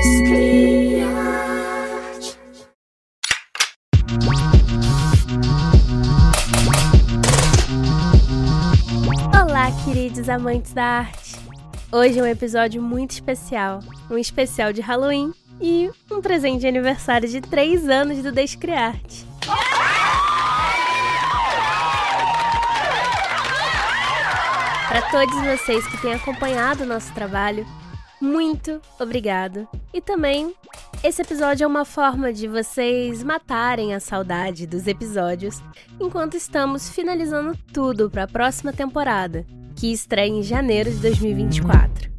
Olá, queridos amantes da arte! Hoje é um episódio muito especial, um especial de Halloween e um presente de aniversário de 3 anos do Descriarte. Para todos vocês que têm acompanhado o nosso trabalho, muito obrigado! E também, esse episódio é uma forma de vocês matarem a saudade dos episódios enquanto estamos finalizando tudo para a próxima temporada, que estreia em janeiro de 2024.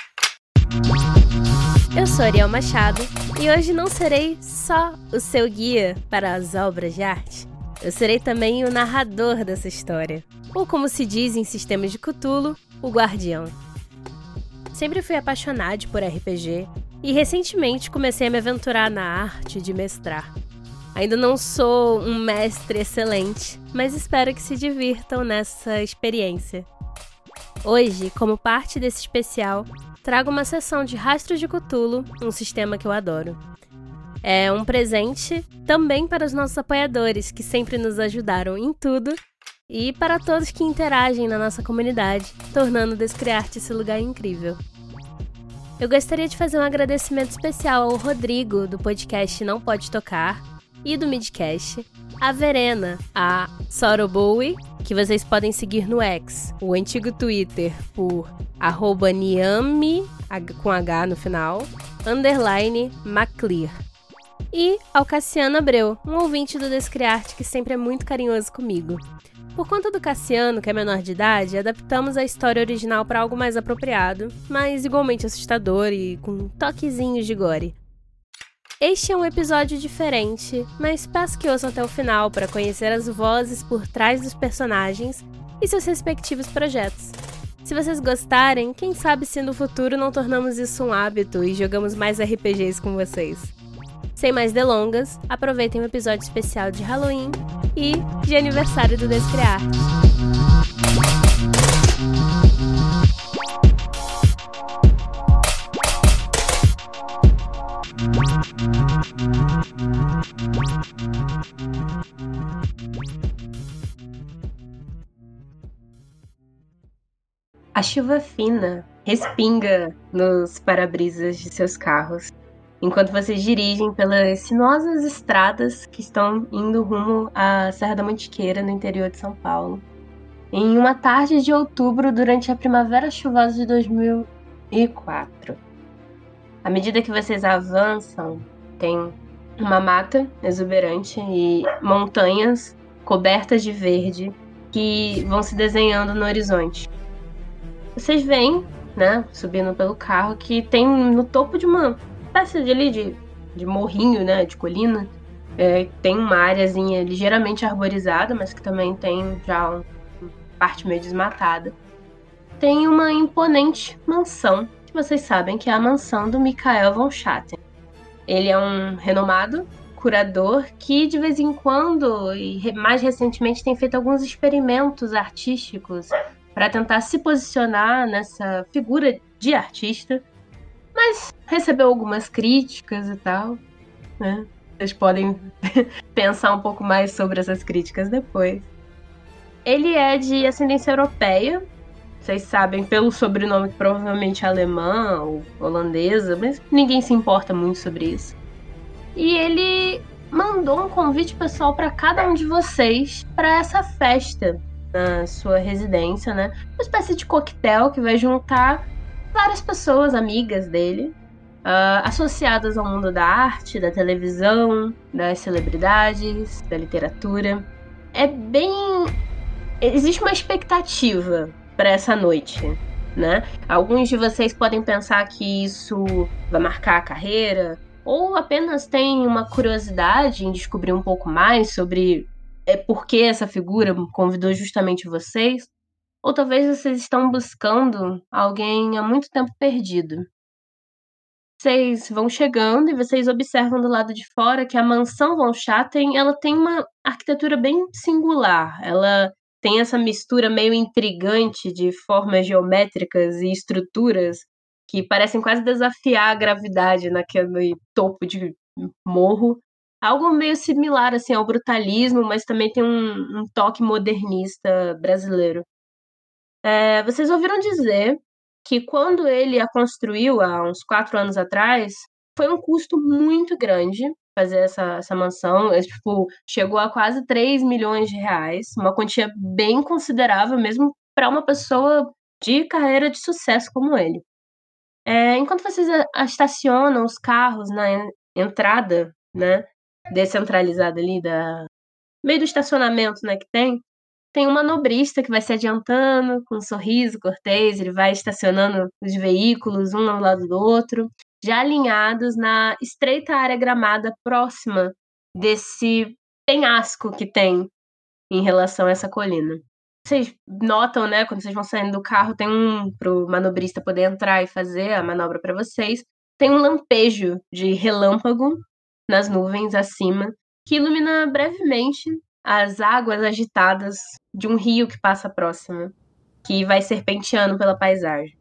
Eu sou Ariel Machado e hoje não serei só o seu guia para as obras de arte, eu serei também o narrador dessa história, ou como se diz em sistemas de Cthulhu, o guardião. Sempre fui apaixonado por RPG e recentemente comecei a me aventurar na arte de mestrar. Ainda não sou um mestre excelente, mas espero que se divirtam nessa experiência. Hoje, como parte desse especial, trago uma sessão de Rastros de Cthulhu, um sistema que eu adoro. É um presente também para os nossos apoiadores, que sempre nos ajudaram em tudo, e para todos que interagem na nossa comunidade, tornando o Descriarte esse lugar incrível. Eu gostaria de fazer um agradecimento especial ao Rodrigo, do podcast Não Pode Tocar, e do Midcast, a Verena, a Sorobowie, que vocês podem seguir no X, o antigo Twitter, por @niame, com H no final, _Maclear. E ao Cassiano Abreu, um ouvinte do Descriarte que sempre é muito carinhoso comigo. Por conta do Cassiano, que é menor de idade, adaptamos a história original para algo mais apropriado, mas igualmente assustador e com toquezinhos de gore. Este é um episódio diferente, mas peço que ouçam até o final para conhecer as vozes por trás dos personagens e seus respectivos projetos. Se vocês gostarem, quem sabe se no futuro não tornamos isso um hábito e jogamos mais RPGs com vocês. Sem mais delongas, aproveitem o episódio especial de Halloween e de aniversário do Descriarte. A chuva fina respinga nos para-brisas de seus carros, enquanto vocês dirigem pelas sinuosas estradas que estão indo rumo à Serra da Mantiqueira, no interior de São Paulo, em uma tarde de outubro durante a primavera chuvosa de 2004. À medida que vocês avançam, tem uma mata exuberante e montanhas cobertas de verde que vão se desenhando no horizonte. Vocês veem, né, subindo pelo carro, que tem no topo de uma espécie de morrinho, né, de colina, tem uma areazinha ligeiramente arborizada, mas que também tem já uma parte meio desmatada. Tem uma imponente mansão, que vocês sabem que é a mansão do Michael von Schatten. Ele é um renomado curador que, de vez em quando, e mais recentemente, tem feito alguns experimentos artísticos para tentar se posicionar nessa figura de artista, mas recebeu algumas críticas e tal, né? Vocês podem pensar um pouco mais sobre essas críticas depois. Ele é de ascendência europeia, vocês sabem pelo sobrenome que provavelmente é alemã ou holandesa, mas ninguém se importa muito sobre isso. E ele mandou um convite pessoal para cada um de vocês para essa festa na sua residência, né? Uma espécie de coquetel que vai juntar várias pessoas amigas dele, associadas ao mundo da arte, da televisão, das celebridades, da literatura. Existe uma expectativa para essa noite, né? Alguns de vocês podem pensar que isso vai marcar a carreira, ou apenas têm uma curiosidade em descobrir um pouco mais sobre por que essa figura convidou justamente vocês, ou talvez vocês estão buscando alguém há muito tempo perdido. Vocês vão chegando e vocês observam do lado de fora que a mansão von Schatten, ela tem uma arquitetura bem singular. Ela tem essa mistura meio intrigante de formas geométricas e estruturas que parecem quase desafiar a gravidade naquele topo de morro. Algo meio similar assim ao brutalismo, mas também tem um toque modernista brasileiro. Vocês ouviram dizer que quando ele a construiu há uns 4 anos atrás, foi um custo muito grande fazer essa mansão. Tipo, chegou a quase 3 milhões de reais, uma quantia bem considerável mesmo para uma pessoa de carreira de sucesso como ele. Enquanto vocês estacionam os carros na entrada, né, descentralizada ali, meio do estacionamento, né, que tem um manobrista que vai se adiantando com um sorriso cortês, ele vai estacionando os veículos um ao lado do outro, já alinhados na estreita área gramada próxima desse penhasco que tem em relação a essa colina. Vocês notam, né, quando vocês vão saindo do carro, tem pro manobrista poder entrar e fazer a manobra para vocês. Tem um lampejo de relâmpago nas nuvens acima, que ilumina brevemente as águas agitadas de um rio que passa próximo, que vai serpenteando pela paisagem.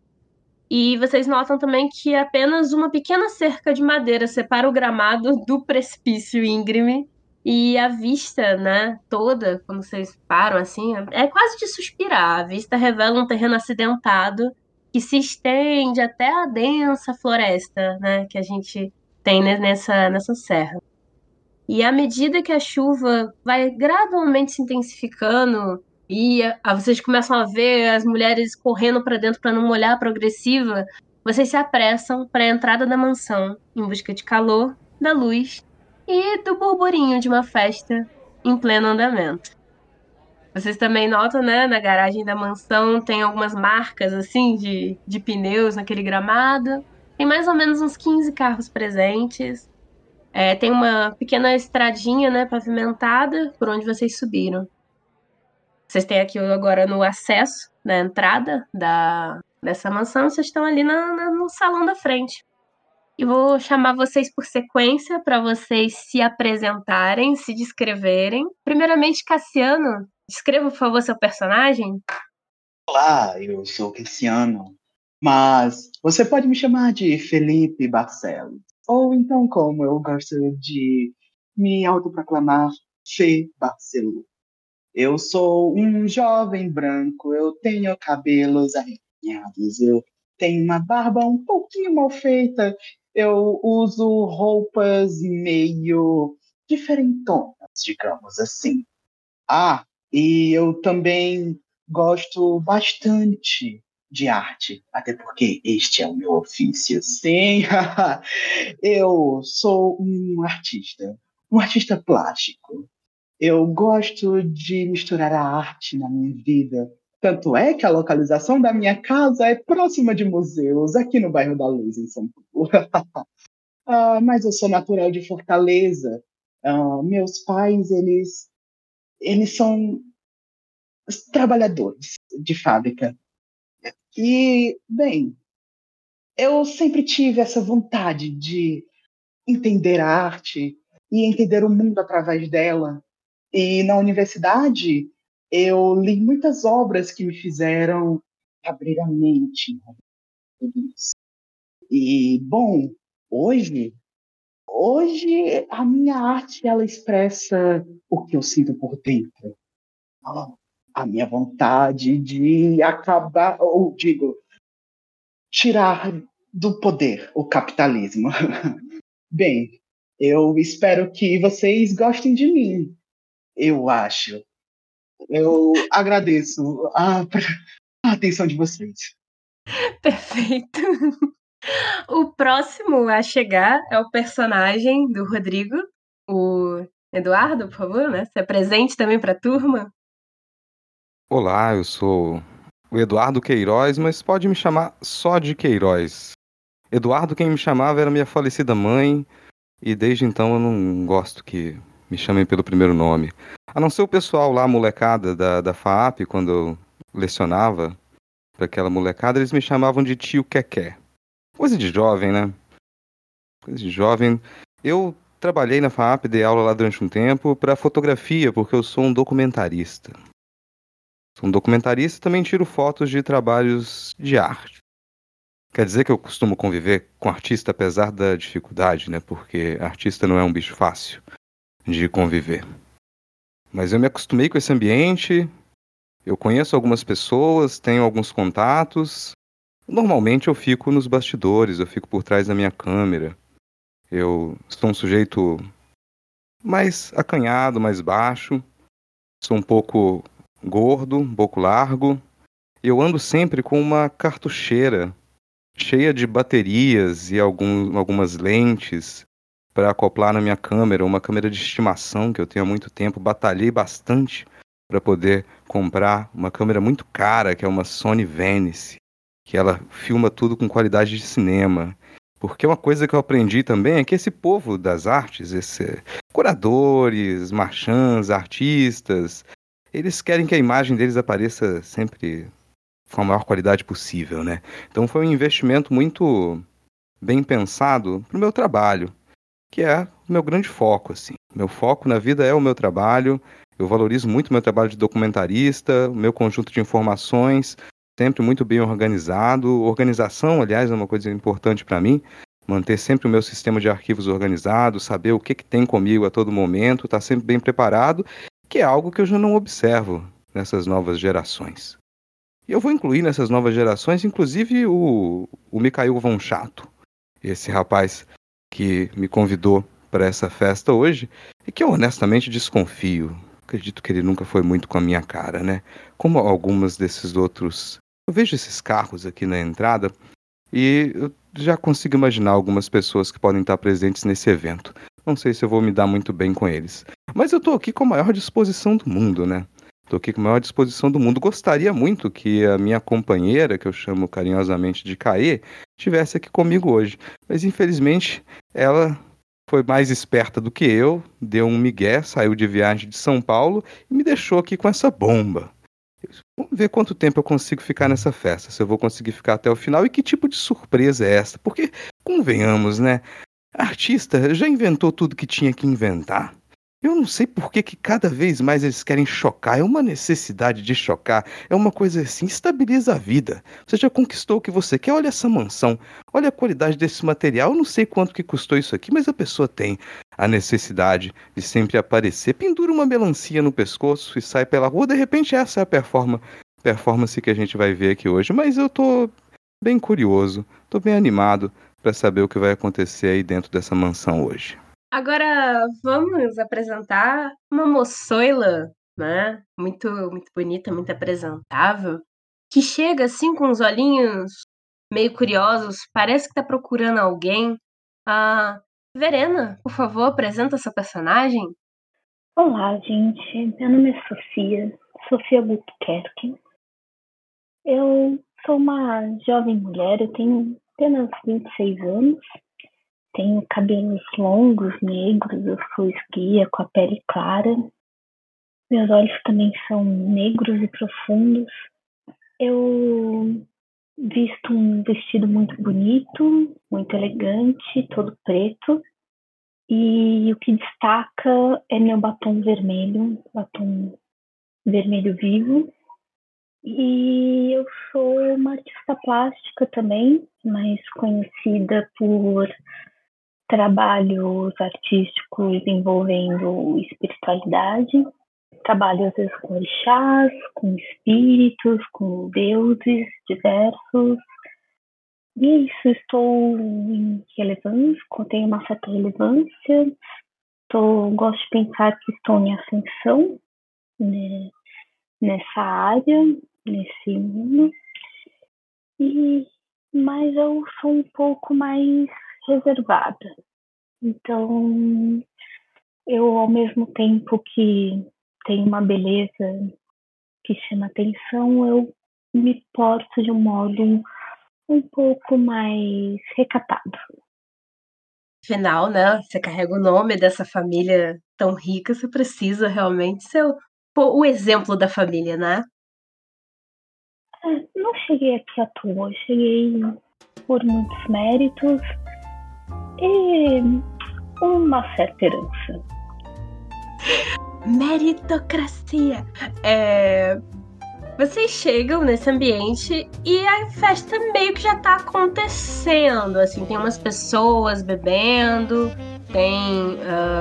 E vocês notam também que apenas uma pequena cerca de madeira separa o gramado do precipício íngreme e a vista, né, toda, quando vocês param assim, é quase de suspirar. A vista revela um terreno acidentado que se estende até a densa floresta, né, que a gente tem nessa serra. E à medida que a chuva vai gradualmente se intensificando e vocês começam a ver as mulheres correndo para dentro para não molhar a progressiva, vocês se apressam para a entrada da mansão em busca de calor, da luz e do burburinho de uma festa em pleno andamento. Vocês também notam, né, na garagem da mansão tem algumas marcas assim de pneus naquele gramado. Tem mais ou menos uns 15 carros presentes. Tem uma pequena estradinha, né, pavimentada por onde vocês subiram. Vocês têm aqui agora no acesso, na entrada dessa mansão, vocês estão ali no salão da frente. E vou chamar vocês por sequência para vocês se apresentarem, se descreverem. Primeiramente, Cassiano, descreva, por favor, seu personagem. Olá, eu sou Cassiano, mas você pode me chamar de Felipe Barcelos. Ou então, como eu gosto de me autoproclamar, Fê Barcelo. Eu sou um jovem branco, eu tenho cabelos arrepiados, eu tenho uma barba um pouquinho mal feita, eu uso roupas meio diferentonas, digamos assim. Ah, e eu também gosto bastante de arte, até porque este é o meu ofício. Sim, eu sou um artista plástico. Eu gosto de misturar a arte na minha vida. Tanto é que a localização da minha casa é próxima de museus, aqui no bairro da Luz, em São Paulo. Mas eu sou natural de Fortaleza. Meus pais, eles são trabalhadores de fábrica. E, bem, eu sempre tive essa vontade de entender a arte e entender o mundo através dela. E na universidade, eu li muitas obras que me fizeram abrir a mente. E, bom, hoje a minha arte, ela expressa o que eu sinto por dentro. A minha vontade de acabar, ou digo, tirar do poder o capitalismo. Bem, eu espero que vocês gostem de mim. Eu acho. Eu agradeço a atenção de vocês. Perfeito. O próximo a chegar é o personagem do Rodrigo, o Eduardo, por favor, né? Se apresente também para a turma. Olá, eu sou o Eduardo Queiroz, mas pode me chamar só de Queiroz. Eduardo, quem me chamava era minha falecida mãe, e desde então eu não gosto que me chamem pelo primeiro nome. A não ser o pessoal lá, a molecada da FAAP, quando eu lecionava para aquela molecada, eles me chamavam de tio Quequé. Coisa de jovem, né? Coisa de jovem. Eu trabalhei na FAAP, dei aula lá durante um tempo para fotografia, porque eu sou um documentarista. Sou um documentarista e também tiro fotos de trabalhos de arte. Quer dizer que eu costumo conviver com artista apesar da dificuldade, né? Porque artista não é um bicho fácil de conviver. Mas eu me acostumei com esse ambiente, eu conheço algumas pessoas, tenho alguns contatos. Normalmente eu fico nos bastidores, eu fico por trás da minha câmera. Eu sou um sujeito mais acanhado, mais baixo, sou um pouco gordo, um pouco largo. Eu ando sempre com uma cartucheira cheia de baterias e algumas lentes para acoplar na minha câmera, uma câmera de estimação que eu tenho há muito tempo. Batalhei bastante para poder comprar uma câmera muito cara, que é uma Sony Venice, que ela filma tudo com qualidade de cinema. Porque uma coisa que eu aprendi também é que esse povo das artes, esses curadores, marchands, artistas, eles querem que a imagem deles apareça sempre com a maior qualidade possível, né? Então foi um investimento muito bem pensado para o meu trabalho, que é o meu grande foco, assim. Meu foco na vida é o meu trabalho, eu valorizo muito o meu trabalho de documentarista, o meu conjunto de informações, sempre muito bem organizado. Organização, aliás, é uma coisa importante para mim, manter sempre o meu sistema de arquivos organizado, saber o que tem comigo a todo momento, estar sempre bem preparado, que é algo que eu já não observo nessas novas gerações. E eu vou incluir nessas novas gerações, inclusive o Mikhail von Chato, esse rapaz que me convidou para essa festa hoje, e que eu honestamente desconfio. Acredito que ele nunca foi muito com a minha cara, né? Como algumas desses outros. Eu vejo esses carros aqui na entrada e eu já consigo imaginar algumas pessoas que podem estar presentes nesse evento. Não sei se eu vou me dar muito bem com eles. Mas eu tô aqui com a maior disposição do mundo, né? Tô aqui com a maior disposição do mundo. Gostaria muito que a minha companheira, que eu chamo carinhosamente de Caê, estivesse aqui comigo hoje. Mas infelizmente ela foi mais esperta do que eu, deu um migué, saiu de viagem de São Paulo e me deixou aqui com essa bomba. Vamos ver quanto tempo eu consigo ficar nessa festa, se eu vou conseguir ficar até o final e que tipo de surpresa é essa. Porque, convenhamos, né? Artista já inventou tudo que tinha que inventar. Eu não sei por que cada vez mais eles querem chocar. É uma necessidade de chocar. É uma coisa assim, estabiliza a vida. Você já conquistou o que você quer. Olha essa mansão. Olha a qualidade desse material. Eu não sei quanto que custou isso aqui, mas a pessoa tem a necessidade de sempre aparecer. Pendura uma melancia no pescoço e sai pela rua. De repente essa é a performance que a gente vai ver aqui hoje. Mas eu tô bem curioso. Tô bem animado para saber o que vai acontecer aí dentro dessa mansão hoje. Agora vamos apresentar uma moçoila, né? Muito, muito bonita, muito apresentável, que chega assim com os olhinhos meio curiosos, parece que tá procurando alguém. Verena, por favor, apresenta essa personagem. Olá, gente. Meu nome é Sofia Buquerque. Eu sou uma jovem mulher, eu tenho apenas 26 anos. Tenho cabelos longos, negros, eu sou esguia, com a pele clara. Meus olhos também são negros e profundos. Eu visto um vestido muito bonito, muito elegante, todo preto. E o que destaca é meu batom vermelho vivo. E eu sou uma artista plástica também, mais conhecida por trabalhos artísticos envolvendo espiritualidade. Trabalho às vezes com orixás, com espíritos, com deuses diversos. E é isso, estou em relevância, tenho uma certa relevância. Gosto de pensar que estou em ascensão, né, nessa área, nesse mundo. Mas eu sou um pouco mais reservada. Então, eu, ao mesmo tempo que tenho uma beleza que chama atenção, eu me porto de um modo um pouco mais recatado. Afinal, né, você carrega o nome dessa família tão rica, você precisa realmente ser o exemplo da família, né? Não cheguei aqui à toa, cheguei por muitos méritos e uma certa herança. Meritocracia! Vocês chegam nesse ambiente e a festa meio que já tá acontecendo, assim, tem umas pessoas bebendo, tem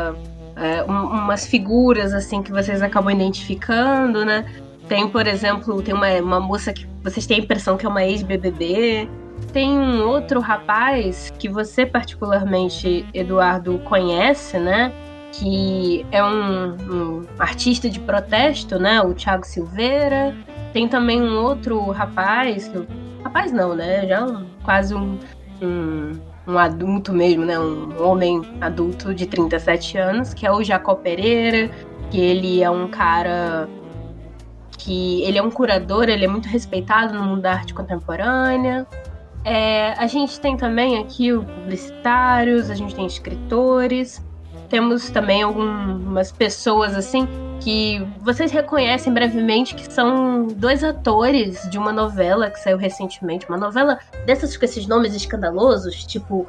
umas figuras, assim, que vocês acabam identificando, né? Tem, por exemplo, tem uma moça que vocês têm a impressão que é uma ex-BBB. Tem um outro rapaz que você particularmente, Eduardo, conhece, né? Que é um artista de protesto, né? O Thiago Silveira. Tem também um outro rapaz, rapaz não, né? Já quase um adulto mesmo, né? Um homem adulto de 37 anos, que é o Jacó Pereira, que ele é um cara que ele é um curador, ele é muito respeitado no mundo da arte contemporânea. A gente tem também aqui os publicitários, a gente tem escritores, temos também algumas pessoas assim que vocês reconhecem brevemente que são 2 atores de uma novela que saiu recentemente, uma novela dessas com esses nomes escandalosos, tipo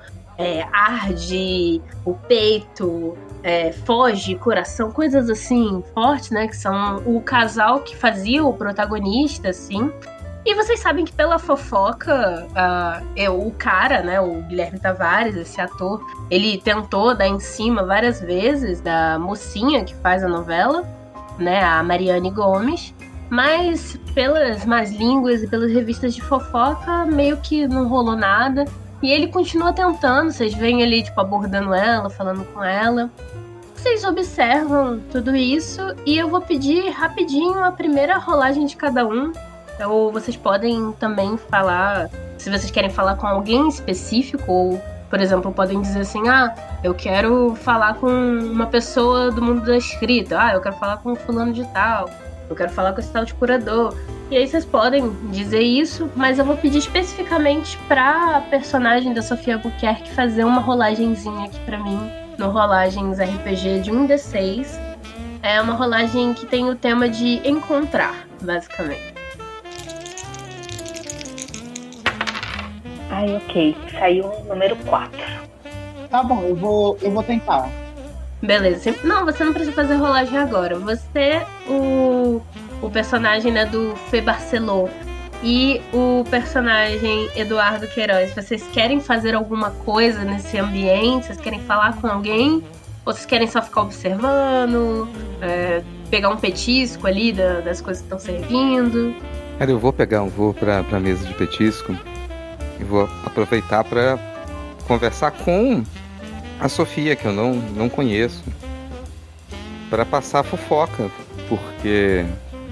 Arde, O Peito, Foge, Coração, coisas assim fortes, né, que são o casal que fazia o protagonista, assim. E vocês sabem que pela fofoca, o cara, né, o Guilherme Tavares, esse ator, ele tentou dar em cima várias vezes da mocinha que faz a novela, né, a Mariane Gomes, mas pelas más línguas e pelas revistas de fofoca, meio que não rolou nada. E ele continua tentando, vocês veem ele, tipo, abordando ela, falando com ela. Vocês observam tudo isso e eu vou pedir rapidinho a primeira rolagem de cada um. Ou vocês podem também falar, se vocês querem falar com alguém específico, ou, por exemplo, podem dizer assim, eu quero falar com uma pessoa do mundo da escrita, eu quero falar com fulano de tal, eu quero falar com esse tal de curador. E aí vocês podem dizer isso, mas eu vou pedir especificamente pra personagem da Sofia Albuquerque fazer uma rolagenzinha aqui pra mim, no Rolagens RPG de 1d6. É uma rolagem que tem o tema de encontrar, basicamente. Ai, ok. Saiu o número 4. Tá bom, eu vou tentar. Beleza. Não, você não precisa fazer rolagem agora. Você, o personagem, né, do Fê Barceló e o personagem Eduardo Queiroz, vocês querem fazer alguma coisa nesse ambiente? Vocês querem falar com alguém? Ou vocês querem só ficar observando? Pegar um petisco ali das coisas que estão servindo? Cara, eu vou pra mesa de petisco e vou aproveitar para conversar com a Sofia, que eu não conheço, para passar a fofoca, porque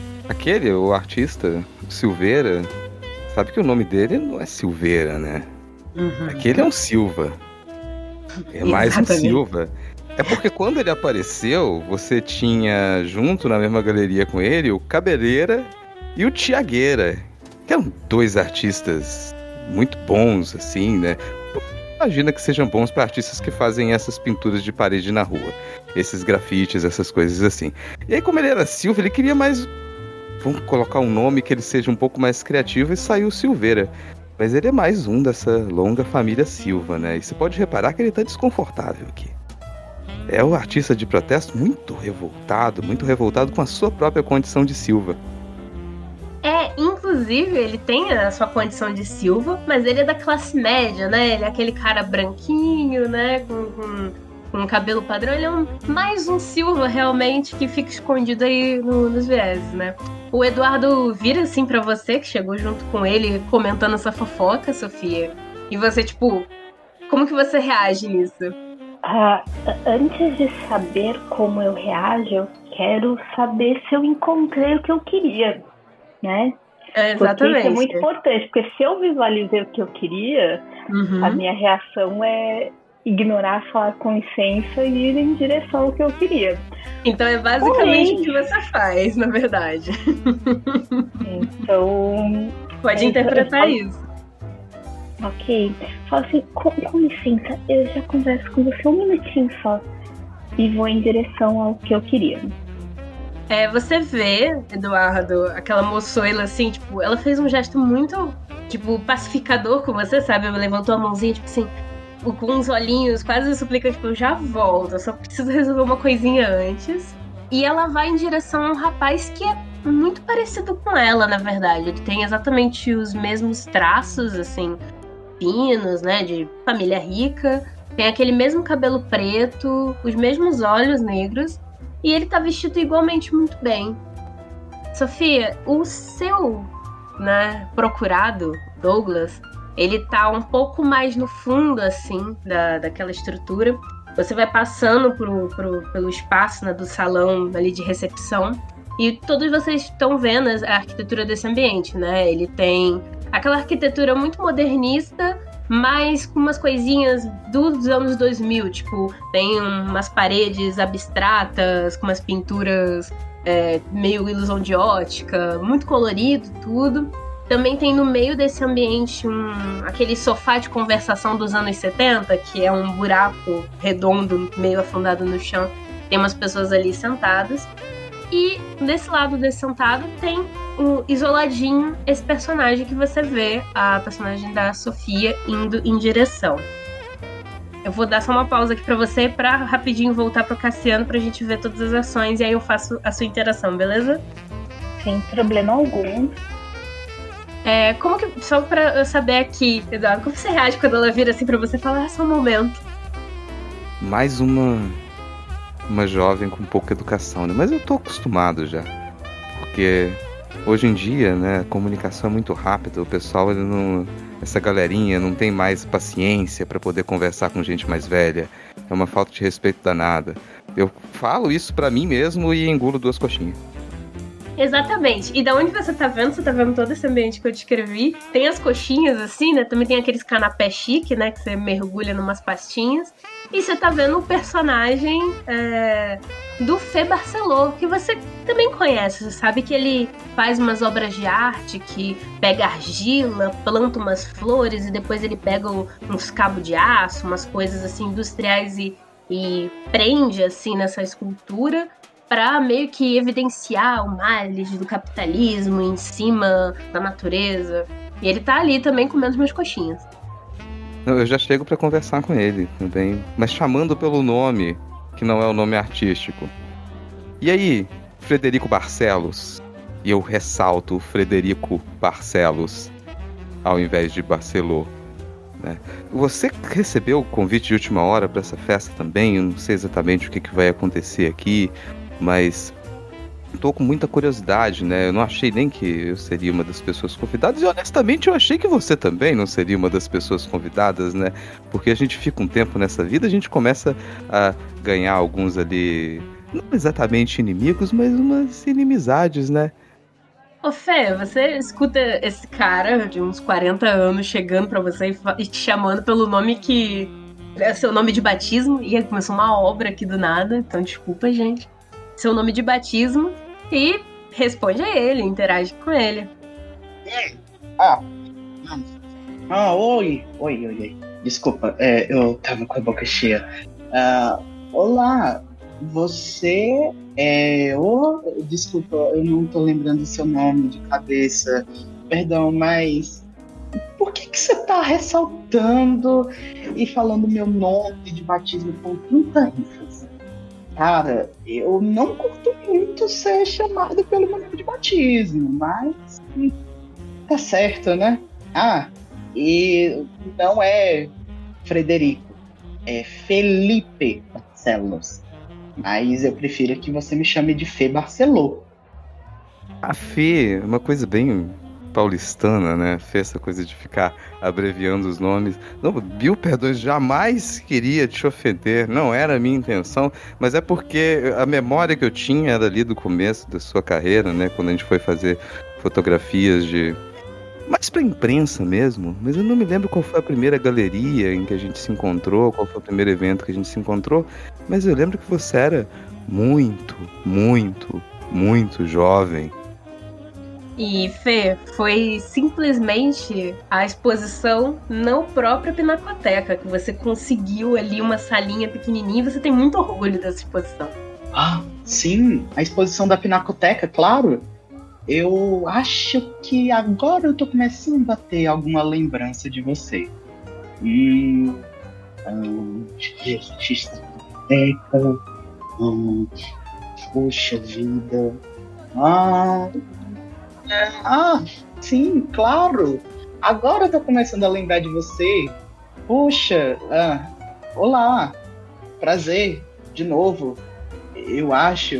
o artista Silveira, sabe que o nome dele não é Silveira, né? Uhum. Aquele é um Silva. É mais um Silva. É porque quando ele apareceu, você tinha junto na mesma galeria com ele o Cabeleira e o Tiagueira, que eram 2 artistas muito bons, assim, né? Imagina que sejam bons para artistas que fazem essas pinturas de parede na rua, esses grafites, essas coisas assim. E aí, como ele era Silva, ele queria mais... Vamos colocar um nome que ele seja um pouco mais criativo, e saiu Silveira. Mas ele é mais um dessa longa família Silva, né? E você pode reparar que ele tá desconfortável aqui. É o artista de protesto muito revoltado com a sua própria condição de Silva. Inclusive, ele tem a sua condição de Silva, mas ele é da classe média, né? Ele é aquele cara branquinho, né? Com cabelo padrão. Ele é mais um Silva, realmente, que fica escondido aí nos vieses, né? O Eduardo vira, assim, pra você, que chegou junto com ele, comentando essa fofoca, Sofia. E você, tipo, como que você reage nisso? Antes de saber como eu reajo, eu quero saber se eu encontrei o que eu queria, né? Exatamente. Porque isso é muito importante, porque se eu visualizei o que eu queria, a minha reação é ignorar, falar com licença e ir em direção ao que eu queria. Então é basicamente o que você faz, na verdade. Então... Pode interpretar isso. Ok. Fala assim, com licença, eu já converso com você 1 minutinho só. E vou em direção ao que eu queria. Você vê, Eduardo, aquela moçoila assim, tipo, ela fez um gesto muito, tipo, pacificador com você, sabe? Ela levantou a mãozinha, tipo assim, com uns olhinhos, quase suplicando, tipo, eu já volto, eu só preciso resolver uma coisinha antes. E ela vai em direção a um rapaz que é muito parecido com ela, na verdade. Ele tem exatamente os mesmos traços, assim, finos, né? De família rica. Tem aquele mesmo cabelo preto, os mesmos olhos negros. E ele tá vestido igualmente muito bem. Sofia, o seu, né, procurado, Douglas, ele tá um pouco mais no fundo, assim, daquela estrutura. Você vai passando pelo espaço, né, do salão ali de recepção. E todos vocês estão vendo a arquitetura desse ambiente, né? Ele tem aquela arquitetura muito modernista, mas com umas coisinhas dos anos 2000. Tipo, tem umas paredes abstratas, com umas pinturas meio ilusão de ótica, muito colorido, tudo. Também tem no meio desse ambiente aquele sofá de conversação dos anos 70, que é um buraco redondo, meio afundado no chão. Tem umas pessoas ali sentadas. E desse lado desse sentado tem isoladinho esse personagem que você vê, a personagem da Sofia indo em direção. Eu vou dar só uma pausa aqui pra você, pra rapidinho voltar pro Cassiano pra gente ver todas as ações e aí eu faço a sua interação, beleza? Sem problema algum. Como que, só pra eu saber aqui, Eduardo, como você reage quando ela vira assim pra você e fala, só um momento? Mais uma jovem com pouca educação, né? Mas eu tô acostumado já. Porque hoje em dia, né, a comunicação é muito rápida, o pessoal, essa galerinha não tem mais paciência pra poder conversar com gente mais velha. É uma falta de respeito danada. Eu falo isso pra mim mesmo e engulo 2 coxinhas. Exatamente. E da onde você tá vendo todo esse ambiente que eu descrevi. Tem as coxinhas, assim, né? Também tem aqueles canapé chique, né? Que você mergulha numas pastinhas. E você tá vendo o personagem do Fê Barceló, que você também conhece. Você sabe que ele faz umas obras de arte, que pega argila, planta umas flores e depois ele pega uns cabos de aço, umas coisas assim industriais e prende assim nessa escultura para meio que evidenciar o males do capitalismo em cima da natureza. E ele tá ali também comendo as minhas coxinhas. Eu já chego para conversar com ele também, mas chamando pelo nome, que não é o nome artístico. E aí, Frederico Barcelos? E eu ressalto Frederico Barcelos, ao invés de Barceló. Né? Você recebeu o convite de última hora para essa festa também? Eu não sei exatamente o que vai acontecer aqui, mas tô com muita curiosidade, né? Eu não achei nem que eu seria uma das pessoas convidadas, e honestamente eu achei que você também não seria uma das pessoas convidadas, né? Porque a gente fica um tempo nessa vida, a gente começa a ganhar alguns ali, não exatamente inimigos, mas umas inimizades, né? Ô Fê, você escuta esse cara de uns 40 anos chegando pra você e te chamando pelo nome que é seu nome de batismo, e começou uma obra aqui do nada, então desculpa, gente. Seu nome de batismo e responde a ele, interage com ele. Oi. Desculpa, eu tava com a boca cheia. Olá, você desculpa, eu não tô lembrando seu nome de cabeça. Perdão, mas por que você tá ressaltando e falando meu nome de batismo com tanta ênfase? Cara, eu não curto muito ser chamado pelo meu nome de batismo, mas tá certo, né? E não é Frederico, é Felipe Barcelos. Mas eu prefiro que você me chame de Fê Barceló. A Fê é uma coisa bem paulistana, né? Fê, essa coisa de ficar abreviando os nomes. Não, Bill Perdões, jamais queria te ofender, não era a minha intenção, mas é porque a memória que eu tinha era ali do começo da sua carreira, né? Quando a gente foi fazer fotografias mais pra imprensa mesmo, mas eu não me lembro qual foi a primeira galeria em que a gente se encontrou, qual foi o primeiro evento que a gente se encontrou, mas eu lembro que você era muito, muito, muito jovem. E, Fê, foi simplesmente a exposição não própria Pinacoteca, que você conseguiu ali uma salinha pequenininha e você tem muito orgulho dessa exposição. Sim, a exposição da Pinacoteca, claro. Eu acho que agora eu tô começando a ter alguma lembrança de você. Registro da Pinacoteca. Puxa vida. Ah, sim, claro. Agora eu tô começando a lembrar de você. Puxa, olá, prazer, de novo, eu acho.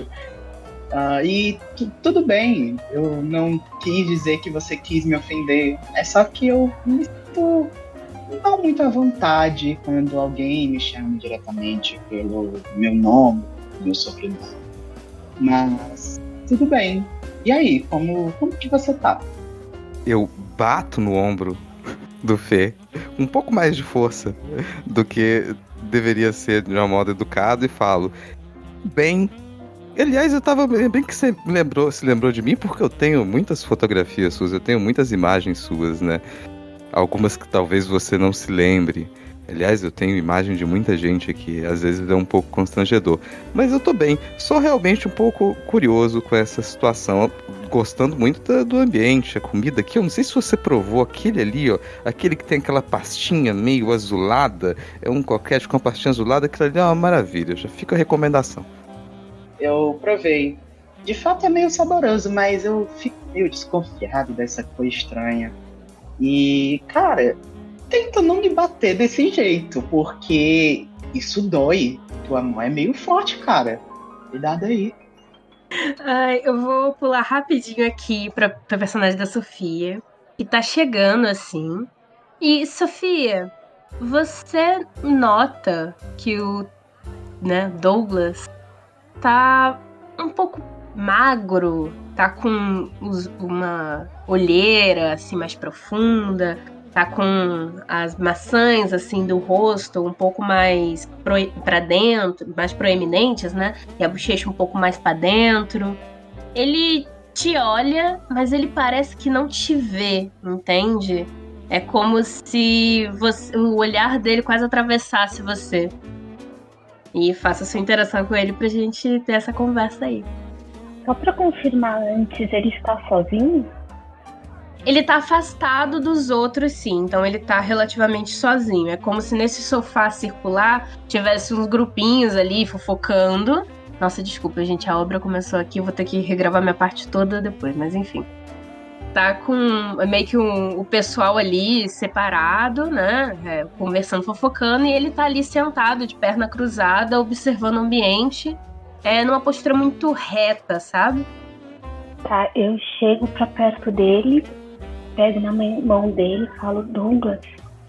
E tudo bem, eu não quis dizer que você quis me ofender. É só que eu me sinto não muito à vontade quando alguém me chama diretamente pelo meu nome, meu sobrenome. Mas tudo bem. E aí, como que você tá? Eu bato no ombro do Fê, um pouco mais de força do que deveria ser de um modo educado, e falo: bem, aliás, eu tava bem que você se lembrou de mim, porque eu tenho muitas fotografias suas, eu tenho muitas imagens suas, né? Algumas que talvez você não se lembre. Aliás, eu tenho imagem de muita gente aqui, às vezes é um pouco constrangedor. Mas eu tô bem, só realmente um pouco curioso com essa situação. Gostando muito do ambiente, a comida aqui. Eu não sei se você provou aquele ali, ó. Aquele que tem aquela pastinha meio azulada. É um coquete com uma pastinha azulada. Aquilo ali é uma maravilha, já fica a recomendação. Eu provei. De fato é meio saboroso, mas eu fico meio desconfiado dessa coisa estranha. E, cara, tenta não me bater desse jeito, porque isso dói. Tua mão é meio forte, cara. Cuidado aí. Ai, eu vou pular rapidinho aqui pra personagem da Sofia, que tá chegando assim. E, Sofia, você nota que o Douglas tá um pouco magro, tá com uma olheira assim mais profunda, tá com as maçãs assim do rosto um pouco mais pra dentro, mais proeminentes, né? E a bochecha um pouco mais pra dentro. Ele te olha, mas ele parece que não te vê, entende? É como se o olhar dele quase atravessasse você. E faça sua interação com ele pra gente ter essa conversa aí. Só pra confirmar antes, ele está sozinho? Ele tá afastado dos outros, sim. Então ele tá relativamente sozinho. É como se nesse sofá circular tivesse uns grupinhos ali fofocando. Nossa, desculpa, gente. A obra começou aqui. Eu vou ter que regravar minha parte toda depois. Mas enfim. Tá com meio que o pessoal ali separado, né? Conversando, fofocando. E ele tá ali sentado, de perna cruzada, observando o ambiente. Numa postura muito reta, sabe? Tá, eu chego pra perto dele, pego na mão dele e falo: Douglas,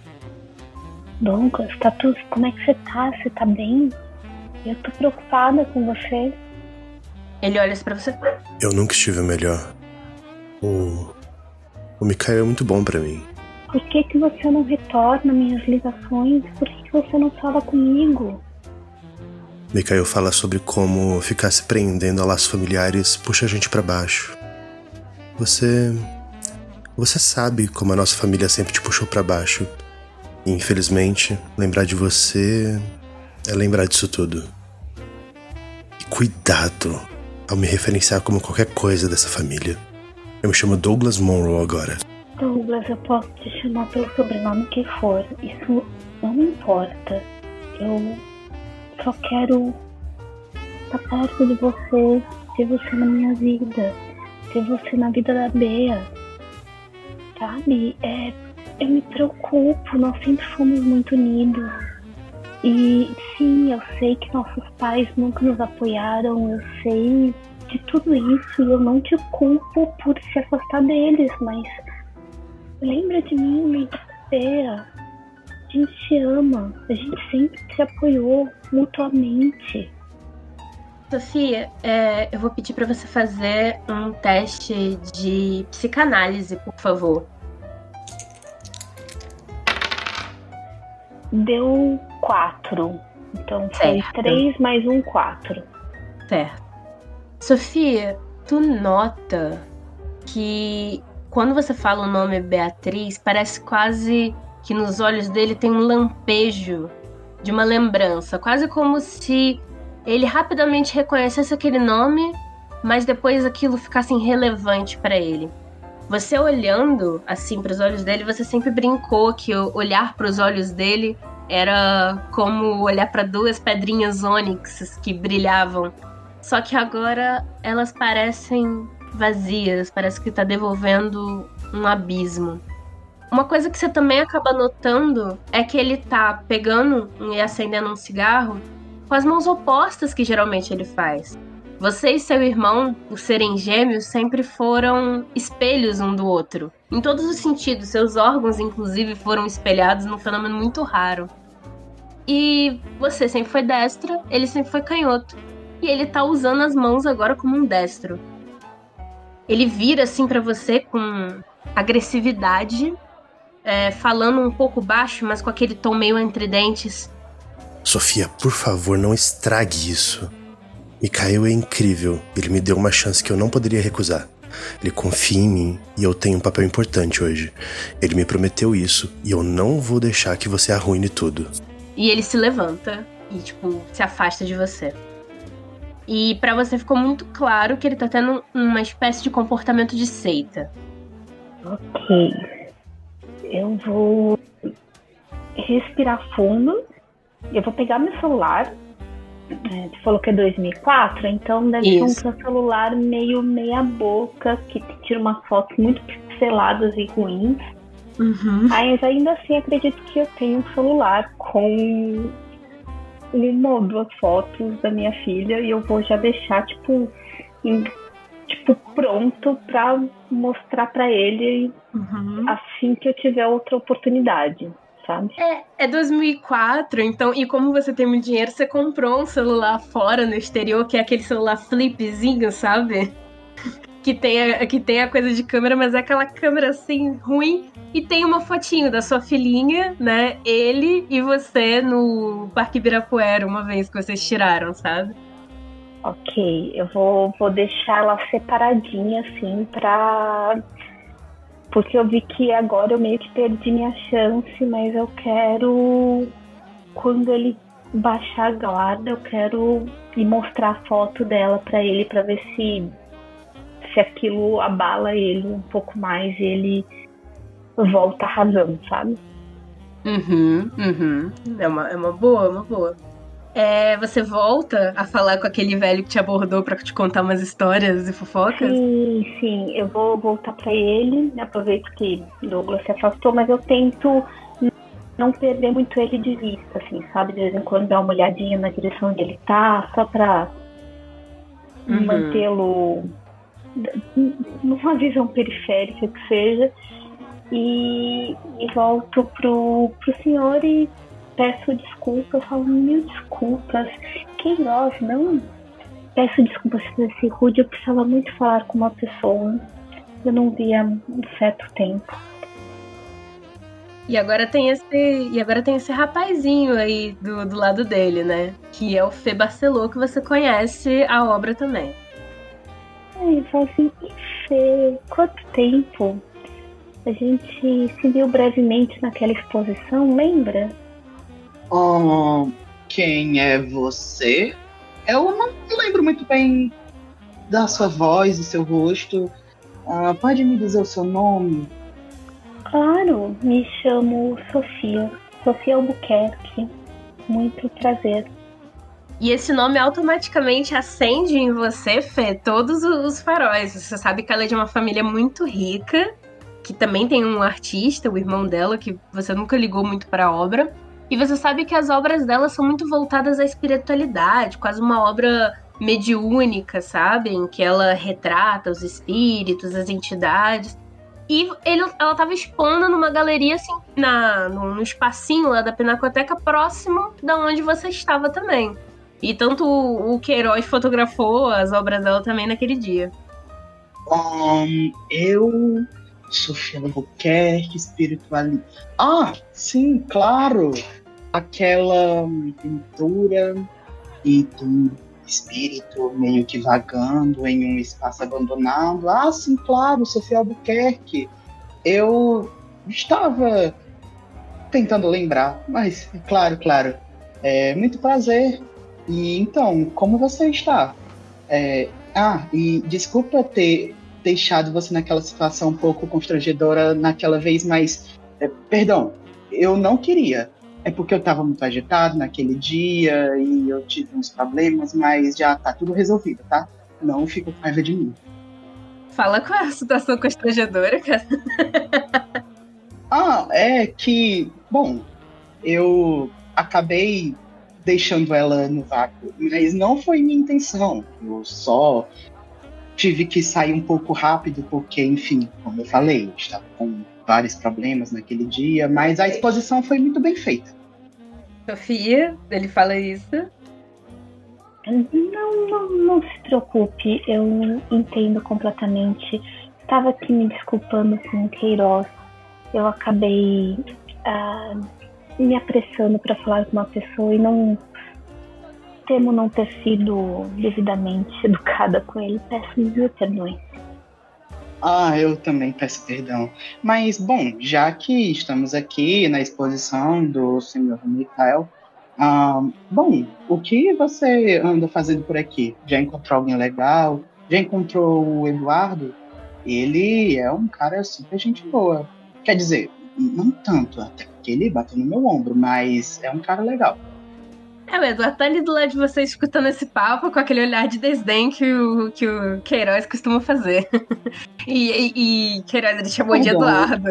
como é que você tá? Você tá bem? Eu tô preocupada com você. Ele olha assim pra você. Eu nunca estive melhor. O Mikhail é muito bom pra mim. Por que você não retorna minhas ligações? Por que você não fala comigo? Mikhail fala sobre como ficar se prendendo a laços familiares puxa a gente pra baixo. Você sabe como a nossa família sempre te puxou pra baixo. E, infelizmente, lembrar de você é lembrar disso tudo. E cuidado ao me referenciar como qualquer coisa dessa família. Eu me chamo Douglas Monroe agora. Douglas, eu posso te chamar pelo sobrenome que for. Isso não me importa. Eu só quero estar perto de você, ter você na minha vida, ter você na vida da Bea. Sabe? Eu me preocupo, nós sempre fomos muito unidos. E sim, eu sei que nossos pais nunca nos apoiaram, eu sei de tudo isso e eu não te culpo por se afastar deles, mas lembra de mim, minha Bea. A gente se ama, a gente sempre se apoiou mutuamente. Sofia, eu vou pedir pra você fazer um teste de psicanálise, por favor. Deu 4. Então foi 3 mais 1, 4. Certo. Sofia, tu nota que quando você fala o nome Beatriz, parece quase que nos olhos dele tem um lampejo de uma lembrança, quase como se ele rapidamente reconhecesse aquele nome, mas depois aquilo ficasse irrelevante para ele. Você olhando assim para os olhos dele, você sempre brincou que olhar para os olhos dele era como olhar para duas pedrinhas ônix que brilhavam. Só que agora elas parecem vazias, parece que tá devolvendo um abismo. Uma coisa que você também acaba notando é que ele tá pegando e acendendo um cigarro com as mãos opostas que geralmente ele faz. Você e seu irmão, por serem gêmeos, sempre foram espelhos um do outro. Em todos os sentidos, seus órgãos, inclusive, foram espelhados num fenômeno muito raro. E você sempre foi destra, ele sempre foi canhoto. E ele tá usando as mãos agora como um destro. Ele vira assim pra você com agressividade, falando um pouco baixo, mas com aquele tom meio entre dentes. Sofia, por favor, não estrague isso. Mikhail é incrível. Ele me deu uma chance que eu não poderia recusar. Ele confia em mim e eu tenho um papel importante hoje. Ele me prometeu isso e eu não vou deixar que você arruine tudo. E ele se levanta e, se afasta de você. E pra você ficou muito claro que ele tá tendo uma espécie de comportamento de seita. Ok. Eu vou respirar fundo. Eu vou pegar meu celular. Você falou que é 2004, então deve ser um celular meio meia boca, que tira umas fotos muito pixeladas e ruins. Uhum. Mas ainda assim acredito que eu tenho um celular com uma ou duas fotos da minha filha e eu vou já deixar pronto pra mostrar pra ele assim que eu tiver outra oportunidade. Sabe? É 2004, então, e como você tem muito dinheiro, você comprou um celular fora no exterior, que é aquele celular flipzinho, sabe? Que tem a coisa de câmera, mas é aquela câmera assim, ruim, e tem uma fotinho da sua filhinha, né? Ele e você no Parque Ibirapuera, uma vez que vocês tiraram, sabe? Ok, eu vou deixar ela separadinha, assim, porque eu vi que agora eu meio que perdi minha chance, mas eu quero, quando ele baixar a guarda, eu quero ir mostrar a foto dela pra ele, pra ver se aquilo abala ele um pouco mais e ele volta à razão, sabe? É uma boa. Você volta a falar com aquele velho que te abordou pra te contar umas histórias e fofocas? Sim, eu vou voltar pra ele, aproveito que Douglas se afastou, mas eu tento não perder muito ele de vista, assim, sabe? De vez em quando dar uma olhadinha na direção onde ele tá, só pra mantê-lo numa visão periférica que seja, e volto pro senhor e peço desculpas, falo 1000 desculpas. Queiroz, não peço desculpas por ser rude, eu precisava muito falar com uma pessoa. Eu não via um certo tempo. E agora tem esse rapazinho aí do lado dele, né? Que é o Fê Barcelô, que você conhece a obra também. Eu falo assim, Fê, quanto tempo? A gente se viu brevemente naquela exposição, lembra? Quem é você? Eu não lembro muito bem da sua voz, do seu rosto. Pode me dizer o seu nome? Claro, me chamo Sofia Albuquerque. Muito prazer. E esse nome automaticamente acende em você, Fê, todos os faróis. Você sabe que ela é de uma família muito rica, que também tem um artista, o irmão dela, que você nunca ligou muito para a obra. E você sabe que as obras dela são muito voltadas à espiritualidade, quase uma obra mediúnica, sabe? Em que ela retrata os espíritos, as entidades. E ela estava expondo numa galeria, assim, no espacinho lá da Pinacoteca, próximo da onde você estava também. E tanto o Queiroz fotografou as obras dela também naquele dia. Eu... Sofia Albuquerque, espiritualista. Sim, claro! Aquela pintura e do espírito meio que vagando em um espaço abandonado. Sim, claro, Sofia Albuquerque. Eu estava tentando lembrar, mas claro. Muito prazer. E então, como você está? E desculpa ter deixado você naquela situação um pouco constrangedora naquela vez, mas perdão, eu não queria. É porque eu estava muito agitado naquele dia e eu tive uns problemas, mas já tá tudo resolvido, tá? Não fica com raiva de mim. Fala qual é a situação constrangedora, cara. É que, bom, eu acabei deixando ela no vácuo, mas não foi minha intenção. Eu só tive que sair um pouco rápido, porque, enfim, como eu falei, eu estava com vários problemas naquele dia, mas a exposição foi muito bem feita. Sofia, ele fala isso. Não se preocupe, eu entendo completamente. Estava aqui me desculpando com o Queiroz. Eu acabei me apressando para falar com uma pessoa e temo não ter sido devidamente educada com ele. Peço mil perdões. Eu também peço perdão. Mas, bom, já que estamos aqui na exposição do Sr. Mikhail, bom, o que você anda fazendo por aqui? Já encontrou alguém legal? Já encontrou o Eduardo? Ele é um cara super gente boa. Quer dizer, não tanto, até porque ele bateu no meu ombro, mas é um cara legal. O Eduardo tá ali do lado de vocês escutando esse papo com aquele olhar de desdém que o Queiroz costuma fazer. e Queiroz, ele chamou de Eduardo.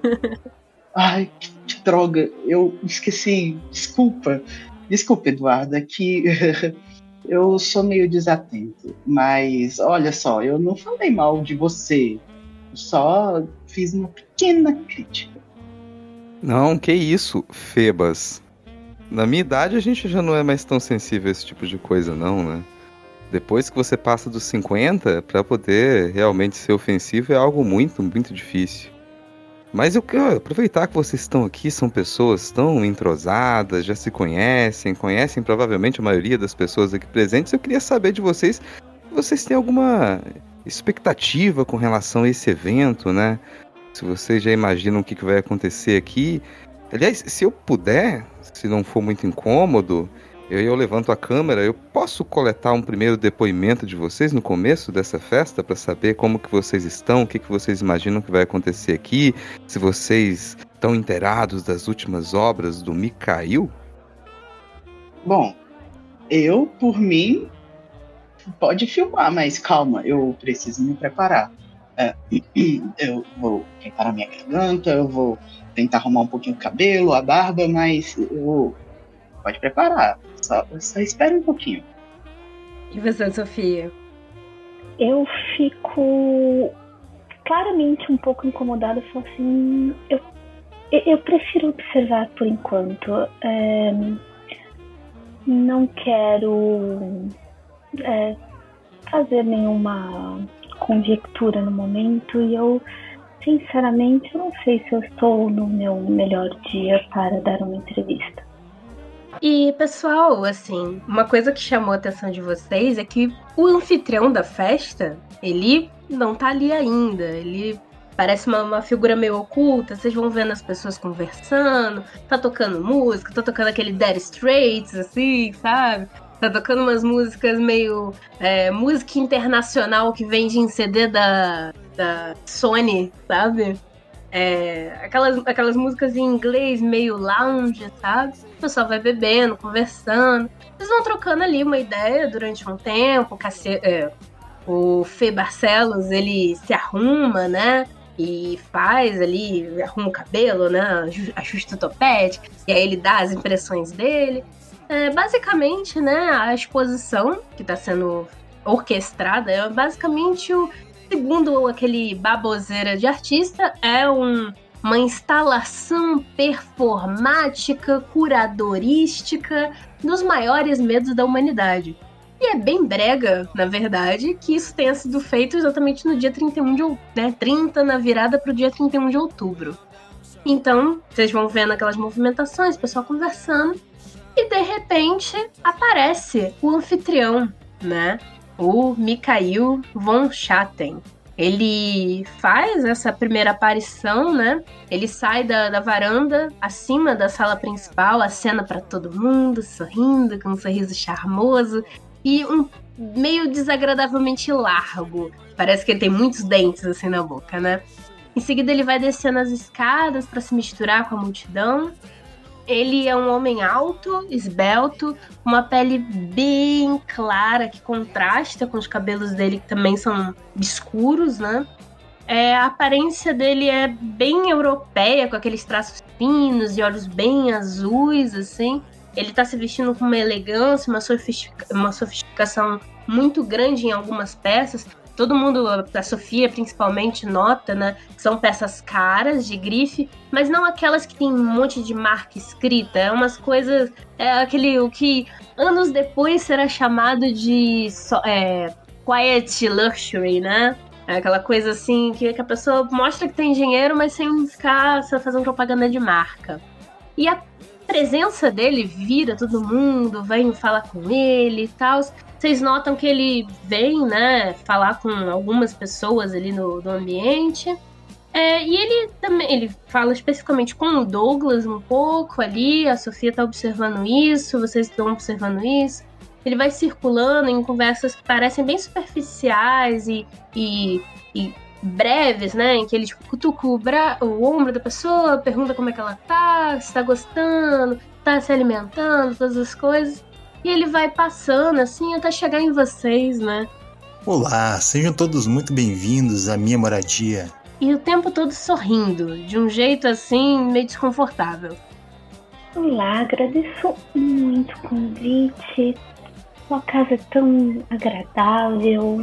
Ai, que droga, eu esqueci. Desculpa, Eduardo, é que eu sou meio desatento. Mas, olha só, eu não falei mal de você. Eu só fiz uma pequena crítica. Não, que isso, Febas. Na minha idade a gente já não é mais tão sensível a esse tipo de coisa, não, né? Depois que você passa dos 50, pra poder realmente ser ofensivo é algo muito, muito difícil. Mas eu quero aproveitar que vocês estão aqui, são pessoas tão entrosadas, já se conhecem provavelmente a maioria das pessoas aqui presentes. Eu queria saber de vocês, se vocês têm alguma expectativa com relação a esse evento, né? Se vocês já imaginam o que vai acontecer aqui. Aliás, se eu puder, se não for muito incômodo, eu levanto a câmera, eu posso coletar um primeiro depoimento de vocês no começo dessa festa para saber como que vocês estão, o que vocês imaginam que vai acontecer aqui, se vocês estão inteirados das últimas obras do Mikhail? Bom, eu, por mim, pode filmar, mas calma, eu preciso me preparar. Eu vou preparar minha garganta, eu vou tentar arrumar um pouquinho o cabelo, a barba, mas pode preparar. Só espere um pouquinho. E você, Sofia? Eu fico claramente um pouco incomodada. Falo assim, eu prefiro observar por enquanto. Não quero fazer nenhuma conjectura no momento e eu, sinceramente, eu não sei se eu estou no meu melhor dia para dar uma entrevista. E, pessoal, assim, uma coisa que chamou a atenção de vocês é que o anfitrião da festa, ele não tá ali ainda. Ele parece uma figura meio oculta. Vocês vão vendo as pessoas conversando, tá tocando música, tá tocando aquele Dire Straits, assim, sabe? Tá tocando umas músicas meio... música internacional que vende em CD da Sony, sabe? Aquelas músicas em inglês meio lounge, sabe? O pessoal vai bebendo, conversando. Eles vão trocando ali uma ideia durante um tempo. O Fê Barcelos, ele se arruma, né? E faz ali, arruma o cabelo, né? Ajusta o topete. E aí ele dá as impressões dele. Basicamente, né? A exposição que está sendo orquestrada é basicamente segundo aquele baboseira de artista, é uma instalação performática, curadorística dos maiores medos da humanidade. E é bem brega, na verdade, que isso tenha sido feito exatamente no dia 31 de outubro, né? 30 na virada para o dia 31 de outubro. Então, vocês vão vendo aquelas movimentações, o pessoal conversando, e de repente aparece o anfitrião, né? O Mikhail von Schatten. Ele faz essa primeira aparição, né? Ele sai da varanda, acima da sala principal, acena para todo mundo, sorrindo, com um sorriso charmoso e meio desagradavelmente largo. Parece que ele tem muitos dentes assim na boca, né? Em seguida ele vai descendo as escadas para se misturar com a multidão. Ele é um homem alto, esbelto, uma pele bem clara que contrasta com os cabelos dele, que também são escuros, né? A aparência dele é bem europeia, com aqueles traços finos e olhos bem azuis, assim. Ele tá se vestindo com uma elegância, uma sofisticação muito grande em algumas peças. Todo mundo, a Sofia principalmente, nota, né? São peças caras, de grife, mas não aquelas que tem um monte de marca escrita. É umas coisas... o que anos depois será chamado de quiet luxury, né? É aquela coisa assim que a pessoa mostra que tem dinheiro, mas sem ficar fazendo propaganda de marca. E a presença dele vira todo mundo, vem falar com ele e tal. Vocês notam que ele vem, né, falar com algumas pessoas ali no ambiente. E ele fala especificamente com o Douglas um pouco ali. A Sofia tá observando isso, vocês estão observando isso. Ele vai circulando em conversas que parecem bem superficiais e breves, né? Em que ele tipo, cutuca o ombro da pessoa, pergunta como é que ela tá, se tá gostando, tá se alimentando, todas as coisas. E ele vai passando, assim, até chegar em vocês, né? Olá, sejam todos muito bem-vindos à minha moradia. E o tempo todo sorrindo, de um jeito, assim, meio desconfortável. Olá, agradeço muito o convite. Sua casa é tão agradável.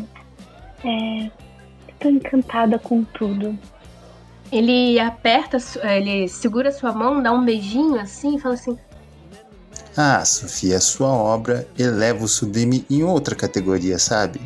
Estou encantada com tudo. Ele ele segura sua mão, dá um beijinho assim e fala assim: Ah, Sofia, sua obra eleva o Sudeme em outra categoria, sabe?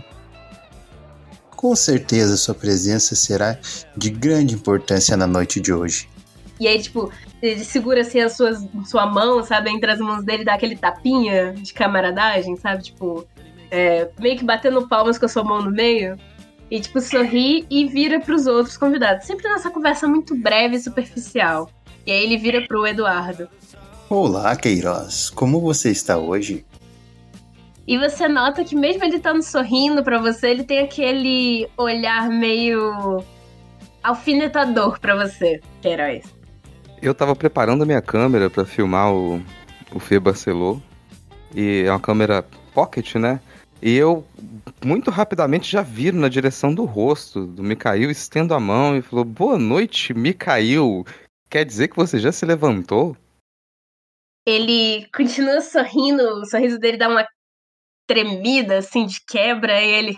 Com certeza sua presença será de grande importância na noite de hoje. E aí, tipo, ele segura assim sua mão, sabe, entre as mãos dele, dá aquele tapinha de camaradagem, sabe? Tipo, meio que batendo palmas com a sua mão no meio. E, tipo, sorri e vira pros outros convidados. Sempre nessa conversa muito breve e superficial. E aí ele vira pro Eduardo. Olá, Queiroz. Como você está hoje? E você nota que mesmo ele estando sorrindo pra você, ele tem aquele olhar meio alfinetador pra você, Queiroz. Eu tava preparando a minha câmera pra filmar o Fê Barcelô. E é uma câmera pocket, né? E eu, muito rapidamente, já viro na direção do rosto do Mikhail, estendo a mão e falou: Boa noite, Mikhail. Quer dizer que você já se levantou? Ele continua sorrindo, o sorriso dele dá uma tremida, assim, de quebra, e ele...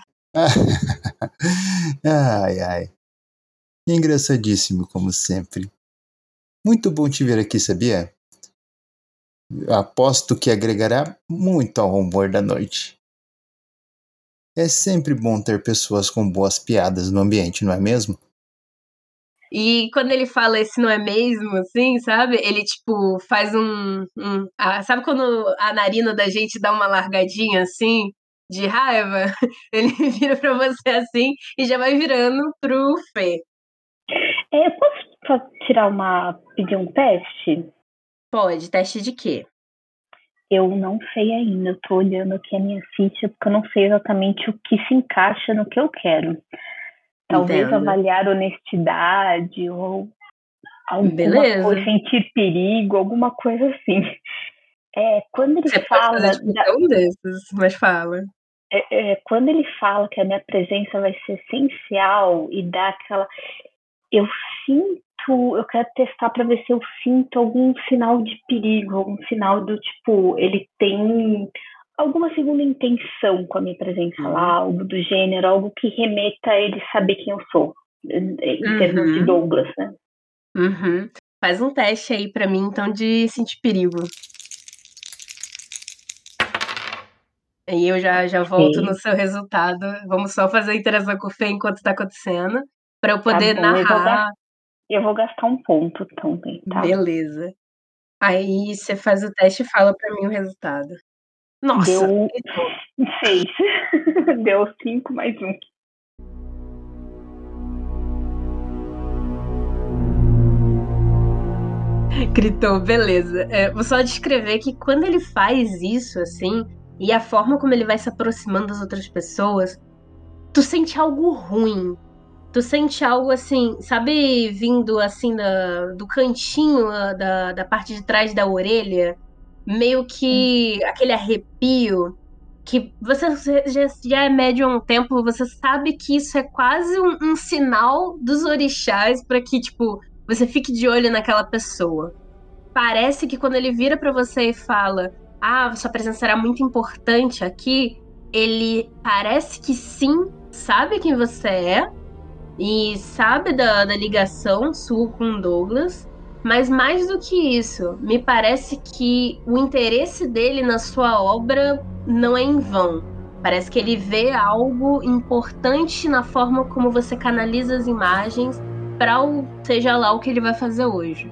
Ai, ai. Engraçadíssimo, como sempre. Muito bom te ver aqui, sabia? Aposto que agregará muito ao humor da noite. É sempre bom ter pessoas com boas piadas no ambiente, não é mesmo? E quando ele fala esse não é mesmo, assim, sabe? Ele, tipo, faz sabe quando a narina da gente dá uma largadinha, assim, de raiva? Ele vira pra você, assim, e já vai virando pro Fê. Eu posso pedir um teste? Pode. Teste de quê? Eu não sei ainda. Eu tô olhando aqui a minha ficha, porque eu não sei exatamente o que se encaixa no que eu quero. Talvez Entendo. avaliar honestidade ou alguma coisa, sentir perigo, alguma coisa assim. Quando ele fala... Pode fazer um desses, mas fala. Quando ele fala que a minha presença vai ser essencial e dá aquela... Eu quero testar para ver se eu sinto algum sinal de perigo, algum sinal do tipo, ele tem alguma segunda intenção com a minha presença lá, algo do gênero, algo que remeta a ele saber quem eu sou, em termos de Douglas, né? Faz um teste aí pra mim, então, de sentir perigo. Aí eu já volto no seu resultado. Vamos só fazer a interação com o Fê enquanto tá acontecendo, pra eu poder narrar. Eu vou gastar um ponto também, tá? Beleza. Aí você faz o teste e fala pra mim o resultado. Nossa! Deu 6. Deu 5 mais 1. Gritou, beleza. Vou só descrever que quando ele faz isso, assim, e a forma como ele vai se aproximando das outras pessoas, tu sente algo ruim tu sente algo assim, sabe, vindo assim do cantinho da parte de trás da orelha, meio que aquele arrepio que você já é médium há um tempo, você sabe que isso é quase um sinal dos orixás para que, tipo, você fique de olho naquela pessoa. Parece que quando ele vira pra você e fala: "Ah, sua presença será muito importante aqui", ele parece que sim, sabe quem você é e sabe da ligação sua com o Douglas, mas mais do que isso, me parece que o interesse dele na sua obra não é em vão. Parece que ele vê algo importante na forma como você canaliza as imagens para seja lá o que ele vai fazer hoje.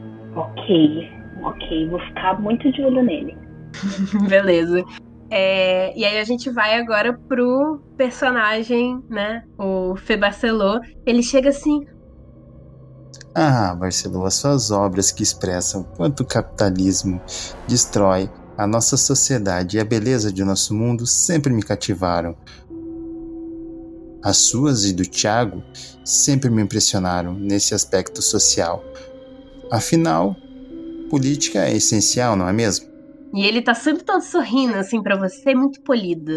Ok, vou ficar muito de olho nele. Beleza. E aí a gente vai agora pro personagem, né? O Fê Barceló. Ele chega assim: Ah, Barceló, as suas obras que expressam quanto o capitalismo destrói a nossa sociedade e a beleza de nosso mundo sempre me cativaram. As suas e do Thiago sempre me impressionaram nesse aspecto social. Afinal, política é essencial, não é mesmo? E ele tá sempre todo sorrindo, assim, pra você, muito polido.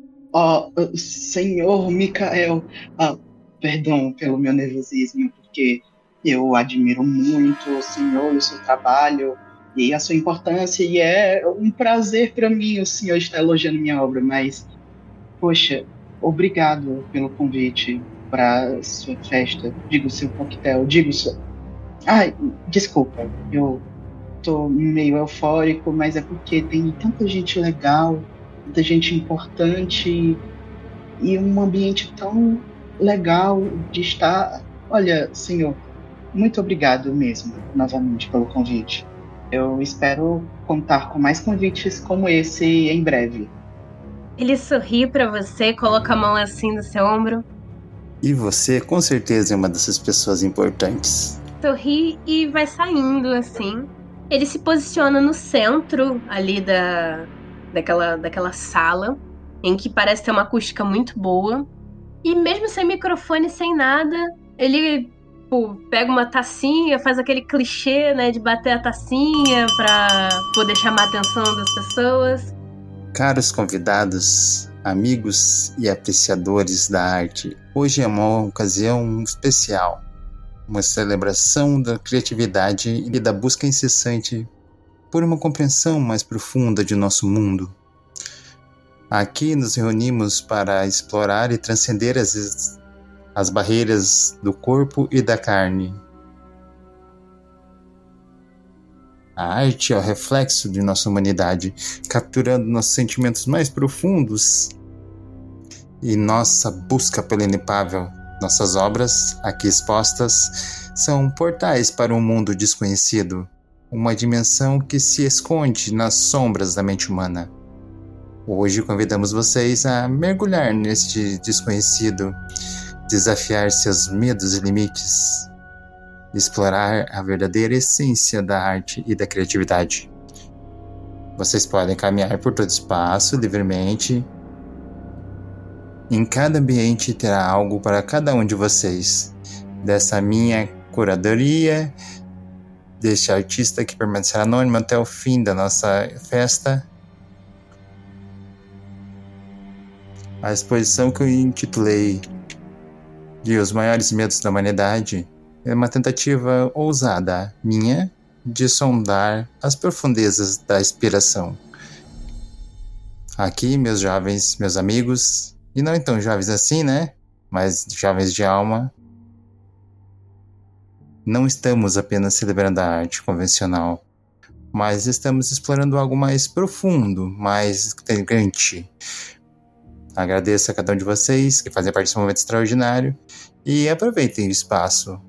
Senhor Mikael, perdão pelo meu nervosismo, porque eu admiro muito o senhor e o seu trabalho e a sua importância, e é um prazer para mim o senhor estar elogiando minha obra, mas, poxa, obrigado pelo convite para sua festa, digo seu coquetel, digo seu... Ai, desculpa, eu tô meio eufórico, mas é porque tem tanta gente legal, tanta gente importante e um ambiente tão legal de estar. Olha, senhor, muito obrigado mesmo, novamente, pelo convite. Eu espero contar com mais convites como esse em breve. Ele sorri pra você, coloca a mão assim no seu ombro. E você, com certeza, é uma dessas pessoas importantes. Sorri e vai saindo, assim. Ele se posiciona no centro ali daquela sala, em que parece ter uma acústica muito boa. E mesmo sem microfone, sem nada, ele pega uma tacinha, faz aquele clichê, né, de bater a tacinha pra poder chamar a atenção das pessoas. Caros convidados, amigos e apreciadores da arte, hoje é uma ocasião especial, uma celebração da criatividade e da busca incessante por uma compreensão mais profunda de nosso mundo. Aqui nos reunimos para explorar e transcender as barreiras do corpo e da carne. A arte é o reflexo de nossa humanidade, capturando nossos sentimentos mais profundos e nossa busca pelo inefável. Nossas obras, aqui expostas, são portais para um mundo desconhecido, uma dimensão que se esconde nas sombras da mente humana. Hoje convidamos vocês a mergulhar neste desconhecido, desafiar seus medos e limites, explorar a verdadeira essência da arte e da criatividade. Vocês podem caminhar por todo espaço livremente. Em cada ambiente terá algo para cada um de vocês. Dessa minha curadoria, deste artista que permanecerá anônimo até o fim da nossa festa. A exposição que eu intitulei de Os Maiores Medos da Humanidade é uma tentativa ousada minha de sondar as profundezas da inspiração. Aqui, meus jovens, meus amigos, e não tão jovens assim, né? Mas jovens de alma, não estamos apenas celebrando a arte convencional, mas estamos explorando algo mais profundo, mais integrante. Agradeço a cada um de vocês que fazem parte desse momento extraordinário e aproveitem o espaço.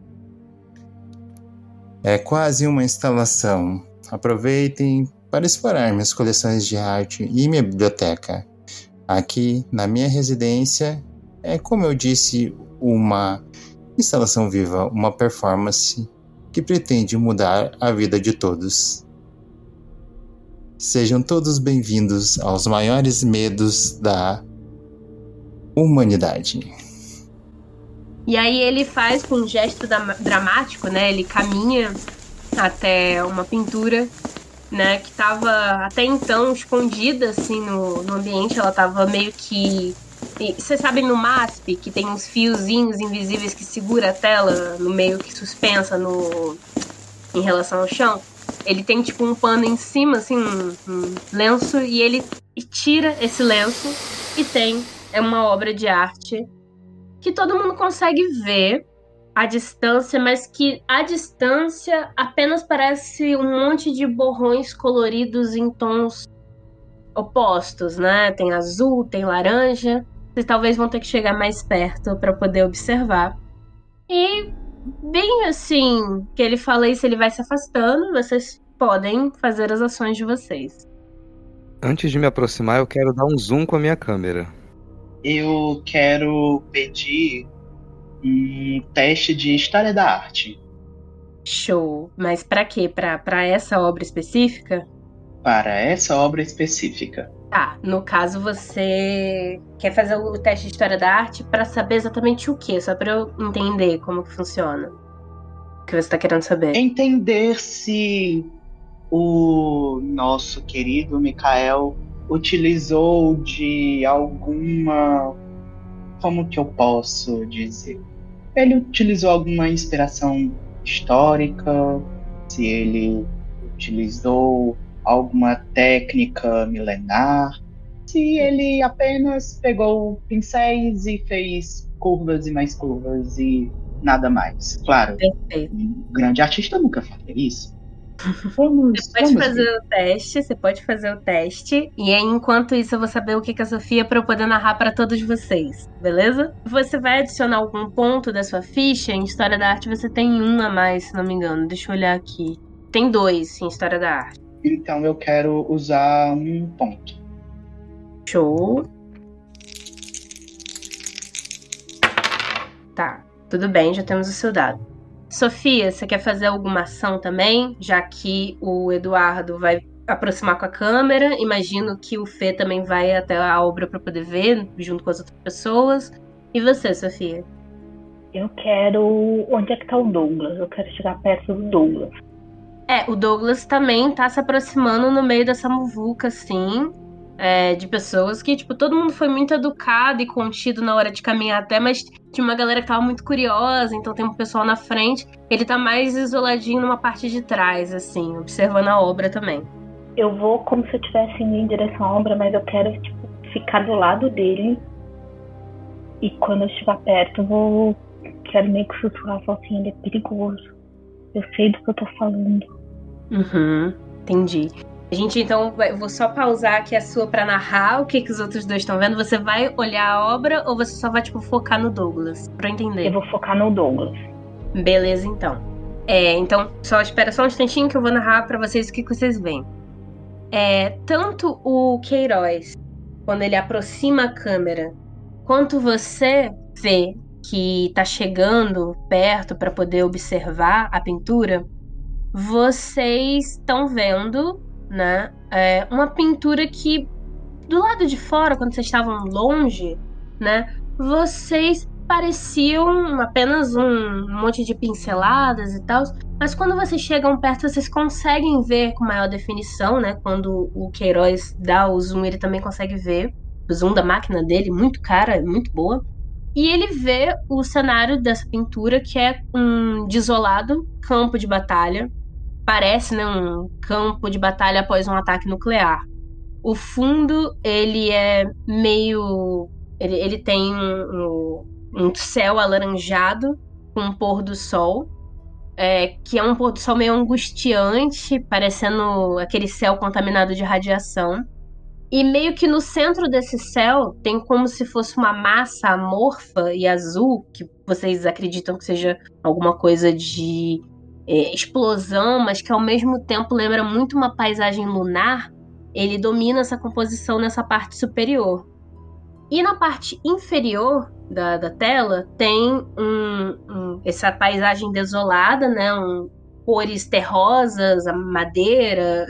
É quase uma instalação. Aproveitem para explorar minhas coleções de arte e minha biblioteca. Aqui, na minha residência, é, como eu disse, uma instalação viva, uma performance que pretende mudar a vida de todos. Sejam todos bem-vindos aos maiores medos da humanidade. E aí ele faz com um gesto dramático, né? Ele caminha até uma pintura, né? Que tava até então escondida, assim, no ambiente. Ela tava meio que... Vocês sabem no MASP, que tem uns fiozinhos invisíveis que segura a tela no meio que suspensa em relação ao chão? Ele tem tipo um pano em cima, assim, um lenço, e ele tira esse lenço e é uma obra de arte que todo mundo consegue ver à distância, mas que à distância apenas parece um monte de borrões coloridos em tons opostos, né? Tem azul, tem laranja. Vocês talvez vão ter que chegar mais perto para poder observar. E bem assim que ele fala isso, ele vai se afastando, vocês podem fazer as ações de vocês. Antes de me aproximar, eu quero dar um zoom com a minha câmera. Eu quero pedir um teste de História da Arte. Show. Mas pra quê? Pra essa obra específica? Para essa obra específica. Tá, no caso você quer fazer o teste de História da Arte pra saber exatamente o quê? Só pra eu entender como que funciona. O que você tá querendo saber? Entender se o nosso querido Mikael utilizou de alguma... Como que eu posso dizer? Ele utilizou alguma inspiração histórica, se ele utilizou alguma técnica milenar, se ele apenas pegou pincéis e fez curvas e mais curvas e nada mais. Claro, Perfeito. um grande artista nunca faria isso. Você pode fazer o teste. E aí, enquanto isso, eu vou saber o que a Sofia pra eu poder narrar pra todos vocês, beleza? Você vai adicionar algum ponto da sua ficha? Em História da Arte você tem um a mais, se não me engano. Deixa eu olhar aqui. Tem 2 em História da Arte. Então eu quero usar um ponto. Show. Tá, tudo bem, já temos o seu dado. Sofia, você quer fazer alguma ação também? Já que o Eduardo vai aproximar com a câmera. Imagino que o Fê também vai até a obra para poder ver, junto com as outras pessoas. E você, Sofia? Eu quero... Onde é que tá o Douglas? Eu quero chegar perto do Douglas. O Douglas também tá se aproximando no meio dessa muvuca, assim, de pessoas que, tipo, todo mundo foi muito educado e contido na hora de caminhar até, mas tinha uma galera que tava muito curiosa, então tem um pessoal na frente. Ele tá mais isoladinho numa parte de trás, assim, observando a obra também. Eu vou como se eu estivesse indo em direção à obra, mas eu quero, tipo, ficar do lado dele. E quando eu estiver perto, quero meio que sussurrar, falar assim, ele é perigoso. Eu sei do que eu tô falando. Entendi. A gente, então, vou só pausar aqui a sua pra narrar o que os outros dois estão vendo. Você vai olhar a obra ou você só vai, tipo, focar no Douglas? Pra eu entender. Eu vou focar no Douglas. Beleza, então. Então, espera só um instantinho que eu vou narrar pra vocês o que vocês veem. Tanto o Queiroz, quando ele aproxima a câmera, quanto você vê que tá chegando perto pra poder observar a pintura, vocês estão vendo, né, uma pintura que, do lado de fora, quando vocês estavam longe, né, vocês pareciam apenas um monte de pinceladas e tal, mas quando vocês chegam perto, vocês conseguem ver com maior definição, né, quando o Queiroz dá o zoom, ele também consegue ver o zoom da máquina dele, muito cara, muito boa. E ele vê o cenário dessa pintura, que é um desolado campo de batalha. Parece, né, um campo de batalha após um ataque nuclear. O fundo, ele é meio... Ele tem um céu alaranjado com um pôr do sol, que é um pôr do sol meio angustiante, parecendo aquele céu contaminado de radiação. E meio que no centro desse céu tem como se fosse uma massa amorfa e azul, que vocês acreditam que seja alguma coisa de explosão, mas que ao mesmo tempo lembra muito uma paisagem lunar. Ele domina essa composição nessa parte superior. E na parte inferior da tela tem essa paisagem desolada, né? Cores terrosas, a madeira...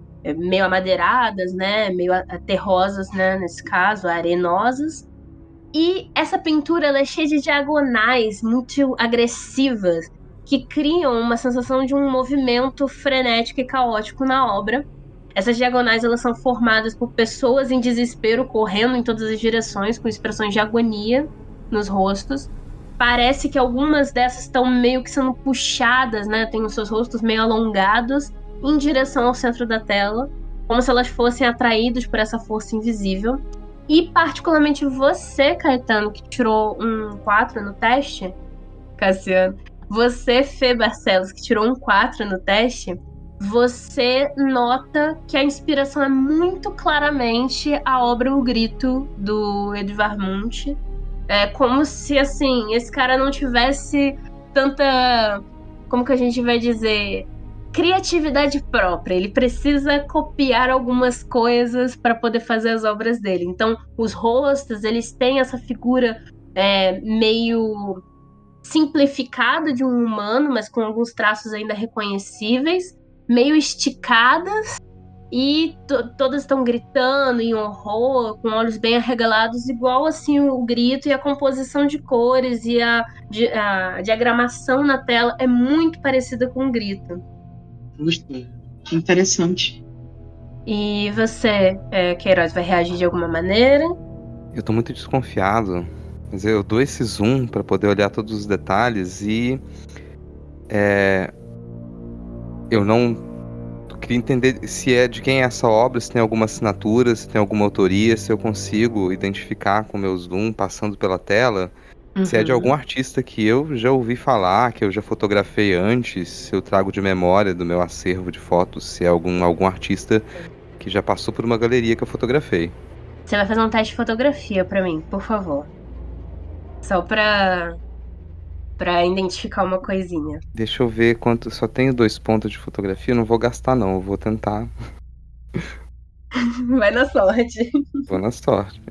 meio amadeiradas, né, meio terrosas, né, nesse caso, arenosas. E essa pintura ela é cheia de diagonais muito agressivas que criam uma sensação de um movimento frenético e caótico na obra. Essas diagonais elas são formadas por pessoas em desespero correndo em todas as direções com expressões de agonia nos rostos. Parece que algumas dessas estão meio que sendo puxadas, né? Tem os seus rostos meio alongados em direção ao centro da tela, como se elas fossem atraídas por essa força invisível. E particularmente você, Caetano, que tirou um 4 no teste, Cassiano, você, Fê Barcelos, que tirou um 4 no teste, você nota que a inspiração é muito claramente a obra O Grito, do Edvard Munch. É como se, assim, esse cara não tivesse tanta, como que a gente vai dizer, criatividade própria. Ele precisa copiar algumas coisas para poder fazer as obras dele. Então, os rostos, eles têm essa figura meio simplificada de um humano, mas com alguns traços ainda reconhecíveis, meio esticadas, e todas estão gritando em horror, com olhos bem arregalados, igual assim o grito, e a composição de cores e a diagramação na tela é muito parecida com o grito. Puxa, que interessante. E você, Queiroz, vai reagir de alguma maneira? Eu tô muito desconfiado, mas eu dou esse zoom pra poder olhar todos os detalhes e eu não queria entender se é de quem é essa obra, se tem alguma assinatura, se tem alguma autoria, se eu consigo identificar com o meu zoom passando pela tela, se é de algum artista que eu já ouvi falar, que eu já fotografei antes, se eu trago de memória do meu acervo de fotos, se é algum artista que já passou por uma galeria que eu fotografei. Você vai fazer um teste de fotografia pra mim, por favor. Só pra identificar uma coisinha. Deixa eu ver quanto. Só tenho 2 pontos de fotografia, não vou gastar não, eu vou tentar. Vai na sorte. Vou na sorte.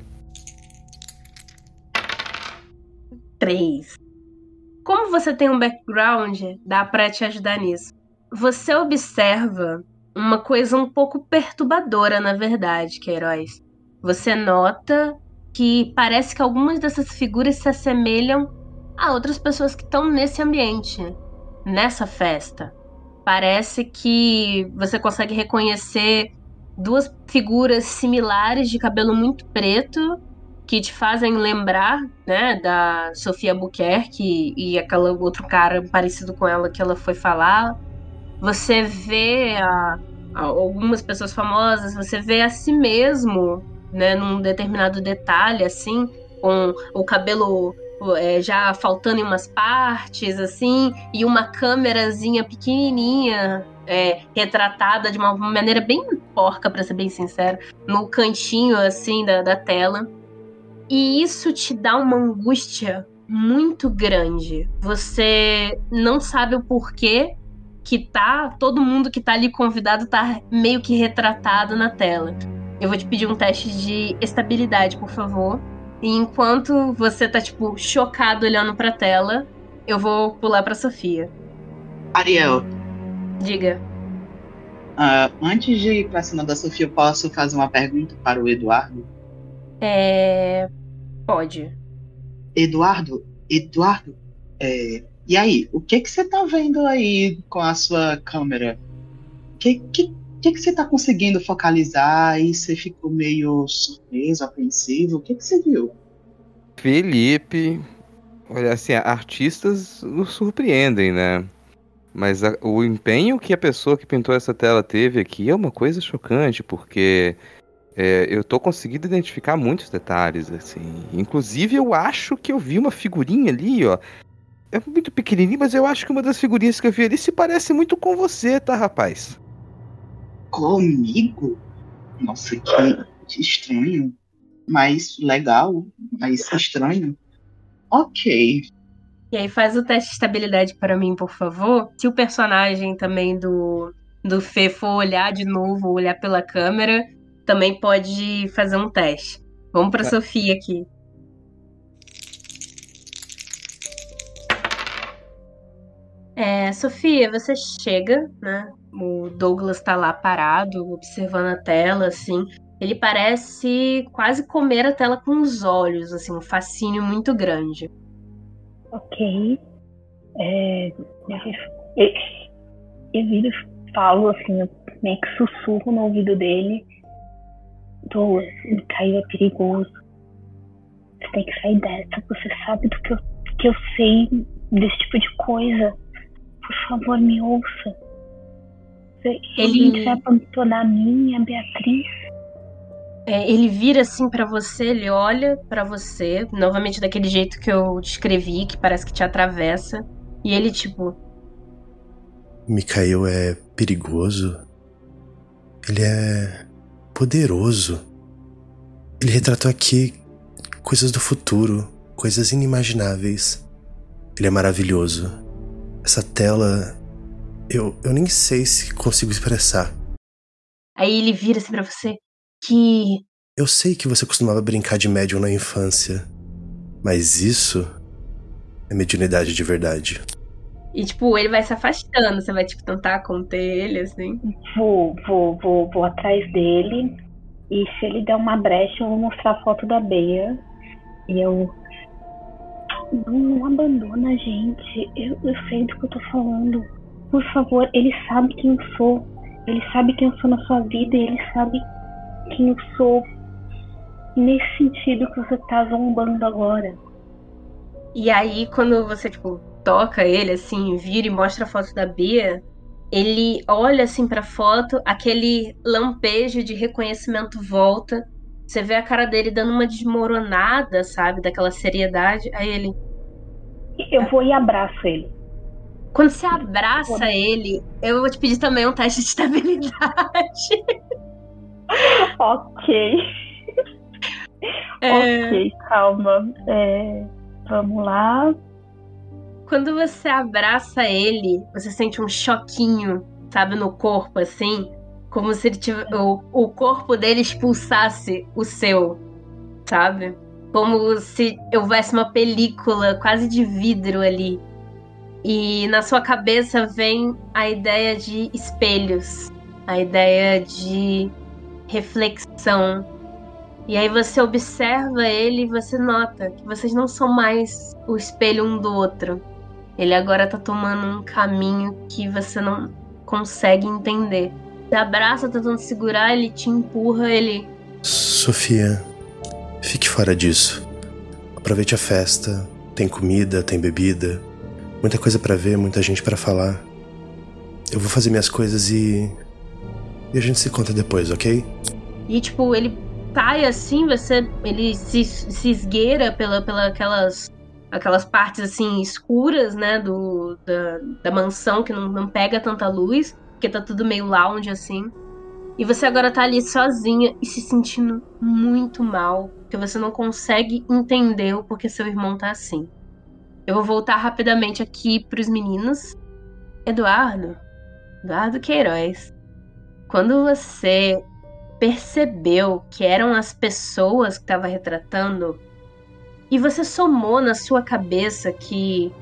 3. Como você tem um background, dá pra te ajudar nisso. Você observa uma coisa um pouco perturbadora, na verdade, Queiroz. Você nota que parece que algumas dessas figuras se assemelham a outras pessoas que estão nesse ambiente, nessa festa. Parece que você consegue reconhecer 2 figuras similares de cabelo muito preto que te fazem lembrar, né, da Sofia Albuquerque e aquele outro cara parecido com ela que ela foi falar. Você vê algumas pessoas famosas, você vê a si mesmo, né, num determinado detalhe, assim, com o cabelo já faltando em umas partes, assim, e uma câmerazinha pequenininha, retratada de uma maneira bem porca, pra ser bem sincero, no cantinho, assim, da tela. E isso te dá uma angústia muito grande. Você não sabe o porquê que todo mundo que tá ali convidado tá meio que retratado na tela. Eu vou te pedir um teste de estabilidade, por favor. E enquanto você tá, tipo, chocado olhando pra tela, eu vou pular pra Sofia. Ariel, Diga. Antes de ir pra cima da Sofia, eu posso fazer uma pergunta para o Eduardo? Pode. Eduardo, e aí, o que você tá vendo aí com a sua câmera? O que você tá conseguindo focalizar e você ficou meio surpreso, apreensivo? O que você viu? Felipe, olha, assim, artistas nos surpreendem, né? Mas o empenho que a pessoa que pintou essa tela teve aqui é uma coisa chocante, porque eu tô conseguindo identificar muitos detalhes, assim. Inclusive, eu acho que eu vi uma figurinha ali, ó. É muito pequenininho, mas eu acho que uma das figurinhas que eu vi ali se parece muito com você, tá, rapaz? Comigo? Nossa, que estranho. Mas legal, mas estranho. Ok. E aí faz o teste de estabilidade para mim, por favor. Se o personagem também do Fê for olhar de novo, olhar pela câmera, também pode fazer um teste. Vamos pra Sofia aqui. Sofia, você chega, né? O Douglas tá lá parado, observando a tela, assim. Ele parece quase comer a tela com os olhos, assim, um fascínio muito grande. Ok. Eu viro e falo, assim, eu meio que sussurro no ouvido dele. Mikhail é perigoso. Você tem que sair dessa. Você sabe do que eu sei desse tipo de coisa. Por favor, me ouça. Você realmente vai abandonar a mim e a Beatriz? Ele vira assim pra você, ele olha pra você, novamente daquele jeito que eu descrevi, que parece que te atravessa. E ele tipo... Mikhail é perigoso. Ele é poderoso. Ele retratou aqui coisas do futuro, coisas inimagináveis. Ele é maravilhoso. Essa tela, eu nem sei se consigo expressar. Aí ele vira assim pra você, que... Eu sei que você costumava brincar de médium na infância, mas isso é mediunidade de verdade. E tipo, ele vai se afastando, você vai tipo tentar conter ele, assim. Vou atrás dele. E se ele der uma brecha, eu vou mostrar a foto da Bea. E eu... Não abandona a gente. Eu sei do que eu tô falando. Por favor, ele sabe quem eu sou. Ele sabe quem eu sou na sua vida. E ele sabe quem eu sou nesse sentido que você tá zombando agora. E aí, quando você, tipo, toca ele, assim, vira e mostra a foto da Bea, ele olha, assim, pra foto, aquele lampejo de reconhecimento volta. Você vê a cara dele dando uma desmoronada, sabe? Daquela seriedade. Aí ele... Eu vou e abraço ele. Quando você abraça ele, eu vou te pedir também um teste de estabilidade. Ok. Ok, calma. Vamos lá. Quando você abraça ele, você sente um choquinho, sabe, no corpo, assim, como se ele o corpo dele expulsasse o seu, sabe? Como se houvesse uma película quase de vidro ali. E na sua cabeça vem a ideia de espelhos, a ideia de reflexão. E aí você observa ele e você nota que vocês não são mais o espelho um do outro. Ele agora tá tomando um caminho que você não consegue entender. Você abraça tentando segurar, ele te empurra, ele... Sofia, fique fora disso. Aproveite a festa. Tem comida, tem bebida. Muita coisa pra ver, muita gente pra falar. Eu vou fazer minhas coisas e a gente se conta depois, ok? E tipo, ele sai assim, ele se esgueira pela aquelas partes assim escuras, né, da mansão que não pega tanta luz, porque tá tudo meio lounge assim. E você agora tá ali sozinha e se sentindo muito mal, porque você não consegue entender o porquê seu irmão tá assim. Eu vou voltar rapidamente aqui pros meninos. Eduardo Queiroz, quando você percebeu que eram as pessoas que estava retratando e você somou na sua cabeça que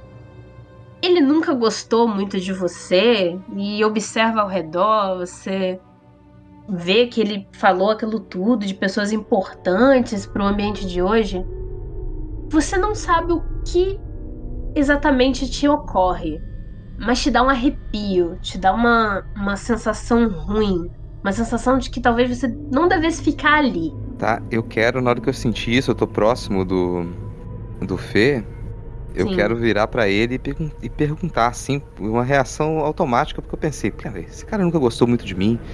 ele nunca gostou muito de você e observa ao redor, você vê que ele falou aquilo tudo de pessoas importantes para o ambiente de hoje, você não sabe o que exatamente te ocorre, mas te dá um arrepio, te dá uma sensação ruim. Uma sensação de que talvez você não devesse ficar ali. Tá, eu quero, na hora que eu senti isso, eu tô próximo do Fê, eu Sim. quero virar pra ele e perguntar, assim, uma reação automática, porque eu pensei, cara, esse cara nunca gostou muito de mim.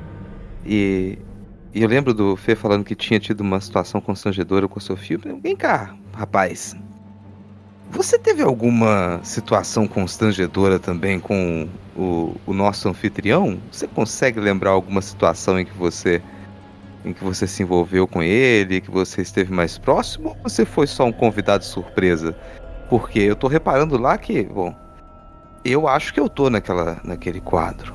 E eu lembro do Fê falando que tinha tido uma situação constrangedora com a Sofia. Vem cá, rapaz. Você teve alguma situação constrangedora também com o nosso anfitrião? Você consegue lembrar alguma situação em que você se envolveu com ele, que você esteve mais próximo, ou você foi só um convidado surpresa? Porque eu tô reparando lá que, bom, eu acho que eu tô naquele quadro.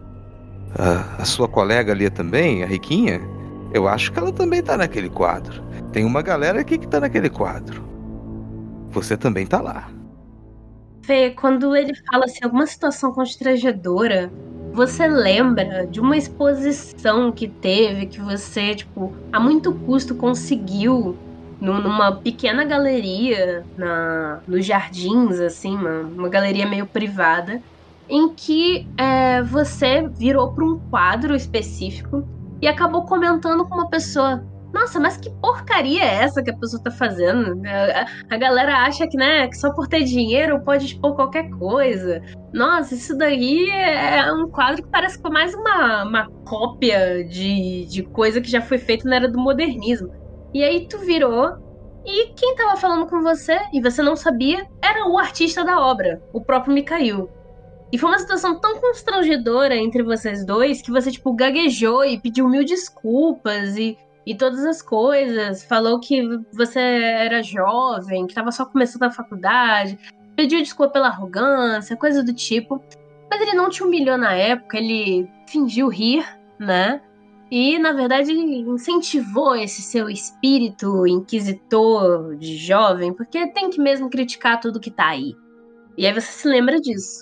A sua colega ali também, a Riquinha, eu acho que ela também tá naquele quadro. Tem uma galera aqui que tá naquele quadro. Você também tá lá. Fê, quando ele fala assim, alguma situação constrangedora, você lembra de uma exposição que teve, que você, tipo, a muito custo conseguiu numa pequena galeria nos jardins, assim, uma galeria meio privada, em que você virou para um quadro específico e acabou comentando com uma pessoa. Nossa, mas que porcaria é essa que a pessoa tá fazendo? A galera acha que, né, que só por ter dinheiro pode expor qualquer coisa. Nossa, isso daí é um quadro que parece que foi mais uma cópia de coisa que já foi feita na era do modernismo. E aí tu virou, e quem tava falando com você, e você não sabia, era o artista da obra, o próprio Mikhail. E foi uma situação tão constrangedora entre vocês dois que você, tipo, gaguejou e pediu mil desculpas e todas as coisas. Falou que você era jovem, que tava só começando a faculdade. Pediu desculpa pela arrogância, coisa do tipo. Mas ele não te humilhou na época, ele fingiu rir, né? E, na verdade, ele incentivou esse seu espírito inquisitor de jovem, porque tem que mesmo criticar tudo que tá aí. E aí você se lembra disso.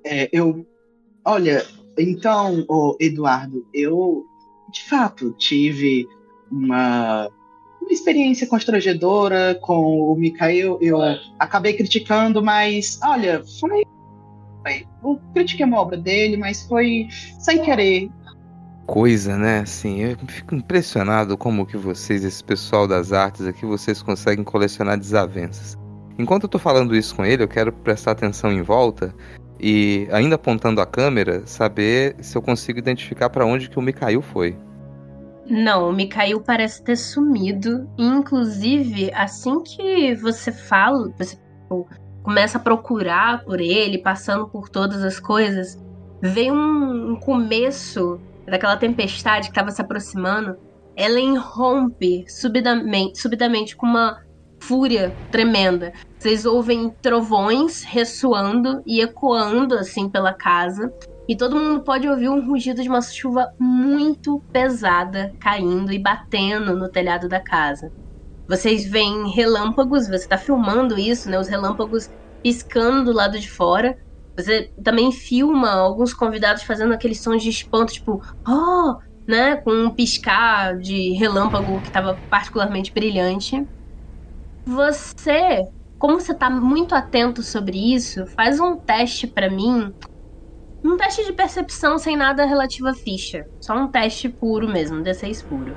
Olha, então, Eduardo, eu de fato tive uma experiência constrangedora com o Mikhail. Eu acabei criticando, mas olha, eu critiquei uma obra dele, mas foi sem querer. Coisa, né? Assim, eu fico impressionado como que vocês, esse pessoal das artes aqui, vocês conseguem colecionar desavenças. Enquanto eu tô falando isso com ele, eu quero prestar atenção em volta e, ainda apontando a câmera, saber se eu consigo identificar para onde que o Mikhail foi. Não, o Mikhail parece ter sumido. Inclusive, assim que você fala, você começa a procurar por ele, passando por todas as coisas, vem um começo daquela tempestade que estava se aproximando. Ela irrompe subitamente com uma fúria tremenda. Vocês ouvem trovões ressoando e ecoando assim pela casa. E todo mundo pode ouvir um rugido de uma chuva muito pesada caindo e batendo no telhado da casa. Vocês veem relâmpagos, você tá filmando isso, né? Os relâmpagos piscando do lado de fora. Você também filma alguns convidados fazendo aqueles sons de espanto, tipo, oh, né? Com um piscar de relâmpago que tava particularmente brilhante. Você, como você tá muito atento sobre isso, faz um teste pra mim. Um teste de percepção sem nada relativo à ficha. Só um teste puro mesmo, D6 puro.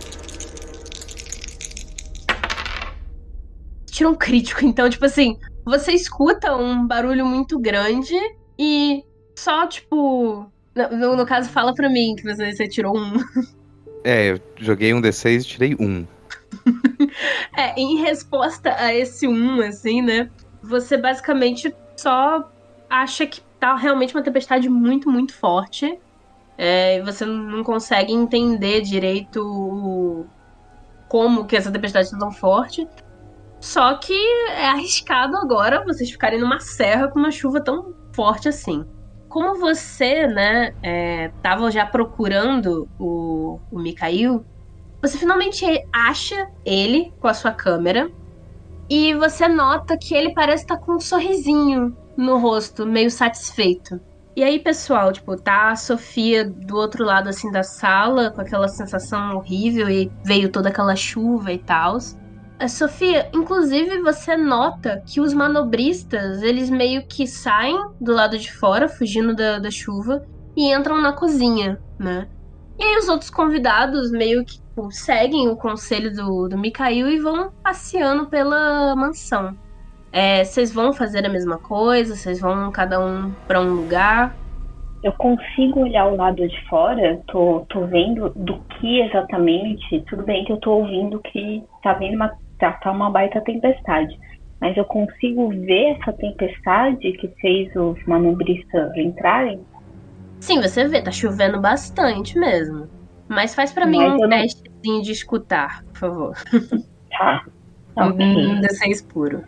Tira um crítico, então, tipo assim, você escuta um barulho muito grande e só, tipo... No caso, fala pra mim que você tirou um. Eu joguei um D6 e tirei 1. Em resposta a esse 1, assim, né? Você basicamente só acha que tá realmente uma tempestade muito, muito forte. E você não consegue entender direito como que essa tempestade tá tão forte. Só que é arriscado agora vocês ficarem numa serra com uma chuva tão forte assim. Como você, né, tava já procurando o Mikhail, você finalmente acha ele com a sua câmera e você nota que ele parece estar com um sorrisinho no rosto, meio satisfeito. E aí, pessoal, tipo, tá a Sofia do outro lado, assim, da sala, com aquela sensação horrível e veio toda aquela chuva e tal. Sofia, inclusive, você nota que os manobristas, eles meio que saem do lado de fora, fugindo da chuva, e entram na cozinha, né? E aí os outros convidados meio que seguem o conselho do Mikhail e vão passeando pela mansão. Vocês vão fazer a mesma coisa? Vocês vão cada um pra um lugar? Eu consigo olhar o lado de fora? Tô vendo do que exatamente? Tudo bem que eu tô ouvindo que tá uma baita tempestade. Mas eu consigo ver essa tempestade que fez os manobristas entrarem? Sim, você vê, tá chovendo bastante mesmo. Mas faz pra mim um testezinho de escutar, por favor. Tá. Ok. Um D6 puro.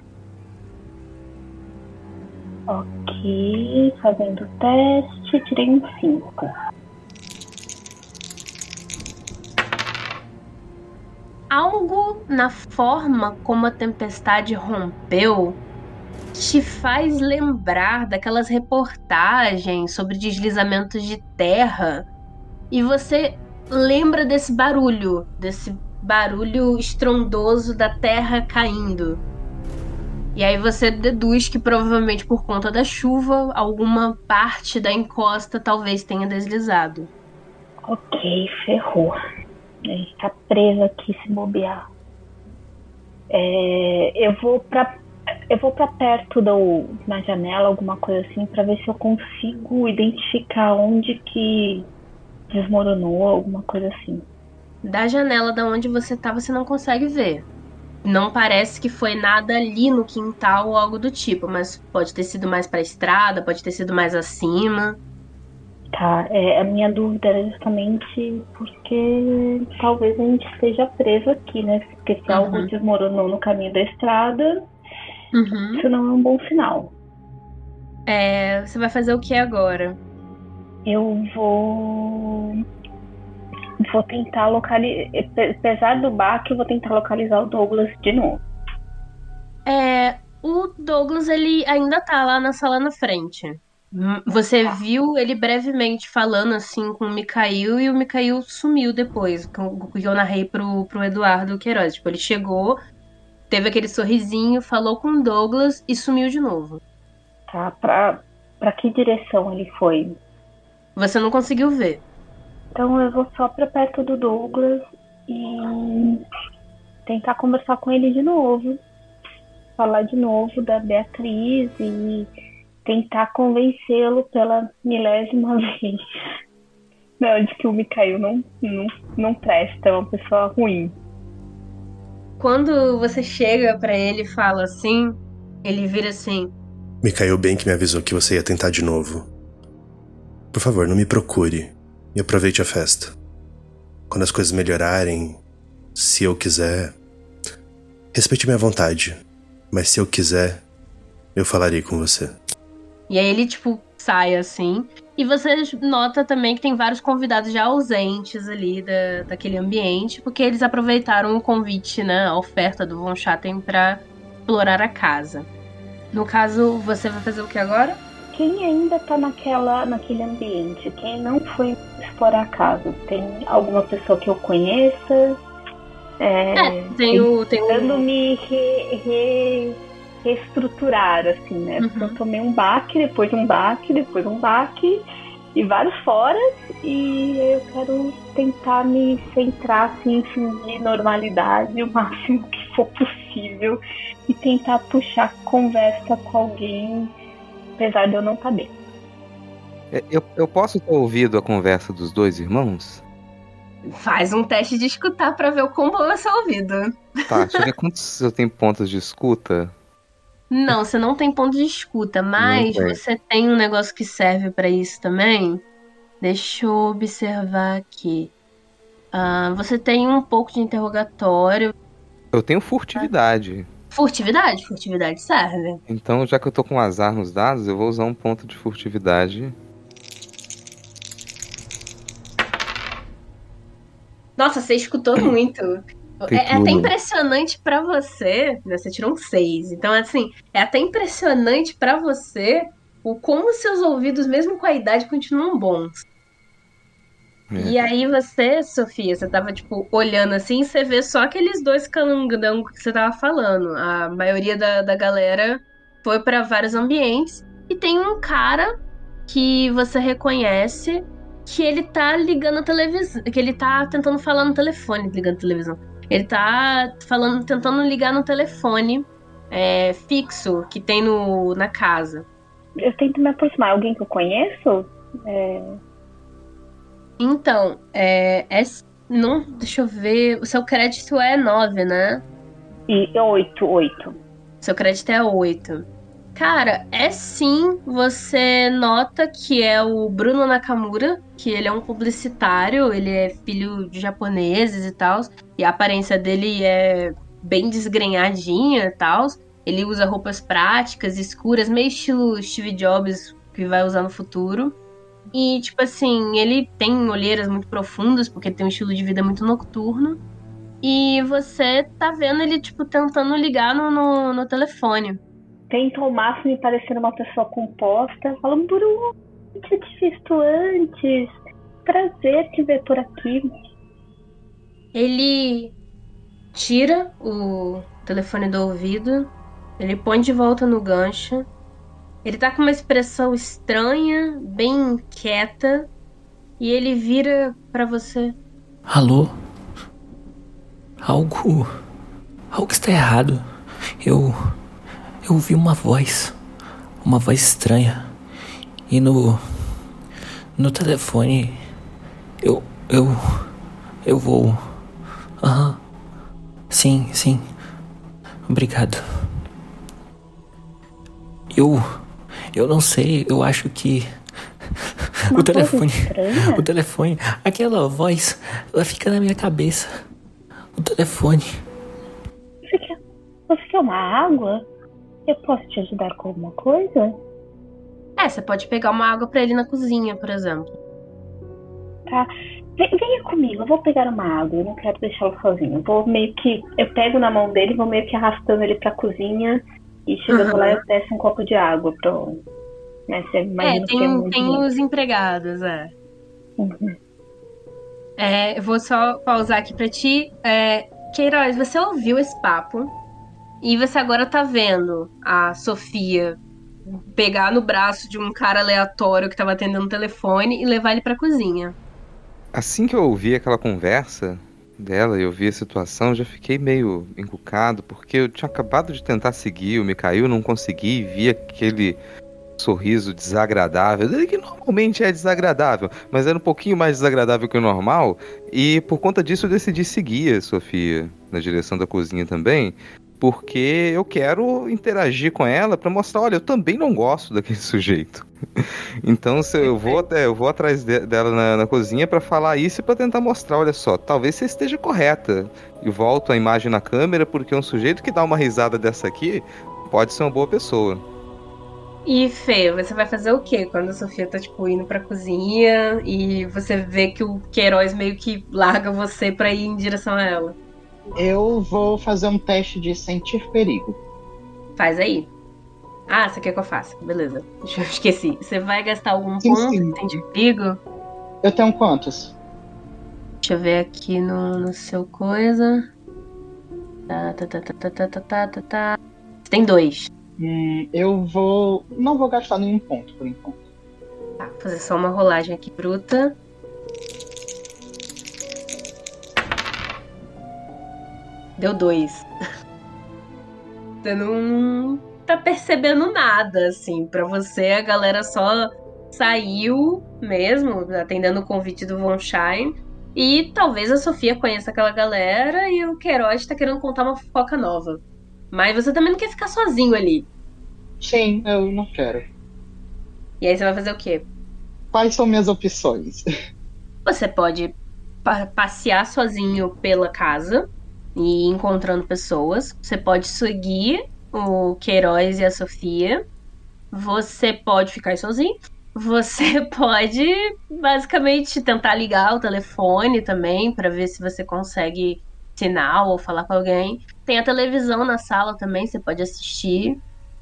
Ok, fazendo o teste, tirei um 5. Algo na forma como a tempestade rompeu te faz lembrar daquelas reportagens sobre deslizamentos de terra. E você lembra desse barulho estrondoso da terra caindo. E aí você deduz que provavelmente por conta da chuva, alguma parte da encosta talvez tenha deslizado. Ok, ferrou. A gente tá preso aqui se bobear. Eu vou pra perto na janela, alguma coisa assim, pra ver se eu consigo identificar onde que desmoronou, alguma coisa assim. Da janela da onde você tá, você não consegue ver. Não parece que foi nada ali no quintal ou algo do tipo, mas pode ter sido mais pra estrada, pode ter sido mais acima. Tá, a minha dúvida era justamente porque talvez a gente esteja preso aqui, né? Porque se algo desmoronou no caminho da estrada, isso não é um bom sinal. Você vai fazer o que agora? Eu vou tentar localizar, apesar do baque, eu vou tentar localizar o Douglas de novo. O Douglas, ele ainda tá lá na sala na frente. Você viu ele brevemente falando assim com o Mikhail e o Mikhail sumiu depois, que eu narrei pro Eduardo Queiroz. Tipo, ele chegou, teve aquele sorrisinho, falou com o Douglas e sumiu de novo. Tá, pra que direção ele foi? Você não conseguiu ver. Então eu vou só pra perto do Douglas e tentar conversar com ele de novo. Falar de novo da Beatriz e tentar convencê-lo pela milésima vez de que o Mikhail não presta, é uma pessoa ruim. Quando você chega pra ele e fala assim, ele vira assim: Mikhail bem que me avisou que você ia tentar de novo. Por favor, não me procure e aproveite a festa. Quando as coisas melhorarem, se eu quiser, respeite minha vontade, mas se eu quiser, eu falarei com você. E aí ele, tipo, sai assim. E você nota também que tem vários convidados já ausentes ali daquele ambiente, porque eles aproveitaram o convite, né, a oferta do Von Schatten pra explorar a casa. No caso, você vai fazer o que agora? Quem ainda tá naquele ambiente? Quem não foi explorar a casa? Tem alguma pessoa que eu conheça? Tentando me reestruturar, assim, né? Porque eu tomei um baque, depois um baque, depois um baque, e vários foras, e eu quero tentar me centrar, assim, em fingir normalidade o máximo que for possível e tentar puxar conversa com alguém, apesar de eu não estar bem. Eu posso ter ouvido a conversa dos dois irmãos? Faz um teste de escutar pra ver o quão bom é seu ouvido. Tá, deixa eu ver quantos eu tenho pontos de escuta. Não, você não tem ponto de escuta, mas você tem um negócio que serve pra isso também. Deixa eu observar aqui. Você tem um pouco de interrogatório. Eu tenho furtividade. Furtividade serve. Então, já que eu tô com azar nos dados, eu vou usar um ponto de furtividade. Nossa, você escutou muito. É até impressionante pra você, né? Você tirou um 6. Então, assim, é até impressionante pra você o como seus ouvidos, mesmo com a idade, continuam bons. E aí você, Sofia, você tava, tipo, olhando assim, você vê só aqueles dois calangandangos que você tava falando. A maioria da galera foi pra vários ambientes. E tem um cara que você reconhece que ele tá ligando a televisão, que ele tá tentando falar no telefone, ligando a televisão. Ele tá tentando ligar no telefone fixo que tem na casa. Eu tento me aproximar. Alguém que eu conheço? Então, não, deixa eu ver. O seu crédito é 9, né? E 8. Seu crédito é 8. Cara, sim, você nota que é o Bruno Nakamura, que ele é um publicitário, ele é filho de japoneses e tal, e a aparência dele é bem desgrenhadinha e tal. Ele usa roupas práticas, escuras, meio estilo Steve Jobs, que vai usar no futuro. E, tipo assim, ele tem olheiras muito profundas, porque ele tem um estilo de vida muito nocturno. E você tá vendo ele, tipo, tentando ligar no telefone. tento ao máximo me parecer uma pessoa composta. Falo, Bruno, eu tinha te visto antes. Prazer te ver por aqui. Ele tira o telefone do ouvido, ele põe de volta no gancho. Ele tá com uma expressão estranha, bem inquieta, e ele vira pra você. Alô? Algo está errado. Eu ouvi uma voz estranha. E no telefone eu vou. Aham. Sim. Obrigado. Eu não sei, eu acho que o telefone, aquela voz, ela fica na minha cabeça. O telefone. Você quer uma água? Eu posso te ajudar com alguma coisa? Você pode pegar uma água pra ele na cozinha, por exemplo. Tá. Venha comigo, eu vou pegar uma água, eu não quero deixá-lo sozinho. Eu pego na mão dele e vou meio que arrastando ele pra cozinha e chegando lá eu peço um copo de água pra... Né, tem os empregados, Uhum. Eu vou só pausar aqui pra ti. Queiroz, você ouviu esse papo e você agora tá vendo a Sofia pegar no braço de um cara aleatório que tava atendendo o telefone e levar ele pra cozinha. Assim que eu ouvi aquela conversa dela e eu vi a situação, eu já fiquei meio encucado, porque eu tinha acabado de tentar seguir o Mikhail, não consegui, vi aquele sorriso desagradável, que normalmente é desagradável, mas era um pouquinho mais desagradável que o normal, e por conta disso eu decidi seguir a Sofia na direção da cozinha também, porque eu quero interagir com ela para mostrar, olha, eu também não gosto daquele sujeito. Então eu vou atrás dela na cozinha para falar isso e para tentar mostrar, olha só, talvez você esteja correta. E volto a imagem na câmera, porque um sujeito que dá uma risada dessa aqui pode ser uma boa pessoa. E Fê, você vai fazer o quê quando a Sofia tá, indo pra cozinha e você vê que o Queiroz meio que larga você pra ir em direção a ela? Eu vou fazer um teste de sentir perigo. Faz aí. Você quer que eu faça? Beleza. Eu esqueci. Você vai gastar algum ponto de sentir perigo? Eu tenho quantos? Deixa eu ver aqui no seu coisa. Você tem 2. Eu não vou gastar nenhum ponto por enquanto. Tá, vou fazer só uma rolagem aqui bruta. Deu 2. Você não tá percebendo nada, assim. Pra você, a galera só saiu mesmo, atendendo o convite do Von Schein. E talvez a Sofia conheça aquela galera e o Queiroz tá querendo contar uma fofoca nova. Mas você também não quer ficar sozinho ali. Sim, eu não quero. E aí você vai fazer o quê? Quais são minhas opções? Você pode passear sozinho pela casa e ir encontrando pessoas. Você pode seguir o Queiroz e a Sofia. Você pode ficar sozinho. Você pode basicamente tentar ligar o telefone também para ver se você consegue sinal ou falar com alguém. Tem a televisão na sala também, você pode assistir.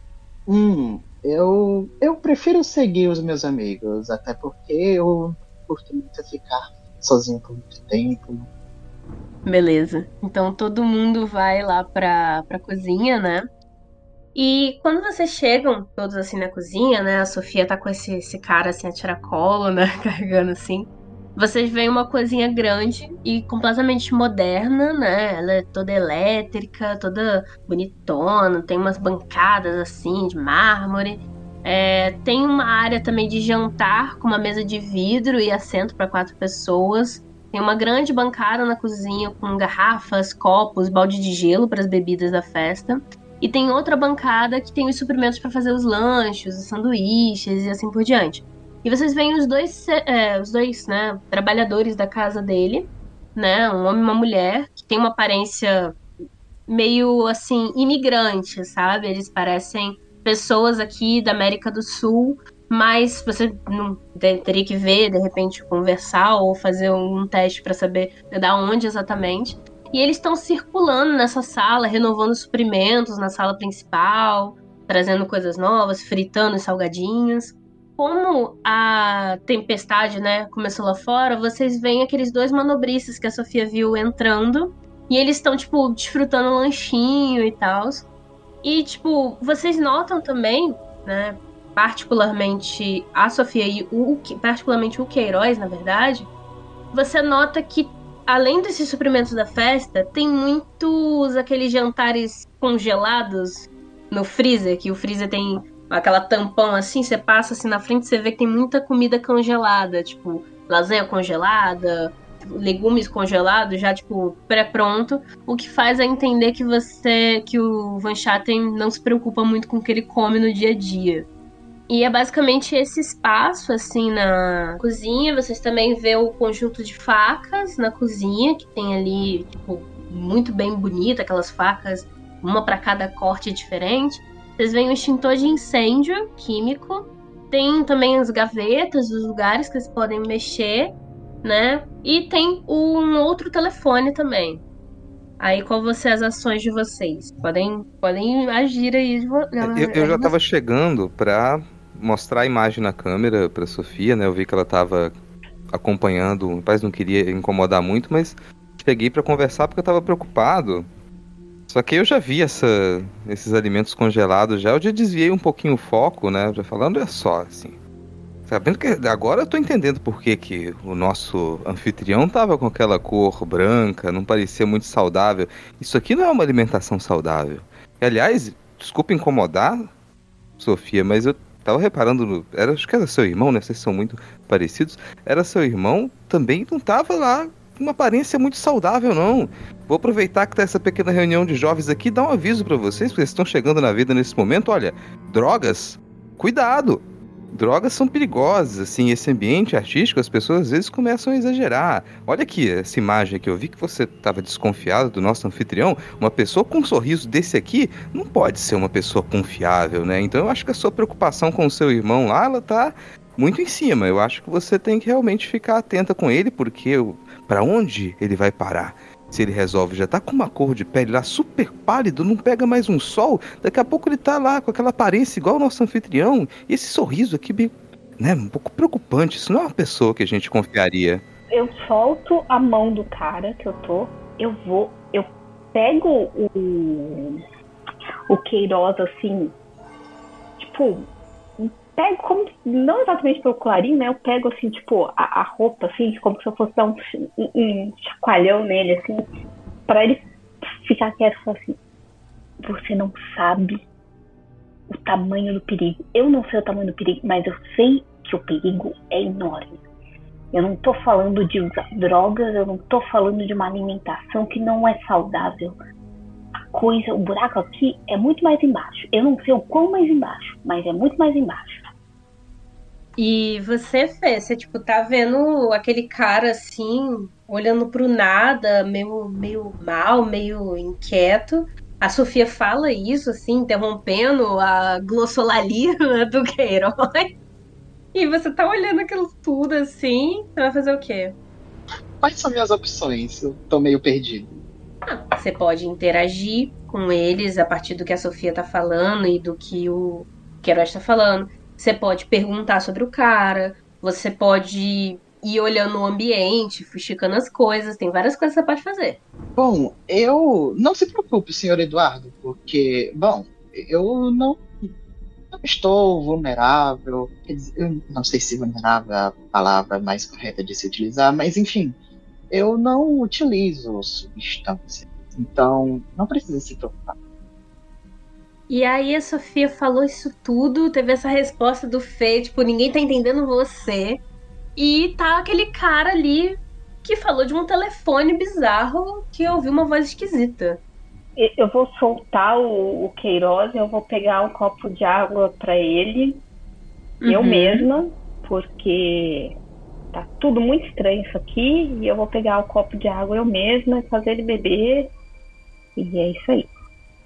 Eu prefiro seguir os meus amigos, até porque eu curto muito ficar sozinho por muito tempo. Beleza. Então todo mundo vai lá pra cozinha, né? E quando vocês chegam todos assim na cozinha, né? A Sofia tá com esse cara assim a tiracolo, né? Carregando assim. Vocês veem uma cozinha grande e completamente moderna, né? Ela é toda elétrica, toda bonitona, tem umas bancadas assim de mármore. Tem uma área também de jantar com uma mesa de vidro e assento para 4 pessoas. Tem uma grande bancada na cozinha com garrafas, copos, balde de gelo para as bebidas da festa. E tem outra bancada que tem os suprimentos para fazer os lanches, os sanduíches e assim por diante. E vocês veem os dois, né, trabalhadores da casa dele, né, um homem e uma mulher, que tem uma aparência meio, assim, imigrante, sabe? Eles parecem pessoas aqui da América do Sul, mas você não teria que ver, de repente, conversar ou fazer um teste para saber da onde exatamente. E eles estão circulando nessa sala, renovando suprimentos na sala principal. trazendo coisas novas, fritando os salgadinhos. Como a tempestade, né, começou lá fora, vocês veem aqueles 2 manobristas que a Sofia viu entrando. E eles estão, tipo, desfrutando um lanchinho e tal. E, tipo, vocês notam também, né, particularmente a Sofia e particularmente o Queiroz, na verdade, você nota que, além desses suprimentos da festa, tem muitos aqueles jantares congelados no freezer, que o freezer tem aquela tampão assim, você passa assim na frente, você vê que tem muita comida congelada, tipo, lasanha congelada, legumes congelados, já, tipo, pré-pronto, o que faz é entender que o Van Schatten não se preocupa muito com o que ele come no dia a dia. E é basicamente esse espaço, assim, na cozinha. Vocês também vê o conjunto de facas na cozinha, que tem ali, tipo, muito bem bonita, aquelas facas, uma para cada corte diferente. Vocês veem o extintor de incêndio químico. Tem também as gavetas, os lugares que vocês podem mexer, né? E tem um outro telefone também. Aí, qual vão ser as ações de vocês? Podem agir aí. Eu já tava chegando pra mostrar a imagem na câmera pra Sofia, né? Eu vi que ela tava acompanhando. O rapaz não queria incomodar muito, mas cheguei pra conversar porque eu tava preocupado. Só que eu já vi esses alimentos congelados já. Eu já desviei um pouquinho o foco, né? Já falando, é só, assim. Sabendo que agora eu tô entendendo por que o nosso anfitrião tava com aquela cor branca, não parecia muito saudável. Isso aqui não é uma alimentação saudável. E, aliás, desculpa incomodar, Sofia, mas eu tava reparando, acho que era seu irmão, né? Vocês são muito parecidos. Era seu irmão, também não tava lá com uma aparência muito saudável, não. Vou aproveitar que tá essa pequena reunião de jovens aqui e dar um aviso pra vocês, porque vocês estão chegando na vida nesse momento. Olha, drogas, cuidado! Drogas são perigosas, assim, esse ambiente artístico, as pessoas às vezes começam a exagerar. Olha aqui, essa imagem aqui, eu vi que você estava desconfiado do nosso anfitrião. Uma pessoa com um sorriso desse aqui não pode ser uma pessoa confiável, né? Então eu acho que a sua preocupação com o seu irmão lá, ela tá muito em cima. Eu acho que você tem que realmente ficar atenta com ele, porque para onde ele vai parar? Se ele resolve já tá com uma cor de pele lá super pálido, não pega mais um sol, daqui a pouco ele tá lá com aquela aparência igual o nosso anfitrião, e esse sorriso aqui, né, um pouco preocupante. Isso não é uma pessoa que a gente confiaria. Eu solto a mão do cara que eu pego o Queiroz assim, tipo, pego como, não exatamente pelo clarim, né? Eu pego assim, tipo, a roupa, assim, como se eu fosse dar um chacoalhão nele, assim, pra ele ficar quieto e falar assim: você não sabe o tamanho do perigo. Eu não sei o tamanho do perigo, mas eu sei que o perigo é enorme. Eu não tô falando de usar drogas, eu não tô falando de uma alimentação que não é saudável. O buraco aqui é muito mais embaixo. Eu não sei o quão mais embaixo, mas é muito mais embaixo. E você, Fê, você, tipo, tá vendo aquele cara, assim, olhando pro nada, meio mal, meio inquieto. A Sofia fala isso, assim, interrompendo a glossolalia do Queiroz. E você tá olhando aquilo tudo, assim, você vai fazer o quê? Quais são minhas opções? Eu tô meio perdido. Você pode interagir com eles a partir do que a Sofia tá falando e do que o Queiroz tá falando. Você pode perguntar sobre o cara. Você pode ir olhando o ambiente, fuxicando as coisas. Tem várias coisas que você pode fazer. Bom, eu... Não se preocupe, senhor Eduardo, porque, bom, eu não estou vulnerável. Quer dizer, eu não sei se vulnerável é a palavra mais correta de se utilizar, mas enfim, eu não utilizo substâncias. Então, não precisa se preocupar. E aí a Sofia falou isso tudo, teve essa resposta do Fê, tipo, ninguém tá entendendo você. E tá aquele cara ali que falou de um telefone bizarro que ouviu uma voz esquisita. Eu vou soltar o Queiroz, eu vou pegar um copo de água pra ele, eu mesma, porque tá tudo muito estranho isso aqui, e eu vou pegar o copo de água eu mesma, fazer ele beber, e é isso aí.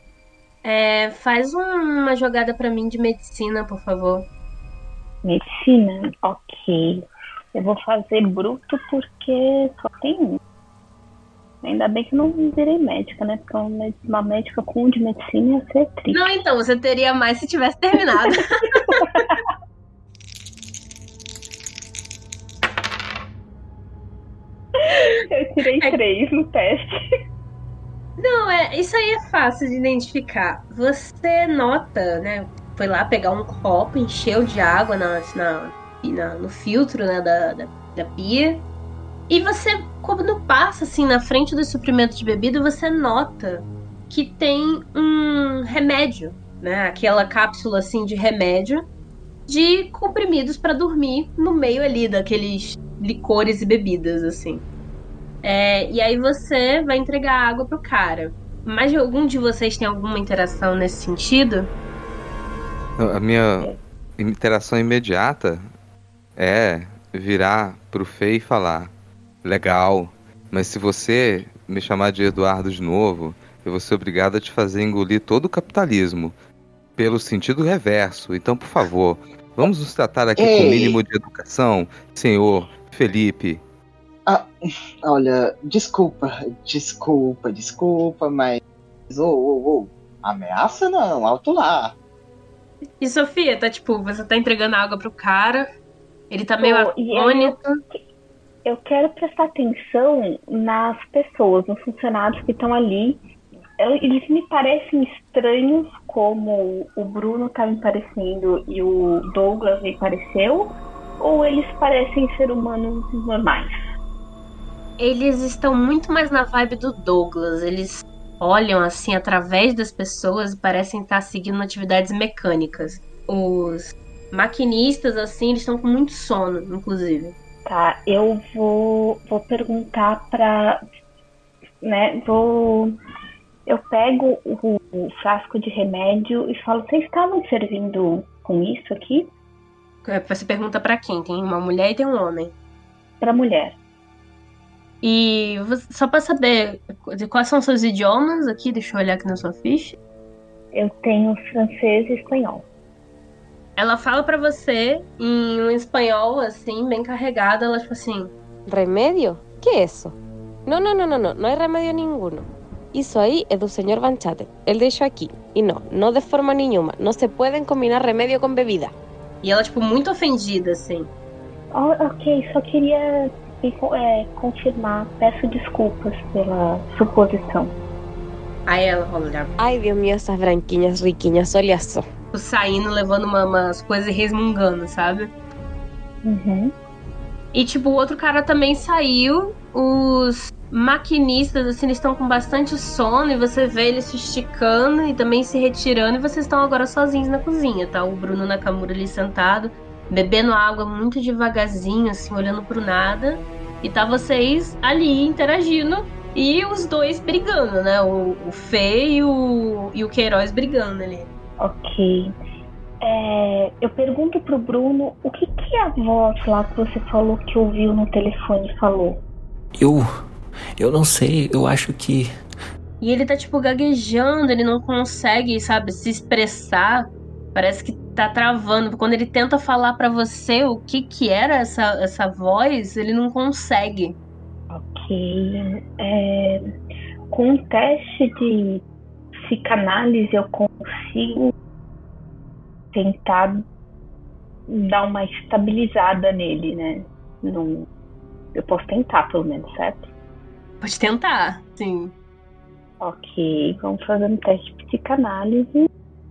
Faz uma jogada pra mim de medicina, por favor. Medicina? Ok. Eu vou fazer bruto porque só tem um. Ainda bem que eu não virei médica, né? Porque uma médica com de medicina ia ser triste. Não, então, você teria mais se tivesse terminado. Eu tirei 3 no teste. Não, isso aí é fácil de identificar. Você nota, né? Foi lá pegar um copo, encheu de água no filtro, né, da pia. E você, quando passa assim na frente do suprimento de bebida, você nota que tem um remédio, né? Aquela cápsula assim de remédio de comprimidos para dormir no meio ali daqueles licores e bebidas, assim. E aí você vai entregar a água pro cara. Mas algum de vocês tem alguma interação nesse sentido? A minha interação imediata é virar pro Fê e falar: legal, mas se você me chamar de Eduardo de novo, eu vou ser obrigado a te fazer engolir todo o capitalismo, pelo sentido reverso. Então, por favor, vamos nos tratar aqui com o mínimo de educação, senhor Felipe. Olha, desculpa, mas... ameaça não, alto lá. E Sofia, você tá entregando água pro cara, ele tá meio atônito. Eu quero prestar atenção nas pessoas, nos funcionários que estão ali. Eles me parecem estranhos, como o Bruno tá me parecendo e o Douglas me pareceu, ou eles parecem ser humanos normais? Eles estão muito mais na vibe do Douglas. Eles olham assim através das pessoas e parecem estar seguindo atividades mecânicas. Os maquinistas, assim, eles estão com muito sono, inclusive. Tá, eu vou perguntar pra... né, eu pego o frasco de remédio e falo: vocês estavam servindo com isso aqui? Você pergunta pra quem? Tem uma mulher e tem um homem. Pra mulher. E só pra saber, quais são seus idiomas aqui? Deixa eu olhar aqui na sua ficha. Eu tenho francês e espanhol. Ela fala pra você em um espanhol, assim, bem carregado. Ela, tipo assim... ¿Remedio? ¿Qué es eso? No hay remedio ninguno. Isso aí é do Sr. Van Chatten. Ele deixou aqui. E não de forma nenhuma. Não se podem combinar remédio com bebida. E ela, tipo, muito ofendida, assim. Ok, só queria confirmar. Peço desculpas pela suposição. Aí ela olha... Ai, Deus mío, essas branquinhas riquinhas, olha só. Saindo, levando umas coisas e resmungando, sabe? Uhum. E, tipo, o outro cara também saiu. Os maquinistas, assim, eles estão com bastante sono. E você vê eles se esticando e também se retirando. E vocês estão agora sozinhos na cozinha, tá? O Bruno Nakamura ali sentado, bebendo água muito devagarzinho, assim, olhando pro nada. E tá vocês ali interagindo. E os dois brigando, né? O Fê e o Queiroz brigando ali. Ok. Eu pergunto pro Bruno o que a voz lá que você falou que ouviu no telefone falou. Eu não sei, eu acho que... E ele tá, tipo, gaguejando, ele não consegue, sabe, se expressar. Parece que tá travando. Quando ele tenta falar pra você o que era essa voz, ele não consegue. Ok. Com um teste de psicanálise eu consigo tentar dar uma estabilizada nele, né? Eu posso tentar, pelo menos, certo? Pode tentar, sim. Ok, vamos fazer um teste de psicanálise.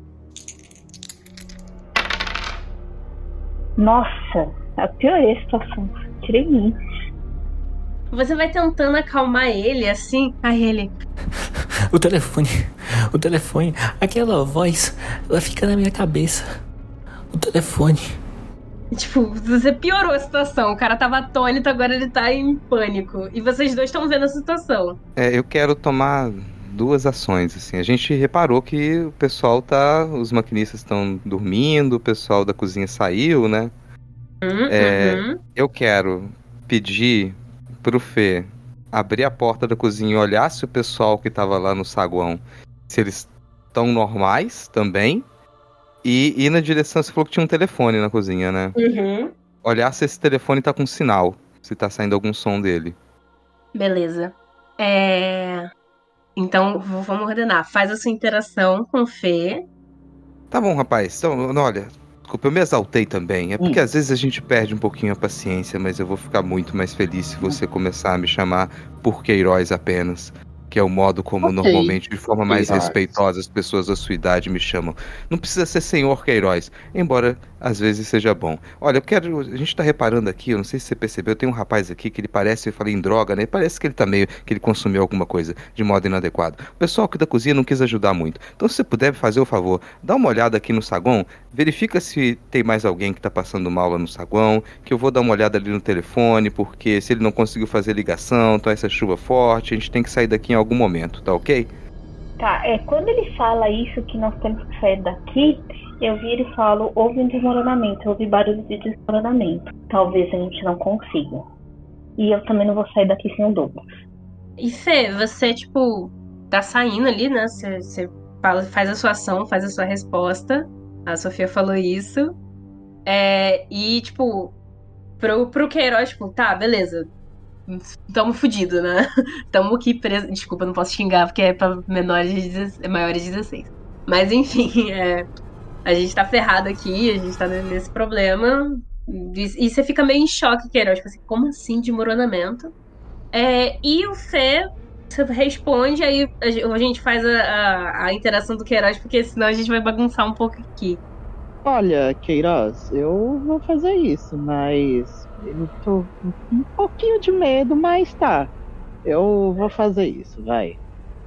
Nossa, eu piorei a situação. Tirei 20. Você vai tentando acalmar ele, assim. Aí ele... O telefone, aquela voz, ela fica na minha cabeça. O telefone. Tipo, você piorou a situação. O cara tava atônito, agora ele tá em pânico. E vocês dois estão vendo a situação. Eu quero tomar 2 ações, assim. A gente reparou que o pessoal os maquinistas estão dormindo, o pessoal da cozinha saiu, né? Uhum. Eu quero pedir pro Fê abrir a porta da cozinha e olhar se o pessoal que tava lá no saguão, se eles estão normais também. E ir na direção, você falou que tinha um telefone na cozinha, né? Uhum. Olhar se esse telefone tá com sinal, se tá saindo algum som dele. Beleza. Então, vamos ordenar. Faz a sua interação com o Fê. Tá bom, rapaz. Então, olha, desculpa, eu me exaltei também. É porque às vezes a gente perde um pouquinho a paciência, mas eu vou ficar muito mais feliz se você começar a me chamar por Queiroz apenas. Que é o modo como normalmente, de forma mais respeitosa, as pessoas da sua idade me chamam. Não precisa ser Senhor Queiroz, embora às vezes seja bom. Olha, a gente tá reparando aqui, eu não sei se você percebeu, tem um rapaz aqui que ele parece, eu falei em droga, né? Parece que ele tá meio, que ele consumiu alguma coisa de modo inadequado. O pessoal aqui da cozinha não quis ajudar muito. Então se você puder fazer o favor, dá uma olhada aqui no saguão, verifica se tem mais alguém que tá passando mal lá no saguão, que eu vou dar uma olhada ali no telefone, porque se ele não conseguiu fazer ligação, então essa chuva forte, a gente tem que sair daqui em algum momento, tá ok? Tá, quando ele fala isso, que nós temos que sair daqui, eu viro e falo, houve um desmoronamento, houve barulho de desmoronamento. Talvez a gente não consiga. E eu também não vou sair daqui sem o Douglas. E Fê, você, tá saindo ali, né? Você faz a sua ação, faz a sua resposta. A Sofia falou isso. E, pro Queiroz, tá, beleza. Tamo fudido, né? Tamo aqui preso. Desculpa, não posso xingar porque é pra maiores de 16. Mas enfim, a gente tá ferrado aqui, a gente tá nesse problema. E você fica meio em choque, Queiroz. Assim, como assim desmoronamento? E o Fê, você responde, aí a gente faz a interação do Queiroz, porque senão a gente vai bagunçar um pouco aqui. Olha, Queiroz, eu vou fazer isso, mas eu tô com um pouquinho de medo, mas tá. Eu vou fazer isso, vai.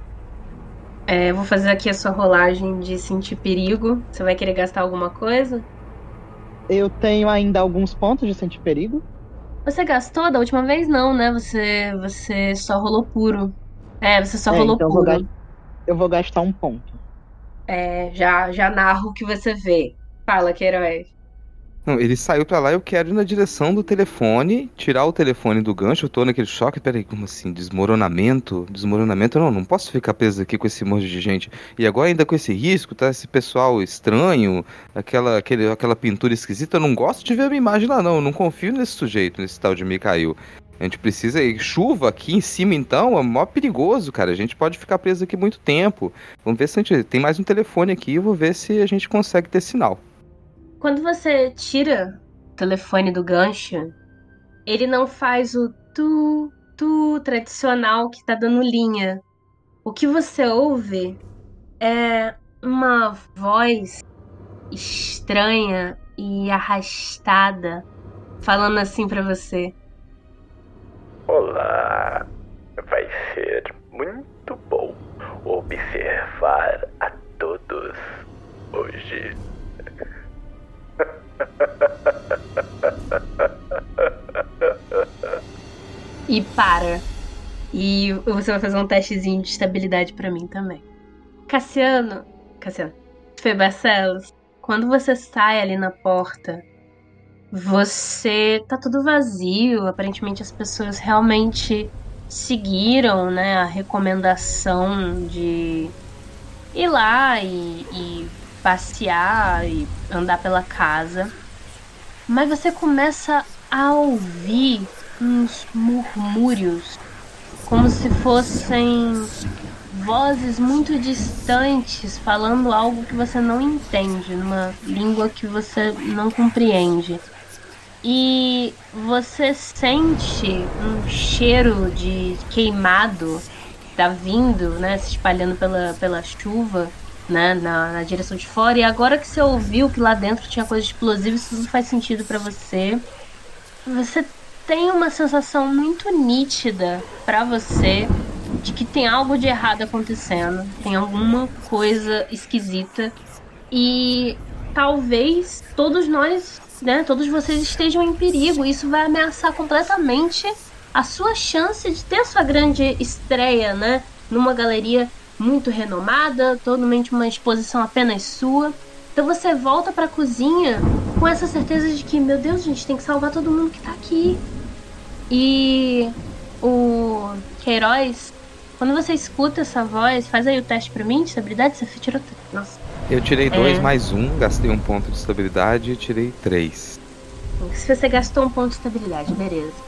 Vou fazer aqui a sua rolagem de sentir perigo. Você vai querer gastar alguma coisa? Eu tenho ainda alguns pontos de sentir perigo. Você gastou? Da última vez não, né? Você só rolou puro. Você só rolou então puro. Eu vou gastar um ponto. Já narro o que você vê. Fala, Queiroz. Não, ele saiu pra lá e eu quero ir na direção do telefone, tirar o telefone do gancho, eu tô naquele choque, peraí, como assim, desmoronamento? Desmoronamento? Não posso ficar preso aqui com esse monte de gente. E agora ainda com esse risco, tá? Esse pessoal estranho, aquela pintura esquisita, eu não gosto de ver a minha imagem lá não, eu não confio nesse sujeito, nesse tal de Mikhail. A gente precisa ir. Chuva aqui em cima, então, é mó perigoso, cara. A gente pode ficar preso aqui muito tempo. Vamos ver se a gente tem mais um telefone aqui, eu vou ver se a gente consegue ter sinal. Quando você tira o telefone do gancho, ele não faz o tu tradicional que tá dando linha. O que você ouve é uma voz estranha e arrastada falando assim pra você. Olá, vai ser muito bom observar a todos hoje. E para. E você vai fazer um testezinho de estabilidade pra mim também. Cassiano, Fê Barcelos, quando você sai ali na porta, tá tudo vazio. Aparentemente as pessoas realmente seguiram, né, a recomendação de ir lá e passear e andar pela casa. Mas você começa a ouvir uns murmúrios, como se fossem vozes muito distantes falando algo que você não entende, numa língua que você não compreende. E você sente um cheiro de queimado que tá vindo, né, se espalhando pela chuva, né, na direção de fora. E agora que você ouviu que lá dentro tinha coisa explosiva, isso tudo faz sentido pra você. Você tem uma sensação muito nítida pra você de que tem algo de errado acontecendo, tem alguma coisa esquisita. E talvez todos nós, né, todos vocês estejam em perigo. Isso vai ameaçar completamente a sua chance de ter sua grande estreia, né, numa galeria muito renomada, totalmente uma exposição apenas sua. Então você volta pra cozinha com essa certeza de que, meu Deus, a gente tem que salvar todo mundo que tá aqui. E o Queiroz, quando você escuta essa voz, faz aí o teste pra mim de estabilidade. Você tirou... Nossa. Eu tirei 2 mais 1, gastei 1 ponto de estabilidade e tirei 3. Se você gastou 1 ponto de estabilidade, beleza.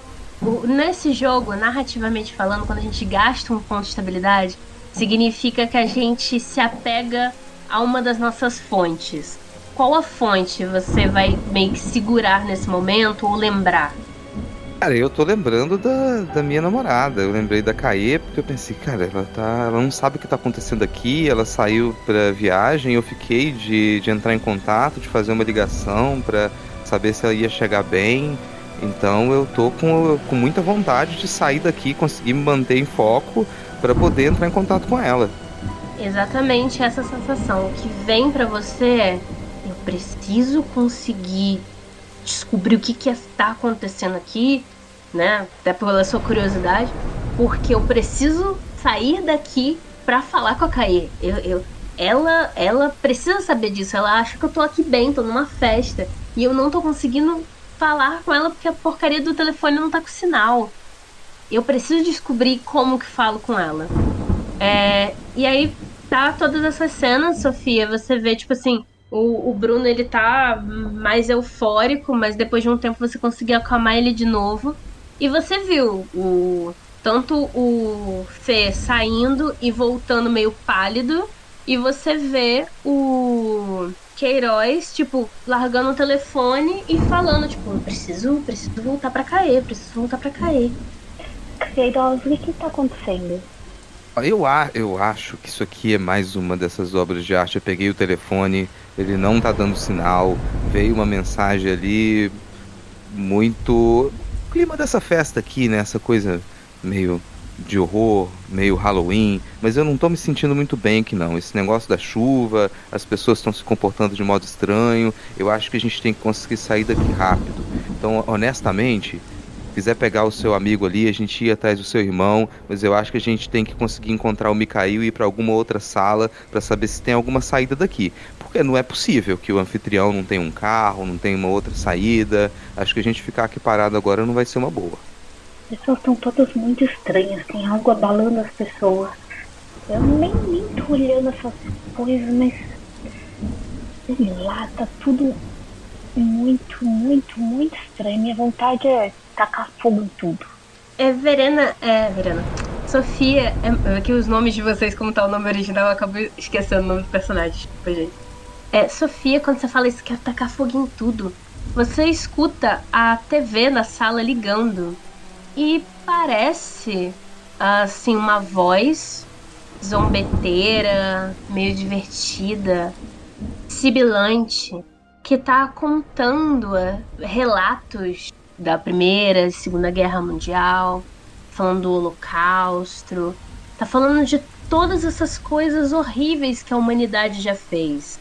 Nesse jogo, narrativamente falando, quando a gente gasta um ponto de estabilidade, significa que a gente se apega a uma das nossas fontes. Qual a fonte você vai meio que segurar nesse momento ou lembrar? Cara, eu tô lembrando da minha namorada. Eu lembrei da Caê, porque eu pensei, cara, ela não sabe o que tá acontecendo aqui, ela saiu pra viagem, eu fiquei de entrar em contato, de fazer uma ligação pra saber se ela ia chegar bem. Então eu tô com muita vontade de sair daqui, conseguir me manter em foco pra poder entrar em contato com ela. Exatamente essa sensação. O que vem pra você é: eu preciso conseguir descobrir o que está acontecendo aqui, né? Até pela sua curiosidade, porque eu preciso sair daqui pra falar com a Caê. Ela precisa saber disso. Ela acha que eu tô aqui bem, tô numa festa e eu não tô conseguindo falar com ela porque a porcaria do telefone não tá com sinal. Eu preciso descobrir como que falo com ela. E aí tá todas essas cenas, Sofia. Você vê, tipo assim, o Bruno, ele tá mais eufórico, mas depois de um tempo você conseguiu acalmar ele de novo. E você viu tanto o Fê saindo e voltando meio pálido, e você vê o Queiroz, tipo, largando o telefone e falando, tipo, preciso voltar pra Caê, Queiroz, o que tá acontecendo? Eu acho que isso aqui é mais uma dessas obras de arte. Eu peguei o telefone, ele não tá dando sinal, veio uma mensagem ali muito... O clima dessa festa aqui, né? Essa coisa meio de horror, meio Halloween, mas eu não tô me sentindo muito bem aqui não. Esse negócio da chuva, as pessoas estão se comportando de modo estranho, eu acho que a gente tem que conseguir sair daqui rápido. Então, honestamente, se quiser pegar o seu amigo ali, a gente ia atrás do seu irmão, mas eu acho que a gente tem que conseguir encontrar o Mikhail e ir pra alguma outra sala pra saber se tem alguma saída daqui. Porque não é possível que o anfitrião não tenha um carro, não tenha uma outra saída. Acho que a gente ficar aqui parado agora não vai ser uma boa. As pessoas estão todas muito estranhas, tem algo abalando as pessoas. Eu nem tô olhando essas coisas, mas sei lá, tá tudo muito estranho. Minha vontade é tacar fogo em tudo. Verena. Sofia, que os nomes de vocês, como tá o nome original, eu acabo esquecendo o nome do personagem. Desculpa, gente. Sofia, quando você fala isso, quer tacar fogo em tudo, você escuta a TV na sala ligando. E parece, assim, uma voz zombeteira, meio divertida, sibilante, que tá contando relatos da Primeira e Segunda Guerra Mundial, falando do Holocausto, tá falando de todas essas coisas horríveis que a humanidade já fez.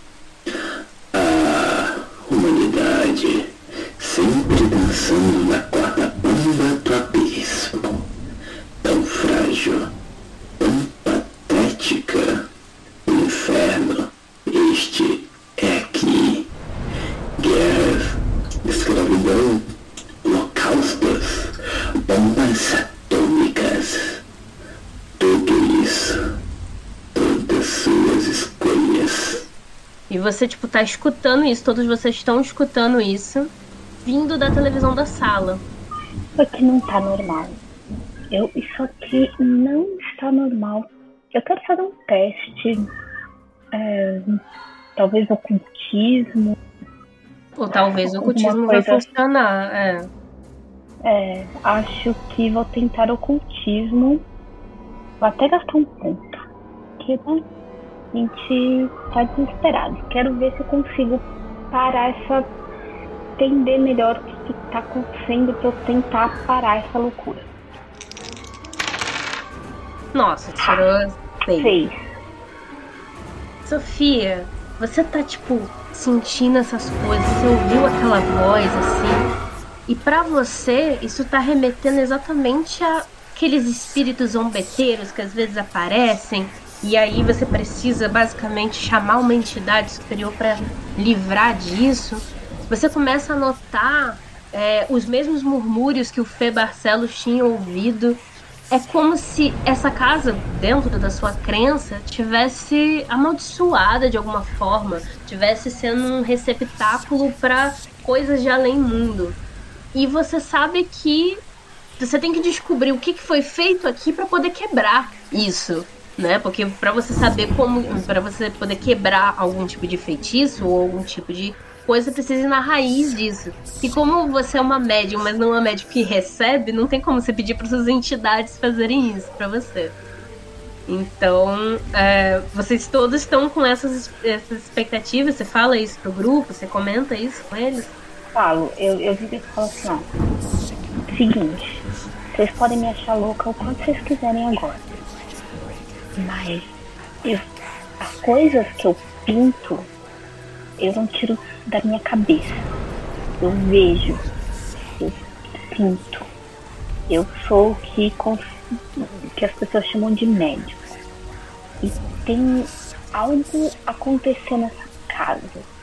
A humanidade sempre dançando na corda bamba do abismo, tão frágil, tão patética. O inferno, este é aqui. Guerras, escravidão, holocaustos, bombas atômicas. Tudo isso, todas suas escolhas. E você, tipo, tá escutando isso, todos vocês estão escutando isso, vindo da televisão da sala. Isso aqui não tá normal. Isso aqui não está normal. Eu quero fazer um teste. Talvez ocultismo. Ou talvez o ocultismo vai funcionar, acho que vou tentar ocultismo. Vou até gastar um ponto. Porque, né, a gente tá desesperado. Quero ver se eu consigo parar entender melhor o que tá acontecendo pra eu tentar parar essa loucura. Nossa, tirou 6. 6. Sofia, você tá, tipo, sentindo essas coisas, você ouviu aquela voz, assim, e pra você, isso tá remetendo exatamente àqueles espíritos zombeteiros que às vezes aparecem, e aí você precisa, basicamente, chamar uma entidade superior pra livrar disso. Você começa a notar os mesmos murmúrios que o Fê Barcelos tinha ouvido. É como se essa casa, dentro da sua crença, tivesse amaldiçoada de alguma forma, tivesse sendo um receptáculo para coisas de além mundo. E você sabe que você tem que descobrir o que foi feito aqui para poder quebrar isso, né? Porque para você saber para você poder quebrar algum tipo de feitiço ou algum tipo de coisa, precisa ir na raiz disso. E como você é uma médium, mas não uma médium que recebe, não tem como você pedir para suas entidades fazerem isso para você. Então, vocês todos estão com essas expectativas. Você fala isso pro grupo? Você comenta isso com eles? Falo, eu digo e falo assim, ó. Seguinte, vocês podem me achar louca o quanto vocês quiserem agora. Mas as coisas que eu pinto, eu não tiro da minha cabeça. Eu vejo, eu sinto. Eu sou o que as pessoas chamam de médium. E tem algo acontecendo nessa casa.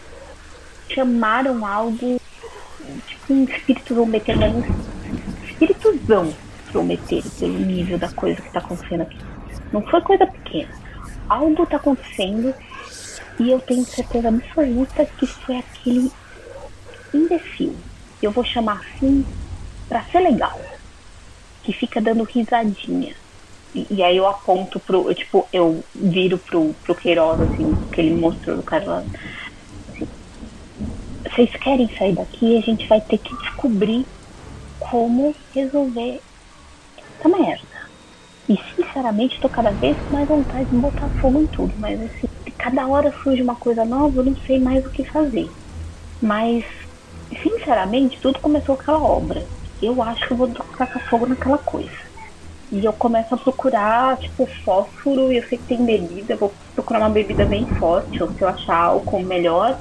Chamaram algo, tipo um espírito zombeteiro, mas um espírituzão zombeteiro, pelo nível da coisa que tá acontecendo aqui. Não foi coisa pequena. Algo tá acontecendo e eu tenho certeza absoluta que foi aquele imbecil. Eu vou chamar assim pra ser legal. Que fica dando risadinha. E aí eu aponto eu viro pro Queiroz, assim, que ele mostrou no cara lá. Assim, vocês querem sair daqui? A gente vai ter que descobrir como resolver essa merda. E sinceramente tô cada vez com mais vontade de botar fogo em tudo. Mas assim, cada hora surge uma coisa nova, eu não sei mais o que fazer. Mas, sinceramente, tudo começou com aquela obra. Eu acho que eu vou tacar fogo naquela coisa. E eu começo a procurar, fósforo, e eu sei que tem bebida, eu vou procurar uma bebida bem forte, ou se eu achar álcool melhor.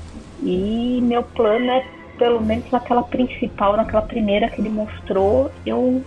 E meu plano é, pelo menos naquela principal, naquela primeira que ele mostrou, eu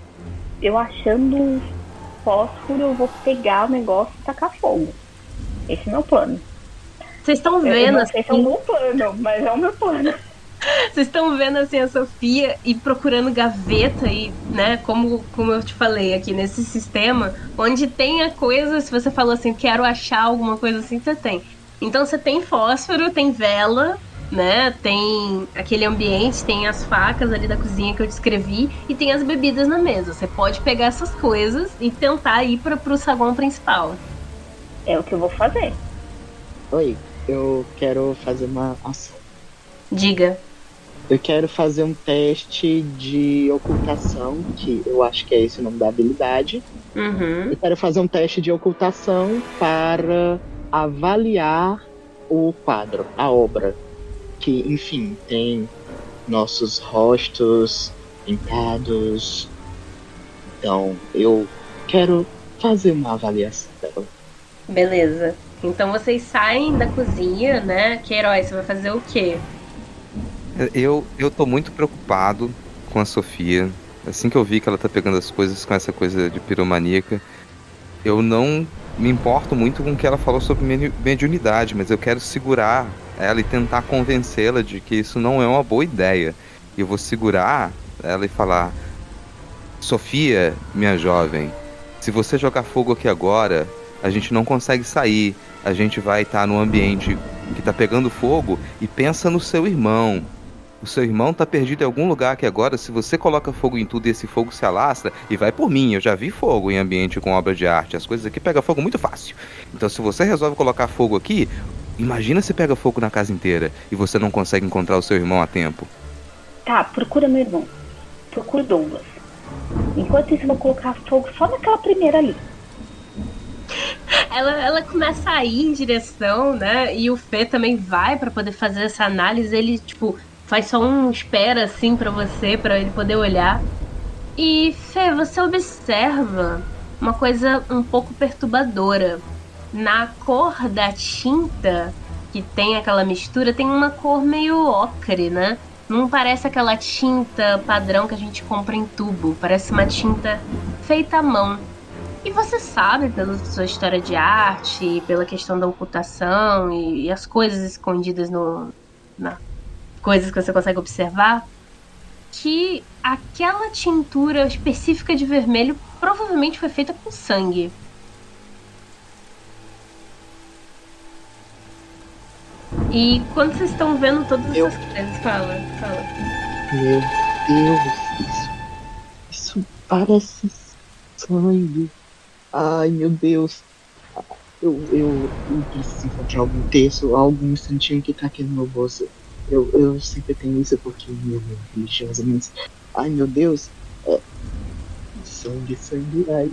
achando fósforo, eu vou pegar o negócio e tacar fogo. Esse é o meu plano. Vocês estão vendo? Não sei se é o meu plano, mas é o meu plano. Vocês estão vendo assim a Sofia e procurando gaveta e, né, como eu te falei aqui nesse sistema, onde tem a coisa, se você falou assim, quero achar alguma coisa assim, você tem. Então você tem fósforo, tem vela, né, tem aquele ambiente, tem as facas ali da cozinha que eu descrevi e tem as bebidas na mesa. Você pode pegar essas coisas e tentar ir pro saguão principal. É o que eu vou fazer. Oi, eu quero fazer uma ação. Diga. Eu quero fazer um teste de ocultação, que eu acho que é esse o nome da habilidade. Uhum. Eu quero fazer um teste de ocultação para avaliar o quadro, a obra. Que, enfim, tem nossos rostos pintados. Então, eu quero fazer uma avaliação dela. Beleza. Então vocês saem da cozinha, né? Queiroz, você vai fazer o quê? Eu tô muito preocupado com a Sofia. Assim que eu vi que ela tá pegando as coisas com essa coisa de piromaníaca, eu não me importo muito com o que ela falou sobre mediunidade, mas eu quero segurar ela e tentar convencê-la de que isso não é uma boa ideia. E eu vou segurar ela e falar: Sofia, minha jovem, se você jogar fogo aqui agora, a gente não consegue sair. A gente vai estar num ambiente que tá pegando fogo e pensa no seu irmão. O seu irmão tá perdido em algum lugar aqui agora. Se você coloca fogo em tudo e esse fogo se alastra, e vai por mim, eu já vi fogo em ambiente com obra de arte. As coisas aqui pegam fogo muito fácil. Então se você resolve colocar fogo aqui, imagina se pega fogo na casa inteira e você não consegue encontrar o seu irmão a tempo. Tá, procura meu irmão. Procura o Douglas. Enquanto isso, eu vou colocar fogo só naquela primeira ali. Ela começa a ir em direção, né? E o Fê também vai pra poder fazer essa análise. Ele, faz só um espera assim pra ele poder olhar. E Fê, você observa uma coisa um pouco perturbadora. Na cor da tinta que tem aquela mistura, tem uma cor meio ocre, né? Não parece aquela tinta padrão que a gente compra em tubo. Parece uma tinta feita à mão. E você sabe, pela sua história de arte, pela questão da ocultação e as coisas escondidas na coisas que você consegue observar, que aquela tintura específica de vermelho provavelmente foi feita com sangue. E quando vocês estão vendo todas essas coisas, fala. Meu Deus, isso Parece sangue. Ai, meu Deus. Eu preciso encontrar algum texto, algum instantinho que tá aqui no meu bolso. Eu sempre tenho isso porque meu religioso, mas... Ai, meu Deus. Sangue. Ai,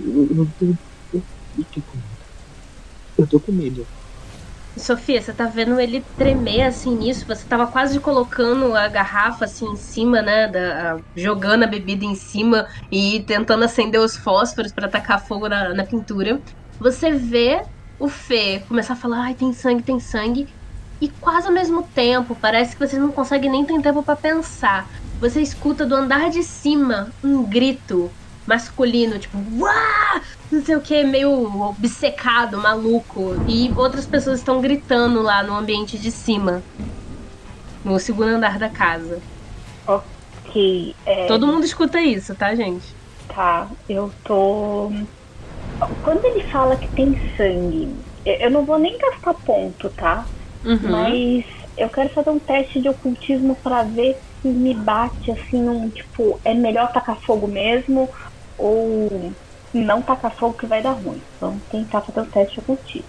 eu tô com medo. Sofia, você tá vendo ele tremer assim nisso? Você tava quase colocando a garrafa assim em cima, né? Jogando a bebida em cima e tentando acender os fósforos pra tacar fogo na pintura. Você vê o Fê começar a falar: ai, tem sangue. E quase ao mesmo tempo, parece que vocês não conseguem nem ter tempo pra pensar. Você escuta do andar de cima um grito masculino, tipo, uá! Não sei o que, meio obcecado, maluco. E outras pessoas estão gritando lá no ambiente de cima, no segundo andar da casa. Ok. Todo mundo escuta isso, tá, gente? Tá, eu tô... Quando ele fala que tem sangue, eu não vou nem gastar ponto, tá? Mas eu quero fazer um teste de ocultismo pra ver se me bate assim, tipo, é melhor tacar fogo mesmo ou não tacar fogo que vai dar ruim. Vamos tentar fazer um teste de ocultismo.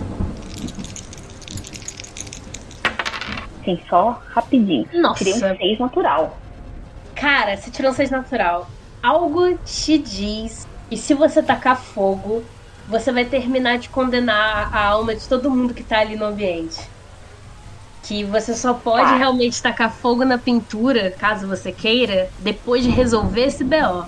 Sim, só rapidinho. Nossa. Tirei um 6 natural. Cara, você tirou um 6 natural. Algo te diz que se você tacar fogo, você vai terminar de condenar a alma de todo mundo que tá ali no ambiente. Que você só pode realmente tacar fogo na pintura, caso você queira, depois de resolver esse BO.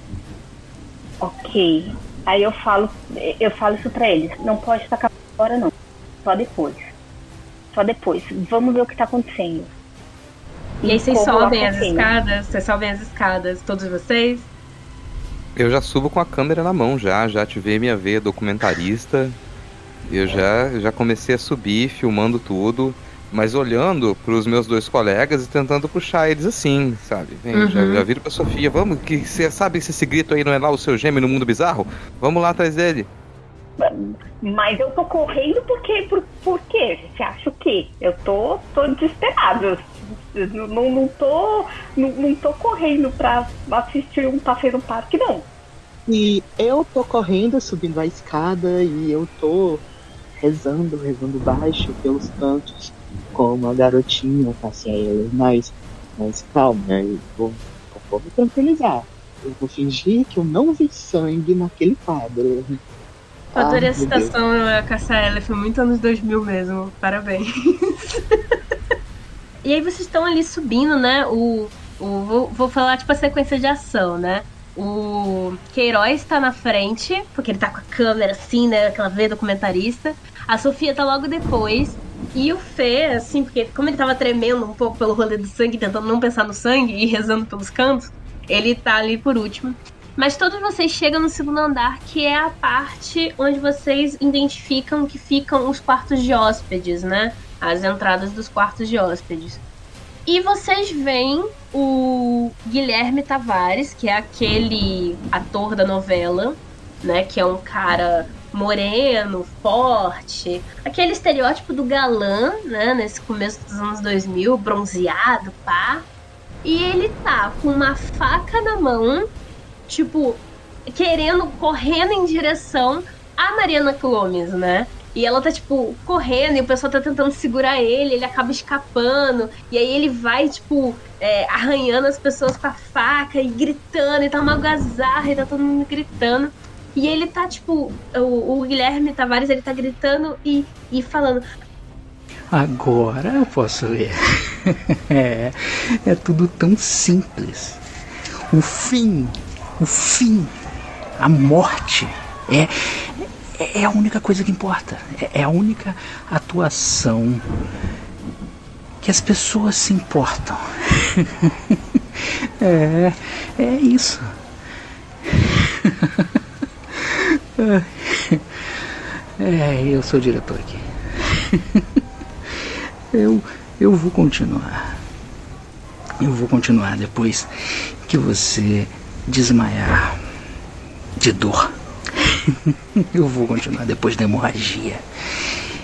Ok. Aí eu falo isso pra eles. Não pode tacar agora não. Só depois. Vamos ver o que tá acontecendo. E aí vocês sobem as escadas? Vocês sobem as escadas, todos vocês? Eu já subo com a câmera na mão já ativei minha veia documentarista. Eu já comecei a subir, filmando tudo, mas olhando pros meus dois colegas e tentando puxar eles assim, sabe? Vem, já viro pra Sofia, vamos, que você sabe se esse grito aí não é lá o seu gêmeo no mundo bizarro? Vamos lá atrás dele. Mas eu tô correndo porque... Por quê? Você acha o quê? Eu tô desesperado. Não tô correndo pra assistir um passeio no parque, não. E eu tô correndo, subindo a escada, e eu tô rezando baixo pelos cantos, como a garotinha, Cassiela, mas calma, eu vou me tranquilizar. Eu vou fingir que eu não vi sangue naquele quadro. Eu adorei a citação, Cassiela, foi muito anos 2000 mesmo, parabéns. E aí vocês estão ali subindo, né? Vou falar tipo a sequência de ação, né? O Queiroz tá na frente, porque ele tá com a câmera assim, né? Aquela veia documentarista. A Sofia tá logo depois. E o Fê, assim, porque como ele tava tremendo um pouco pelo rolê do sangue, tentando não pensar no sangue e rezando pelos cantos, ele tá ali por último. Mas todos vocês chegam no segundo andar, que é a parte onde vocês identificam que ficam os quartos de hóspedes, né? As entradas dos quartos de hóspedes. E vocês veem o Guilherme Tavares, que é aquele ator da novela, né? Que é um cara moreno, forte, aquele estereótipo do galã, né? Nesse começo dos anos 2000, bronzeado, pá. E ele tá com uma faca na mão, tipo, correndo em direção a Mariana Gomes, né? E ela tá, tipo, correndo e o pessoal tá tentando segurar ele acaba escapando. E aí ele vai, tipo, arranhando as pessoas com a faca e gritando. E tá uma algazarra e tá todo mundo gritando. E ele tá, tipo, o Guilherme Tavares, ele tá gritando e falando... Agora eu posso ver. É tudo tão simples. O fim, a morte é a única coisa que importa. É a única atuação que as pessoas se importam. É isso. Eu sou o diretor aqui. Eu vou continuar. Eu vou continuar depois que você desmaiar de dor. Eu vou continuar depois da hemorragia.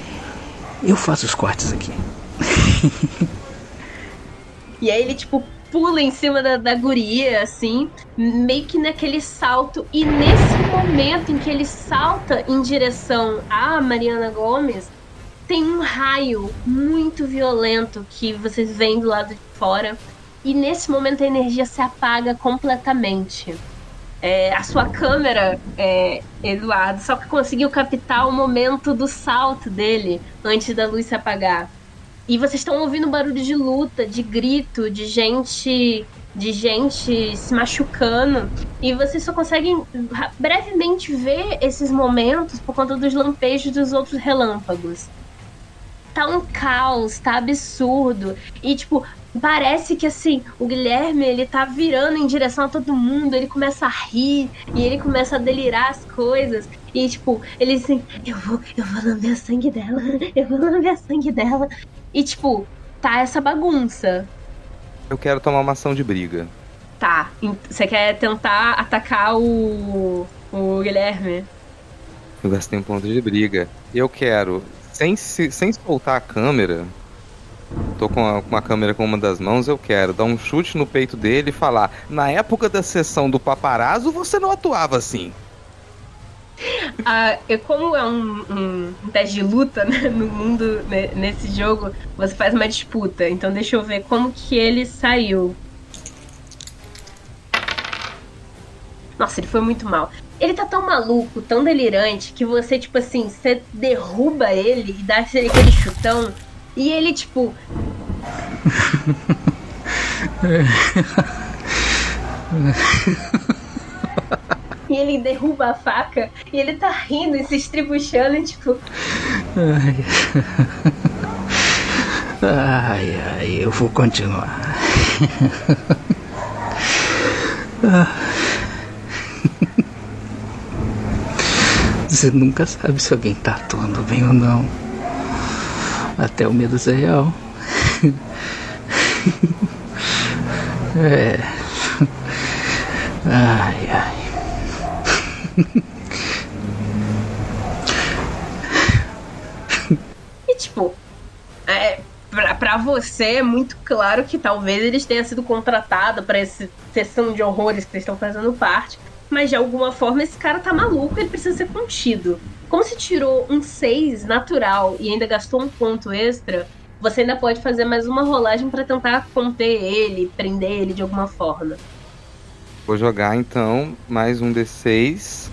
Eu faço os cortes aqui. E aí ele, tipo, pula em cima da guria, assim, meio que naquele salto. E nesse momento em que ele salta em direção à Mariana Gomes, tem um raio muito violento que vocês veem do lado de fora. E nesse momento a energia se apaga completamente. A sua câmera, Eduardo, só que conseguiu captar o momento do salto dele antes da luz se apagar. E vocês estão ouvindo barulho de luta, de grito, de gente se machucando. E vocês só conseguem brevemente ver esses momentos por conta dos lampejos dos outros relâmpagos. Tá um caos, tá absurdo. E, tipo, parece que, assim, o Guilherme, ele tá virando em direção a todo mundo. Ele começa a rir e ele começa a delirar as coisas. E, tipo, ele assim, eu vou lamber o sangue dela. Eu vou lamber o sangue dela. E, tipo, tá essa bagunça. Eu quero tomar uma ação de briga. Tá, você quer tentar atacar o Guilherme? Eu gastei um ponto de briga. Eu quero, sem soltar a câmera, tô com a câmera com uma das mãos, eu quero dar um chute no peito dele e falar: na época da sessão do paparazzo, você não atuava assim. Como é um teste de luta, né, no mundo, né, nesse jogo, você faz uma disputa. Então deixa eu ver como que ele saiu. Nossa, ele foi muito mal. Ele tá tão maluco, tão delirante, que você, tipo assim, você derruba ele e dá aquele chutão. E ele, tipo... E ele derruba a faca e ele tá rindo e se estribuchando e tipo... Ai, eu vou continuar. Você nunca sabe se alguém tá atuando bem ou não. Até o medo ser real. Ai. E tipo, pra você é muito claro que talvez eles tenham sido contratados pra essa sessão de horrores que eles estão fazendo parte, mas de alguma forma esse cara tá maluco, ele precisa ser contido. Como se tirou um 6 natural e ainda gastou um ponto extra, você ainda pode fazer mais uma rolagem pra tentar conter ele, prender ele de alguma forma. Vou jogar então mais um D6.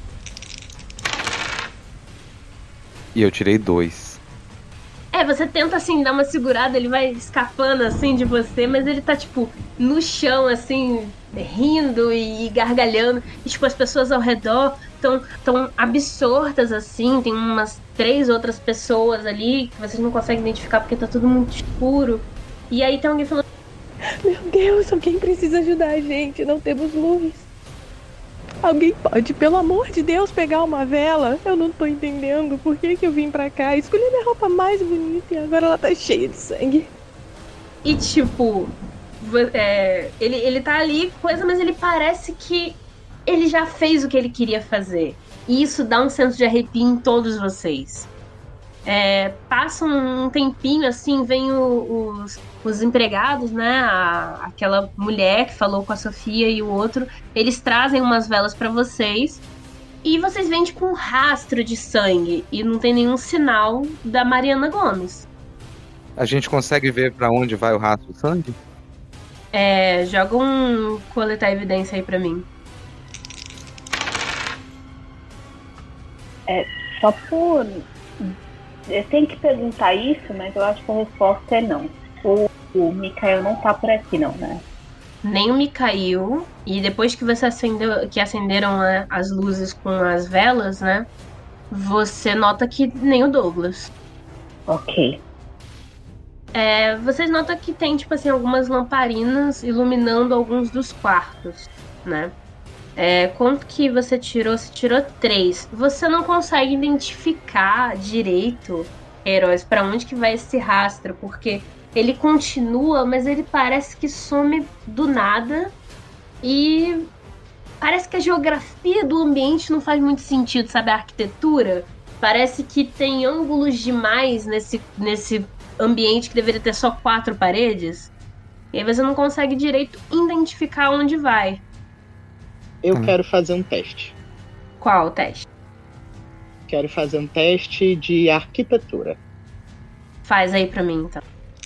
E eu tirei 2. Você tenta assim dar uma segurada, ele vai escapando assim de você, mas ele tá tipo no chão assim, rindo e gargalhando. E tipo, as pessoas ao redor tão absortas assim, tem umas 3 outras pessoas ali que vocês não conseguem identificar porque tá tudo muito escuro. E aí tem alguém falando: meu Deus, alguém precisa ajudar a gente, não temos luz. Alguém pode, pelo amor de Deus, pegar uma vela? Eu não tô entendendo por que eu vim pra cá. Escolhi minha roupa mais bonita e agora ela tá cheia de sangue. E tipo, ele tá ali, coisa, mas ele parece que ele já fez o que ele queria fazer. E isso dá um senso de arrepio em todos vocês. Passa um tempinho assim, vem os empregados, né? Aquela mulher que falou com a Sofia e o outro, eles trazem umas velas pra vocês e vocês veem tipo um rastro de sangue e não tem nenhum sinal da Mariana Gomes. A gente consegue ver pra onde vai o rastro de sangue? Joga um coletar evidência aí pra mim. Só por... Eu tenho que perguntar isso, mas eu acho que a resposta é não. O Mikael não tá por aqui, não, né? Nem o Mikael. E depois que você acenderam as luzes com as velas, né? Você nota que nem o Douglas. Ok. Vocês notam que tem, tipo assim, algumas lamparinas iluminando alguns dos quartos, né? Quanto que você tirou? Você tirou 3. Você não consegue identificar direito, Heróis, pra onde que vai esse rastro, porque ele continua, mas ele parece que some do nada e parece que a geografia do ambiente não faz muito sentido, sabe? A arquitetura parece que tem ângulos demais nesse ambiente que deveria ter só 4 paredes. E aí você não consegue direito identificar onde vai. Eu quero fazer um teste. Qual o teste? Quero fazer um teste de arquitetura. Faz aí pra mim, então.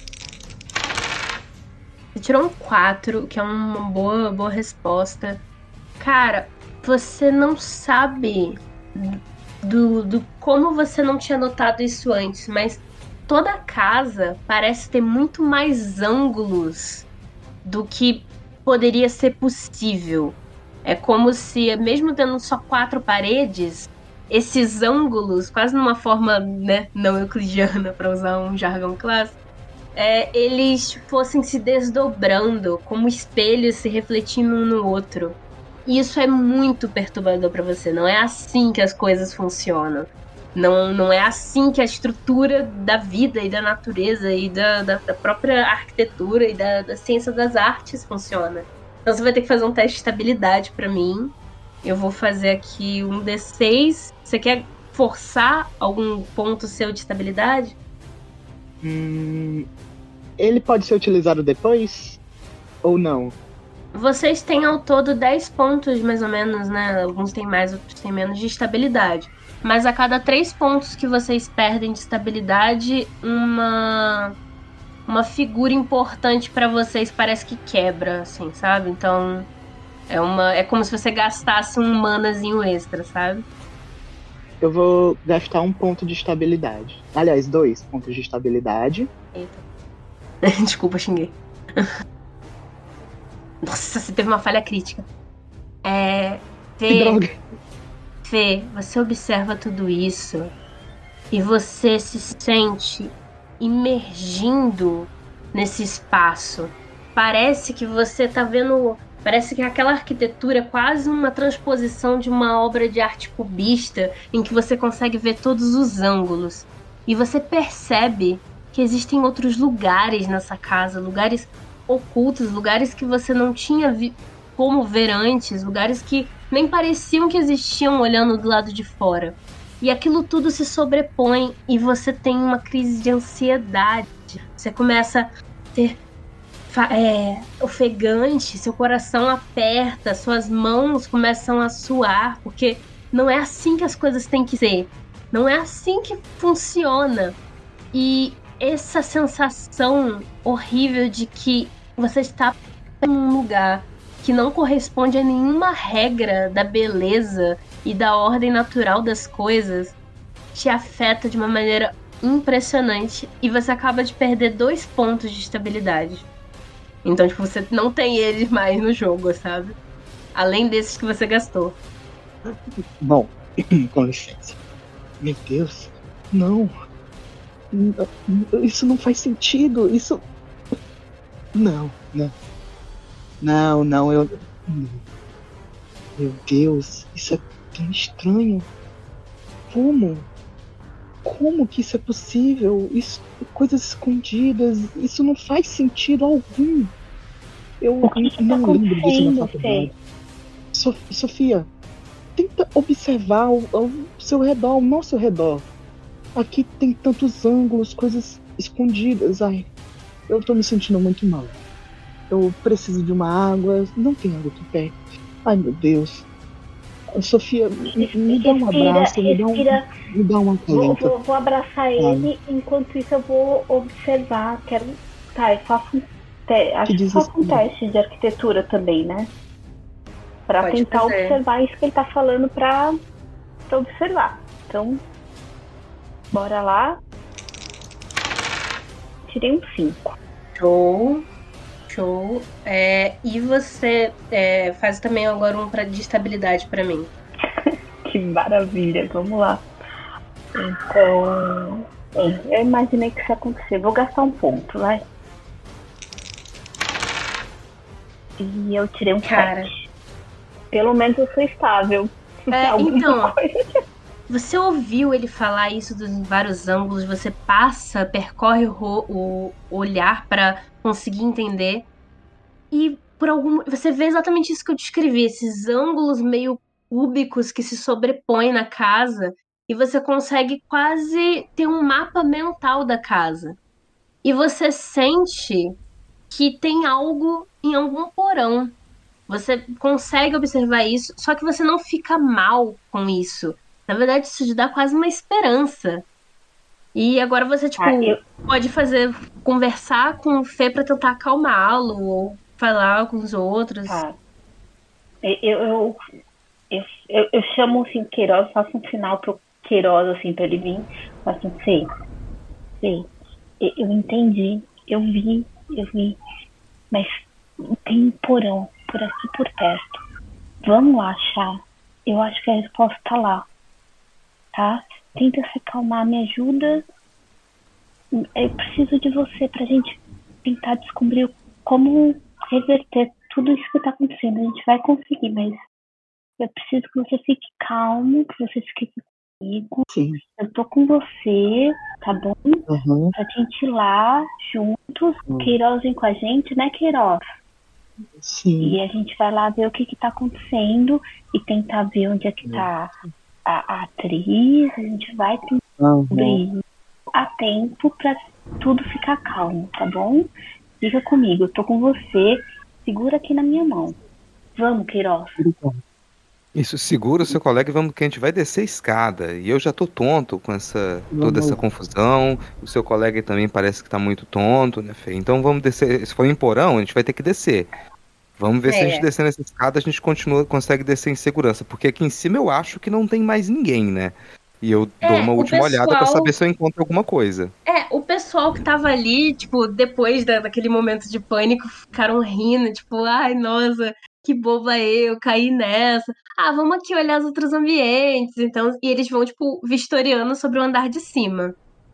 Você tirou um 4, que é uma boa resposta. Cara, você não sabe do como você não tinha notado isso antes, mas toda a casa parece ter muito mais ângulos do que poderia ser possível. É como se, mesmo tendo só 4 paredes, esses ângulos, quase numa forma, né, não euclidiana, para usar um jargão clássico, eles fossem se desdobrando, como espelhos se refletindo um no outro. E isso é muito perturbador para você. Não é assim que as coisas funcionam. Não é assim que a estrutura da vida e da natureza e da própria arquitetura e da ciência das artes funciona. Então você vai ter que fazer um teste de estabilidade para mim. Eu vou fazer aqui um D6. Você quer forçar algum ponto seu de estabilidade? Ele pode ser utilizado depois? Ou não? Vocês têm ao todo 10 pontos, mais ou menos, né? Alguns têm mais, outros têm menos de estabilidade. Mas a cada 3 pontos que vocês perdem de estabilidade, uma figura importante pra vocês parece que quebra, assim, sabe? Então, é como se você gastasse um manazinho extra, sabe? Eu vou gastar 1 ponto de estabilidade. Aliás, 2 pontos de estabilidade. Eita. Desculpa, xinguei. Nossa, você teve uma falha crítica. Fê, você observa tudo isso e você se sente imergindo nesse espaço. Parece que você tá vendo. Parece que aquela arquitetura é quase uma transposição de uma obra de arte cubista em que você consegue ver todos os ângulos. E você percebe que existem outros lugares nessa casa, lugares ocultos, lugares que você não tinha como ver antes, lugares que nem pareciam que existiam olhando do lado de fora. E aquilo tudo se sobrepõe e você tem uma crise de ansiedade. Você começa a ter ofegante, seu coração aperta, suas mãos começam a suar, porque não é assim que as coisas têm que ser. Não é assim que funciona. E essa sensação horrível de que você está em um lugar que não corresponde a nenhuma regra da beleza e da ordem natural das coisas te afeta de uma maneira impressionante e você acaba de perder 2 pontos de estabilidade. Então, tipo, você não tem eles mais no jogo, sabe? Além desses que você gastou. Bom, com licença. Meu Deus, não. Isso não faz sentido. Isso. Não. Eu. Meu Deus, isso é tão estranho. Como que isso é possível? Isso, coisas escondidas, isso não faz sentido algum. Eu não lembro disso na faculdade. Sofia, tenta observar ao seu redor, ao nosso redor. Aqui tem tantos ângulos, coisas escondidas. Ai, eu tô me sentindo muito mal. Eu preciso de uma água, não tem água aqui perto. Ai, meu Deus. Sofia, me dá um abraço, me dá um acalento. Vou abraçar ele, enquanto isso eu vou observar. Eu faço um teste de arquitetura também, né? Pra Pode tentar fazer. observar isso que ele tá falando pra observar. Então, bora lá. Tirei um 5. Show. E você faz também agora um de estabilidade pra mim. Que maravilha, vamos lá. Então, eu imaginei que isso ia acontecer. Vou gastar um ponto, vai. E eu tirei um 7. Pelo menos eu sou estável. Então, você ouviu ele falar isso dos vários ângulos, você percorre o olhar pra conseguir entender. E você vê exatamente isso que eu descrevi, esses ângulos meio cúbicos que se sobrepõem na casa, e você consegue quase ter um mapa mental da casa. E você sente que tem algo em algum porão. Você consegue observar isso, só que você não fica mal com isso. Na verdade, isso te dá quase uma esperança. E agora você, tipo, pode conversar com o Fê pra tentar acalmá-lo, ou falar com os outros. Tá. Eu chamo, assim, o Queiroz, faço um sinal pro Queiroz, assim, pra ele vir. Faço assim, Fê, eu entendi, eu vi, mas tem um porão por aqui por perto. Vamos lá achar. Eu acho que a resposta tá lá. Tá? Tenta se acalmar, me ajuda. Eu preciso de você pra gente tentar descobrir como reverter tudo isso que tá acontecendo. A gente vai conseguir, mas eu preciso que você fique calmo, que você fique comigo. Sim. Eu tô com você, tá bom? Uhum. Pra gente ir lá juntos. Queiroz vem com a gente, né, Queiroz? Sim. E a gente vai lá ver o que tá acontecendo e tentar ver onde é que tá a atriz. A gente vai tentar a tempo pra tudo ficar calmo, tá bom? Fica comigo, eu tô com você. Segura aqui na minha mão. Vamos, Queiroz. Isso, segura o seu colega e vamos, que a gente vai descer a escada. E eu já tô tonto com toda essa confusão. O seu colega também parece que tá muito tonto, né, Fê? Então vamos descer. Se for em porão, a gente vai ter que descer. Vamos ver se a gente descendo essa escada, a gente consegue descer em segurança. Porque aqui em cima eu acho que não tem mais ninguém, né? E eu dou uma última olhada pra saber se eu encontro alguma coisa. O pessoal que tava ali, tipo, depois daquele momento de pânico, ficaram rindo, tipo, ai, nossa, que boba eu, caí nessa. Ah, vamos aqui olhar os outros ambientes. Então, e eles vão, tipo, vistoriando sobre o andar de cima.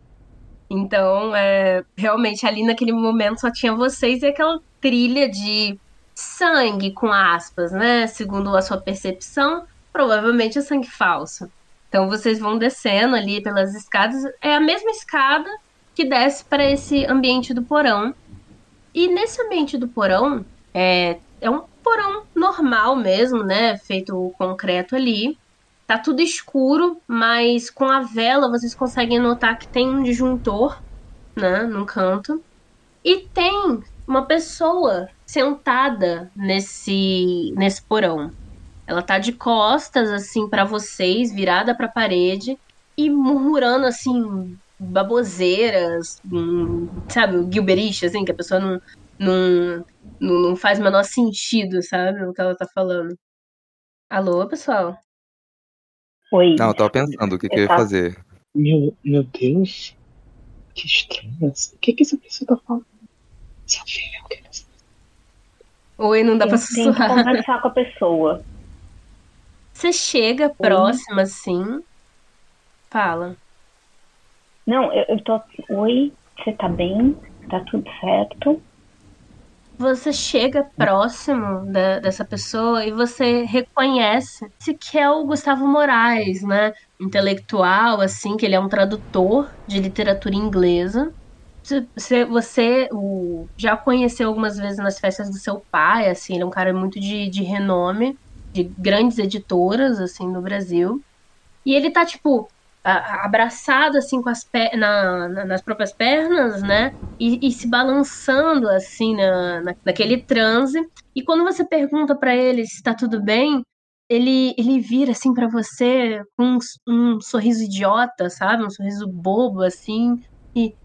Então, realmente, ali naquele momento só tinha vocês e aquela trilha de sangue, com aspas, né? Segundo a sua percepção, provavelmente é sangue falso. Então vocês vão descendo ali pelas escadas. É a mesma escada que desce para esse ambiente do porão. E nesse ambiente do porão, é um porão normal mesmo, né? Feito concreto ali. Tá tudo escuro, mas com a vela vocês conseguem notar que tem um disjuntor, né? Num canto. E tem uma pessoa sentada nesse porão. Ela tá de costas, assim, pra vocês, virada pra parede e murmurando, assim, baboseiras, sabe, gilberiche, assim, que a pessoa não faz o menor sentido, sabe, o que ela tá falando. Alô, pessoal? Oi. Não, eu tava pensando o que eu ia fazer. Meu Deus. Que estranho. O que essa pessoa tá falando? Oi, não dá pra sussurrar. Tento conversar com a pessoa. Você chega próximo, assim. Fala. Não, eu tô... Oi, você tá bem? Tá tudo certo? Você chega próximo dessa pessoa e você reconhece que é o Gustavo Moraes, né? Intelectual, assim, que ele é um tradutor de literatura inglesa. Você já conheceu algumas vezes nas festas do seu pai, assim, ele é um cara muito de renome, de grandes editoras, assim, no Brasil. E ele tá, tipo, abraçado, assim, com nas próprias pernas, né? E se balançando, assim, naquele transe. E quando você pergunta pra ele se tá tudo bem, ele vira, assim, pra você com um sorriso idiota, sabe? Um sorriso bobo, assim, e...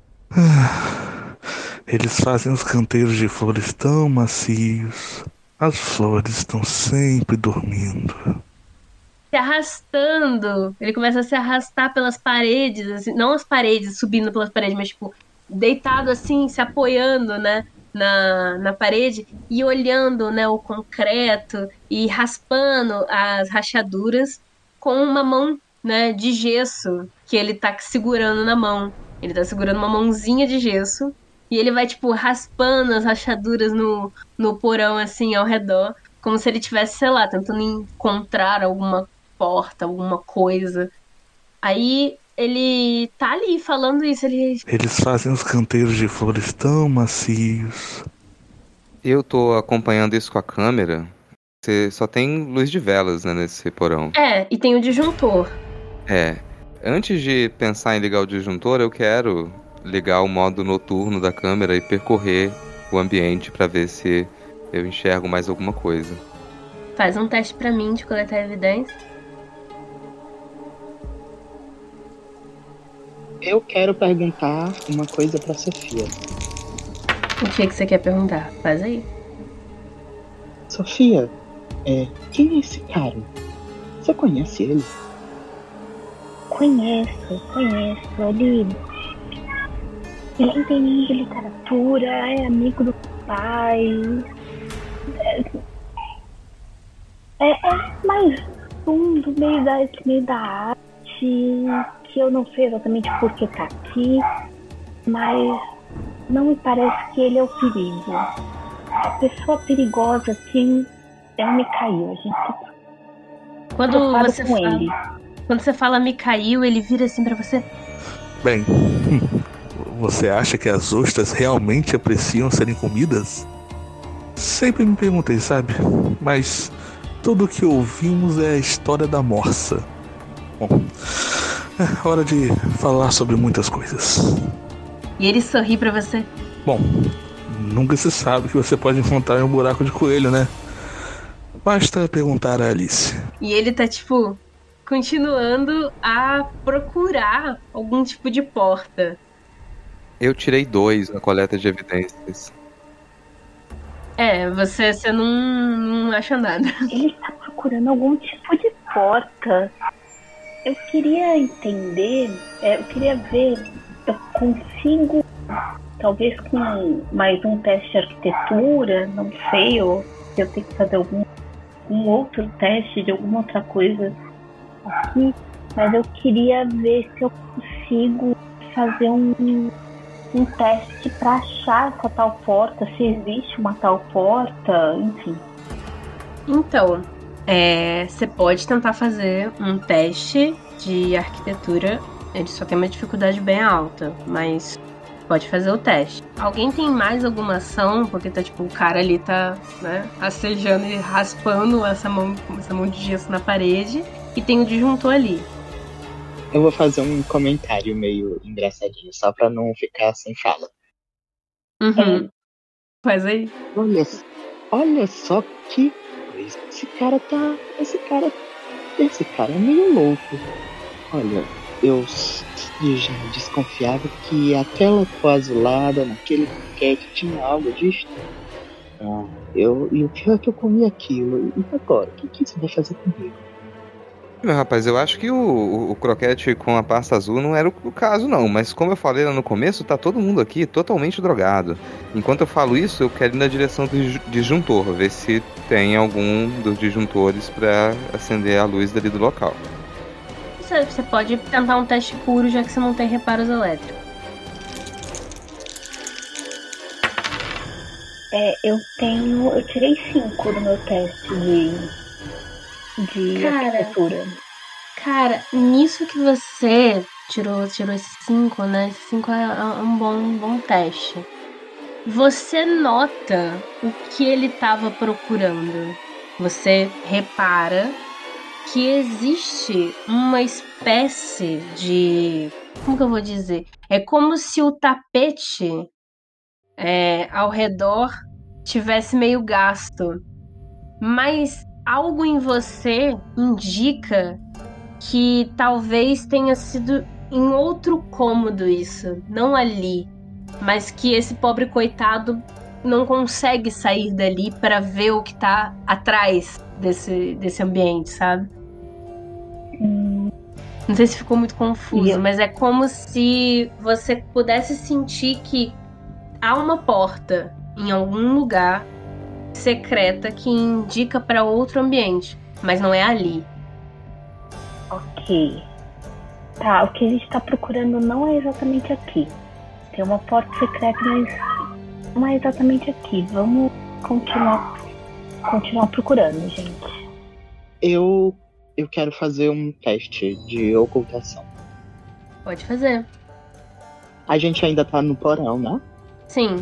Eles fazem os canteiros de flores tão macios. As flores estão sempre dormindo. Se arrastando. Ele começa a se arrastar pelas paredes, assim, não as paredes, subindo pelas paredes, mas, tipo, deitado assim, se apoiando, né, na parede e olhando, né, o concreto e raspando as rachaduras com uma mão, né, de gesso que ele tá segurando na mão. Ele tá segurando uma mãozinha de gesso e ele vai, tipo, raspando as rachaduras no porão, assim, ao redor, como se ele tivesse, sei lá, tentando encontrar alguma porta, alguma coisa. Aí ele tá ali falando isso. Eles fazem os canteiros de flores tão macios. Eu tô acompanhando isso com a câmera. Você só tem luz de velas, né, nesse porão. E tem o disjuntor. Antes de pensar em ligar o disjuntor, eu quero ligar o modo noturno da câmera e percorrer o ambiente pra ver se eu enxergo mais alguma coisa. Faz um teste pra mim de coletar evidência. Eu quero perguntar uma coisa pra Sofia. O que você quer perguntar? Faz aí. Sofia, quem é esse cara? Você conhece ele? Conheço. Ele entende de literatura, é amigo do pai. É mais um do meio da arte, que eu não sei exatamente por que tá aqui, mas não me parece que ele é o perigo. A pessoa perigosa aqui é o Mikhail, gente. Quando você fala Mikhail, ele vira assim pra você. Bem, você acha que as ostras realmente apreciam serem comidas? Sempre me perguntei, sabe? Mas tudo o que ouvimos é a história da morsa. Bom, é hora de falar sobre muitas coisas. E ele sorri pra você. Bom, nunca se sabe que você pode encontrar em um buraco de coelho, né? Basta perguntar a Alice. E ele tá, continuando a procurar algum tipo de porta. Eu tirei 2 na coleta de evidências. Você não acha nada. Ele está procurando algum tipo de porta. Eu queria entender, eu queria ver, eu consigo, talvez com mais um teste de arquitetura, não sei, ou se eu tenho que fazer algum outro teste de alguma outra coisa aqui, mas eu queria ver se eu consigo fazer um teste para achar essa tal porta, se existe uma tal porta, enfim. Então, você pode tentar fazer um teste de arquitetura. Ele só tem uma dificuldade bem alta, mas pode fazer o teste. Alguém tem mais alguma ação? Porque tá o cara ali tá, né, acejando e raspando essa mão de gesso na parede. E tem o disjuntor ali. Eu vou fazer um comentário meio engraçadinho, só pra não ficar sem fala. Uhum. Faz aí. Olha só que coisa. Esse cara é meio louco. Olha, eu já desconfiava que aquela coazulada naquele paquete tinha algo disso. E o pior é que eu comi aquilo. E agora? O que você vai fazer comigo? Meu rapaz, eu acho que o croquete com a pasta azul não era o caso não, mas como eu falei lá no começo, tá todo mundo aqui totalmente drogado. Enquanto eu falo isso, eu quero ir na direção do disjuntor, ver se tem algum dos disjuntores pra acender a luz dali do local. Você pode tentar um teste puro, já que você não tem reparos elétricos. Eu tirei 5 no meu teste de arquitetura. Cara, nisso que você tirou esse 5, né? Esse 5 é um bom teste. Você nota o que ele estava procurando. Você repara que existe uma espécie de... Como que eu vou dizer? É como se o tapete ao redor tivesse meio gasto. Mas algo em você indica que talvez tenha sido em outro cômodo isso, não ali, mas que esse pobre coitado não consegue sair dali para ver o que tá atrás desse ambiente, sabe? Não sei se ficou muito confuso, mas é como se você pudesse sentir que há uma porta em algum lugar secreta que indica para outro ambiente, mas não é ali. Ok. Tá, o que a gente tá procurando não é exatamente aqui. Tem uma porta secreta, mas não é exatamente aqui. Vamos continuar procurando, gente. Eu quero fazer um teste de ocultação. Pode fazer. A gente ainda tá no porão, né? Sim.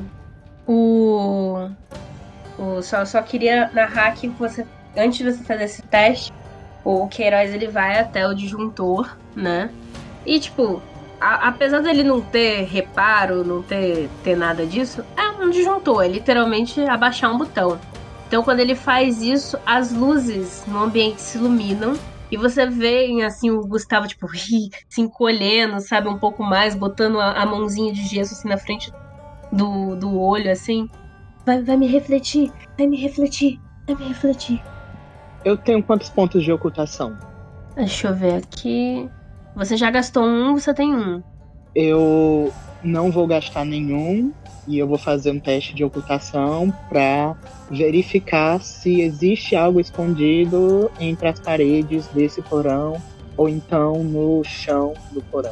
Só queria narrar que você, antes de você fazer esse teste, o Queiroz ele vai até o disjuntor, né? E apesar dele não ter reparo, não ter nada disso, é um disjuntor, é literalmente abaixar um botão. Então quando ele faz isso, as luzes no ambiente se iluminam e você vê assim o Gustavo tipo se encolhendo, sabe, um pouco mais, botando a mãozinha de gesso assim na frente do olho assim. Vai me refletir, vai me refletir. Eu tenho quantos pontos de ocultação? Deixa eu ver aqui. Você já gastou um, você tem um. Eu não vou gastar nenhum e eu vou fazer um teste de ocultação pra verificar se existe algo escondido entre as paredes desse porão ou então no chão do porão.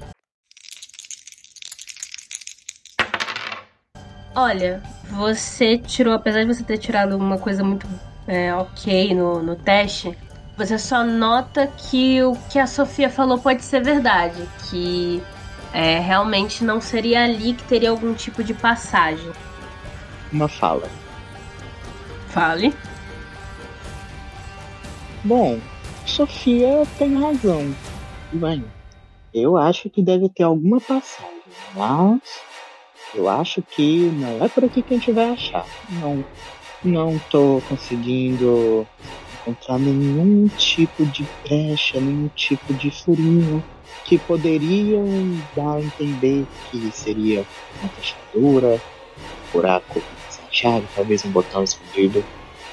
Olha, você tirou, apesar de você ter tirado uma coisa muito ok no teste, você só nota que o que a Sofia falou pode ser verdade, que realmente não seria ali que teria algum tipo de passagem. Uma fala. Fale. Bom, Sofia tem razão. Bem, eu acho que deve ter alguma passagem, mas eu acho que não é por aqui que a gente vai achar. Não tô conseguindo encontrar nenhum tipo de brecha, nenhum tipo de furinho que poderiam dar a entender que seria uma fechadura, um buraco sem chave, talvez um botão escondido.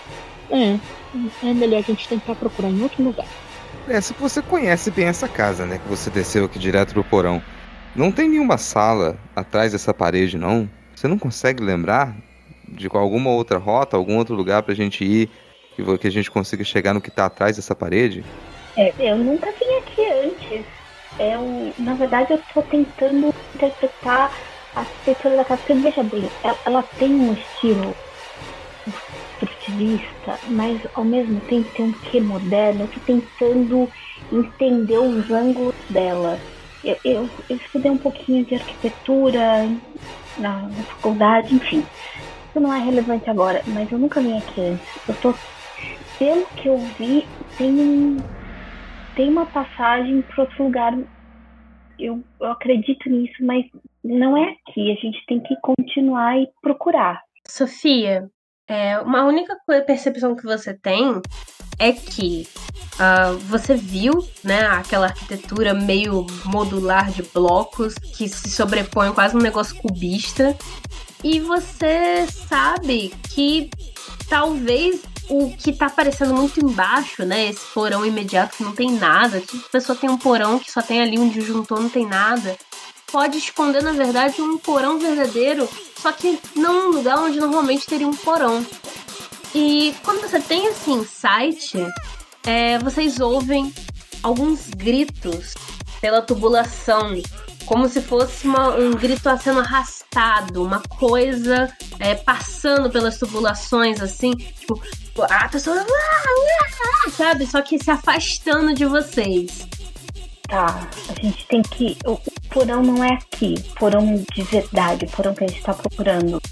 É melhor a gente tentar procurar em outro lugar. Se você conhece bem essa casa, né, que você desceu aqui direto pro porão, não tem nenhuma sala atrás dessa parede, não? Você não consegue lembrar de alguma outra rota, algum outro lugar pra gente ir, que a gente consiga chegar no que tá atrás dessa parede? Eu nunca vim aqui antes. Na verdade, eu tô tentando interpretar a arquitetura da casa. Porque, veja bem, ela tem um estilo construtivista, mas ao mesmo tempo tem um quê moderno. Eu tô tentando entender os ângulos dela. Eu estudei um pouquinho de arquitetura na faculdade, enfim. Isso não é relevante agora, mas eu nunca vim aqui antes. Pelo que eu vi, tem uma passagem para outro lugar. Eu acredito nisso, mas não é aqui. A gente tem que continuar e procurar. Sofia, uma única percepção que você tem é que você viu, né, aquela arquitetura meio modular de blocos que se sobrepõe, quase um negócio cubista, e você sabe que talvez o que tá aparecendo muito embaixo, né, esse porão imediato que não tem nada, tipo, a pessoa tem um porão que só tem ali um disjuntor, não tem nada, pode esconder, na verdade, um porão verdadeiro, só que não um lugar onde normalmente teria um porão. E quando você tem esse insight, vocês ouvem alguns gritos pela tubulação, como se fosse um grito sendo arrastado, uma coisa passando pelas tubulações, assim, tipo, a pessoa, sabe, só que se afastando de vocês. Tá, a gente tem que... O porão não é aqui, porão de verdade, o porão que a gente tá procurando.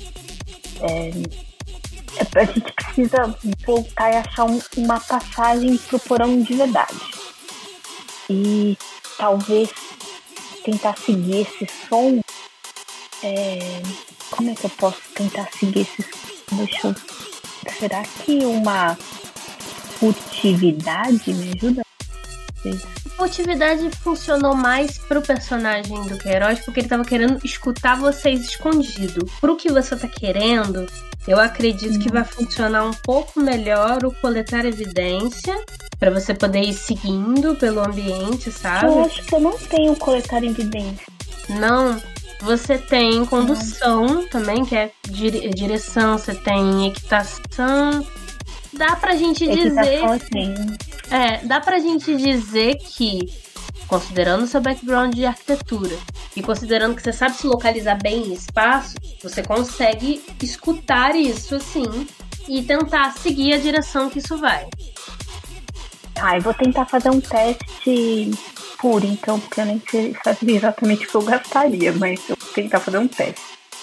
A gente precisa voltar e achar uma passagem pro porão de verdade. E talvez tentar seguir esse som. Como é que eu posso tentar seguir esse som? Será que uma furtividade me ajuda? Furtividade funcionou mais pro personagem do Queiroz, porque ele tava querendo escutar vocês escondido. Pro que você tá querendo, eu acredito que vai funcionar um pouco melhor o coletar evidência, pra você poder ir seguindo pelo ambiente, sabe? Eu acho que eu não tenho coletar evidência. Não, você tem condução também, que é direção, você tem equitação. Dá pra gente dizer... dá pra gente dizer que, considerando o seu background de arquitetura e considerando que você sabe se localizar bem em espaço, você consegue escutar isso, assim, e tentar seguir a direção que isso vai. Eu vou tentar fazer um teste puro, então, porque eu nem sei exatamente o que eu gastaria, mas eu vou tentar fazer um teste.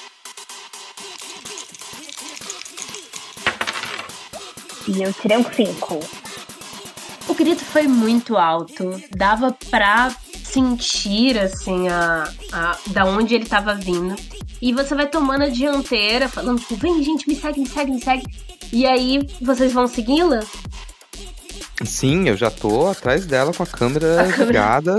E eu tirei um 5. O grito foi muito alto, dava pra sentir, assim, da onde ele tava vindo. E você vai tomando a dianteira, falando, tipo, vem, gente, me segue. E aí, vocês vão segui-la? Sim, eu já tô atrás dela com a câmera ligada.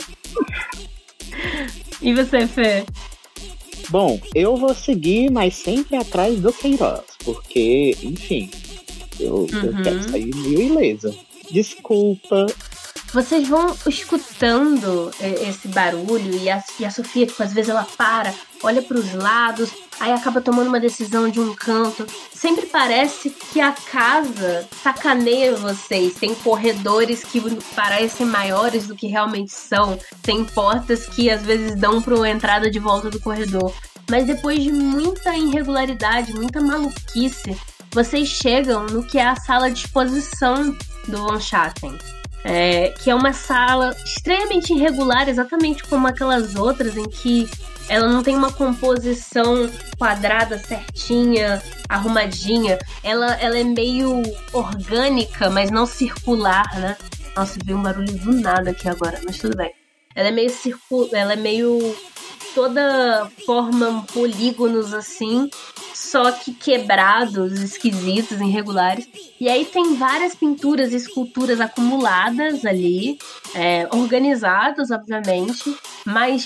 E você, Fê? Bom, eu vou seguir, mas sempre atrás do Queiroz, porque, enfim, eu quero sair meio ilesa. Desculpa. Vocês vão escutando esse barulho e a Sofia, tipo, às vezes ela para, olha pros lados, aí acaba tomando uma decisão de um canto. Sempre parece que a casa sacaneia vocês. Tem corredores que parecem maiores do que realmente são. Tem portas que às vezes dão para uma entrada de volta do corredor. Mas depois de muita irregularidade, muita maluquice, vocês chegam no que é a sala de exposição do Van Schatten. Que é uma sala extremamente irregular, exatamente como aquelas outras em que ela não tem uma composição quadrada, certinha, arrumadinha. Ela é meio orgânica, mas não circular, né? Nossa, veio um barulho do nada aqui agora, mas tudo bem. Ela é meio toda forma polígonos assim, só que quebrados, esquisitos, irregulares. E aí tem várias pinturas e esculturas acumuladas ali, organizadas, obviamente, mas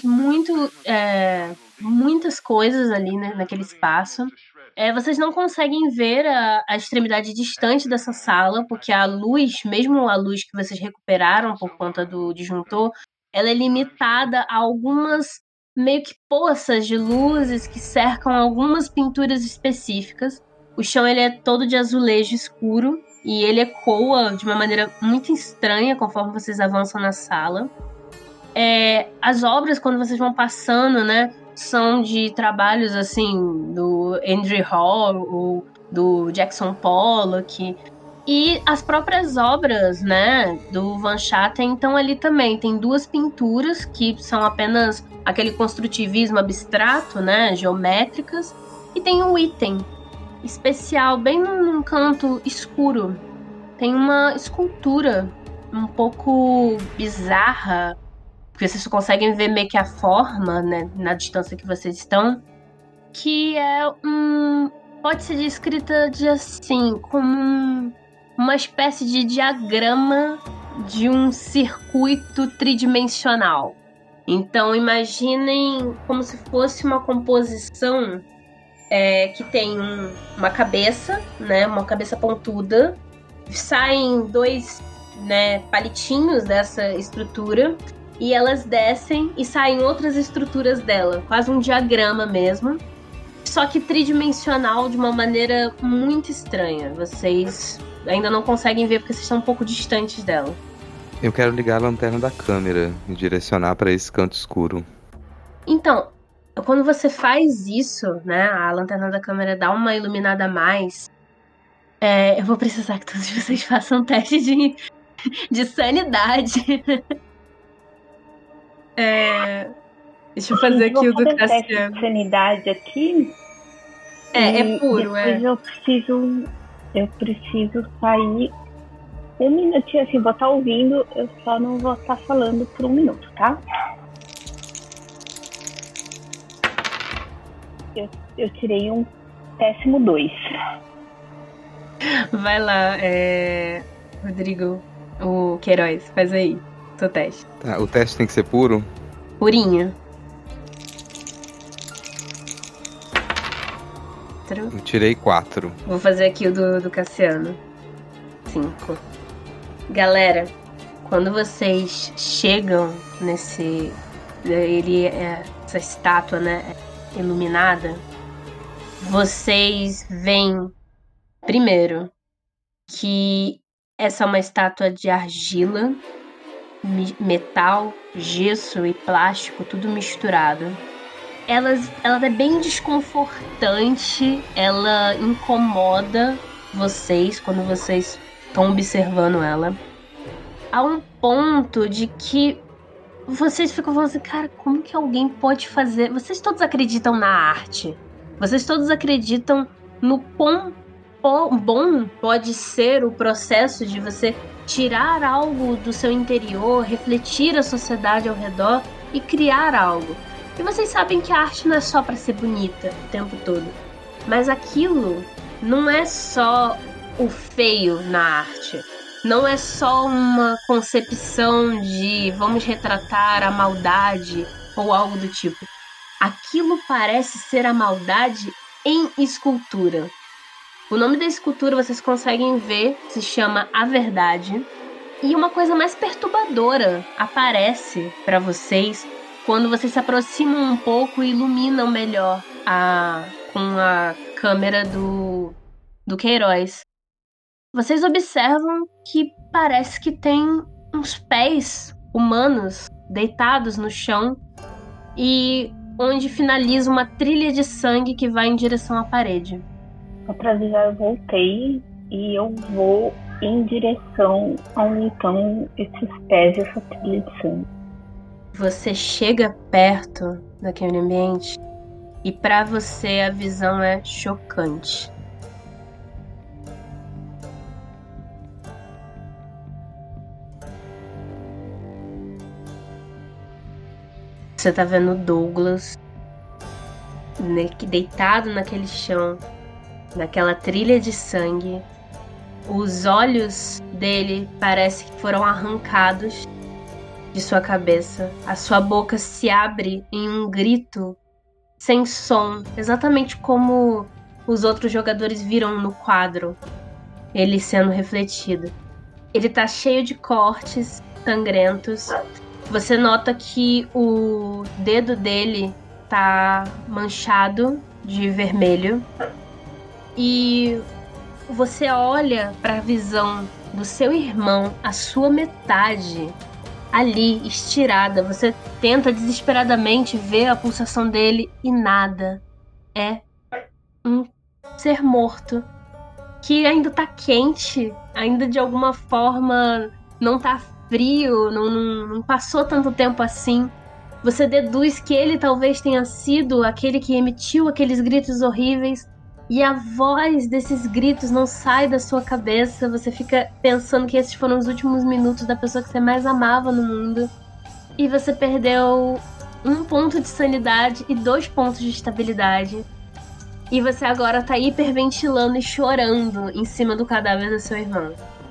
muitas coisas ali, né, naquele espaço. Vocês não conseguem ver a extremidade distante dessa sala, porque a luz, mesmo a luz que vocês recuperaram por conta do disjuntor, ela é limitada a algumas meio que poças de luzes que cercam algumas pinturas específicas. O chão ele é todo de azulejo escuro e ele ecoa de uma maneira muito estranha conforme vocês avançam na sala. As obras, quando vocês vão passando, né, são de trabalhos assim do Andrew Hall ou do Jackson Pollock. E as próprias obras, né, do Van Schatten estão ali também. Tem duas pinturas que são apenas aquele construtivismo abstrato, né, geométricas. E tem um item especial, bem num canto escuro. Tem uma escultura um pouco bizarra, porque vocês conseguem ver meio que a forma, né, na distância que vocês estão, que pode ser descrita de assim, como uma espécie de diagrama de um circuito tridimensional. Então imaginem como se fosse uma composição que tem uma cabeça, né, uma cabeça pontuda, saem dois, né, palitinhos dessa estrutura e elas descem e saem outras estruturas dela, quase um diagrama mesmo, só que tridimensional de uma maneira muito estranha. Vocês ainda não conseguem ver porque vocês estão um pouco distantes dela. Eu quero ligar a lanterna da câmera e direcionar para esse canto escuro. Então, quando você faz isso, né, a lanterna da câmera dá uma iluminada a mais. Eu vou precisar que todos vocês façam um teste de sanidade. Deixa eu fazer aqui o do Cassiano. Teste de sanidade aqui. É puro, depois eu preciso sair um minutinho, assim, vou estar ouvindo, eu só não vou estar falando por 1 minuto, tá? Eu tirei um 12º. Vai lá, Rodrigo, o Queiroz, faz aí, seu teste. Tá, o teste tem que ser puro? Purinho. Eu tirei 4. Vou fazer aqui o do Cassiano. 5. Galera, quando vocês chegam nesse... essa estátua, né, iluminada, vocês veem, primeiro, que essa é uma estátua de argila, metal, gesso e plástico, tudo misturado. Ela é bem desconfortante, ela incomoda vocês quando vocês estão observando ela. A um ponto de que vocês ficam falando assim, cara, como que alguém pode fazer? Vocês todos acreditam na arte. Vocês todos acreditam no quão bom pode ser o processo de você tirar algo do seu interior, refletir a sociedade ao redor e criar algo. E vocês sabem que a arte não é só para ser bonita o tempo todo, mas aquilo não é só o feio na arte. Não é só uma concepção de vamos retratar a maldade ou algo do tipo. Aquilo parece ser a maldade em escultura. O nome da escultura vocês conseguem ver, se chama A Verdade. E uma coisa mais perturbadora aparece para vocês quando vocês se aproximam um pouco e iluminam melhor com a câmera do Queiroz. Vocês observam que parece que tem uns pés humanos deitados no chão e onde finaliza uma trilha de sangue que vai em direção à parede. Pra avisar, eu voltei e eu vou em direção onde estão esses pés e essa trilha de sangue. Você chega perto daquele ambiente e pra você a visão é chocante. Você tá vendo o Douglas deitado naquele chão, naquela trilha de sangue. Os olhos dele parecem que foram arrancados de sua cabeça. A sua boca se abre em um grito sem som, exatamente como os outros jogadores viram no quadro, ele sendo refletido. Ele tá cheio de cortes sangrentos. Você nota que o dedo dele tá manchado de vermelho. E você olha para a visão do seu irmão, a sua metade, ali, estirada. Você tenta desesperadamente ver a pulsação dele e nada. É um ser morto que ainda tá quente, ainda de alguma forma não tá frio, não passou tanto tempo assim. Você deduz que ele talvez tenha sido aquele que emitiu aqueles gritos horríveis e a voz desses gritos não sai da sua cabeça. Você fica pensando que esses foram os últimos minutos da pessoa que você mais amava no mundo. E você perdeu 1 ponto de sanidade e 2 pontos de estabilidade. E você agora tá hiperventilando e chorando em cima do cadáver do seu irmão.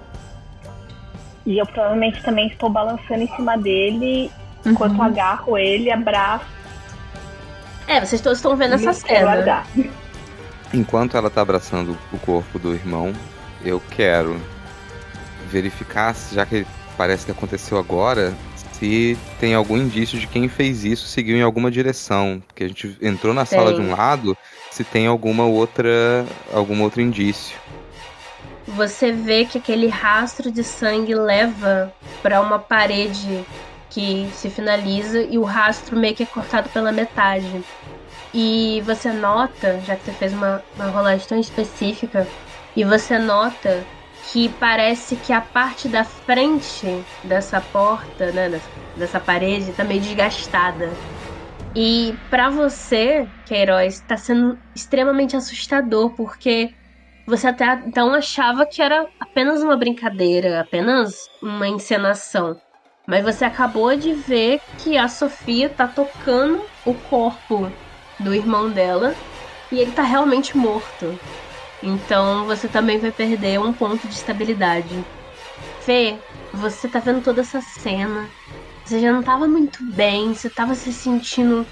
E eu provavelmente também estou balançando em cima dele enquanto agarro ele, abraço. Vocês todos estão vendo essa cena. Enquanto ela tá abraçando o corpo do irmão, eu quero verificar, já que parece que aconteceu agora, se tem algum indício de quem fez isso seguiu em alguma direção. Porque a gente entrou na sala de um lado, se tem algum outro indício. Você vê que aquele rastro de sangue leva para uma parede que se finaliza e o rastro meio que é cortado pela metade. E você nota, já que você fez uma rolagem tão específica, e você nota que parece que a parte da frente dessa porta, né, dessa parede, tá meio desgastada. E pra você, Queiroz, tá sendo extremamente assustador, porque você até então achava que era apenas uma brincadeira, apenas uma encenação. Mas você acabou de ver que a Sofia tá tocando o corpo do irmão dela e ele tá realmente morto. Então você também vai perder 1 ponto de estabilidade. Fê, você tá vendo toda essa cena. Você já não tava muito bem, você tava se sentindo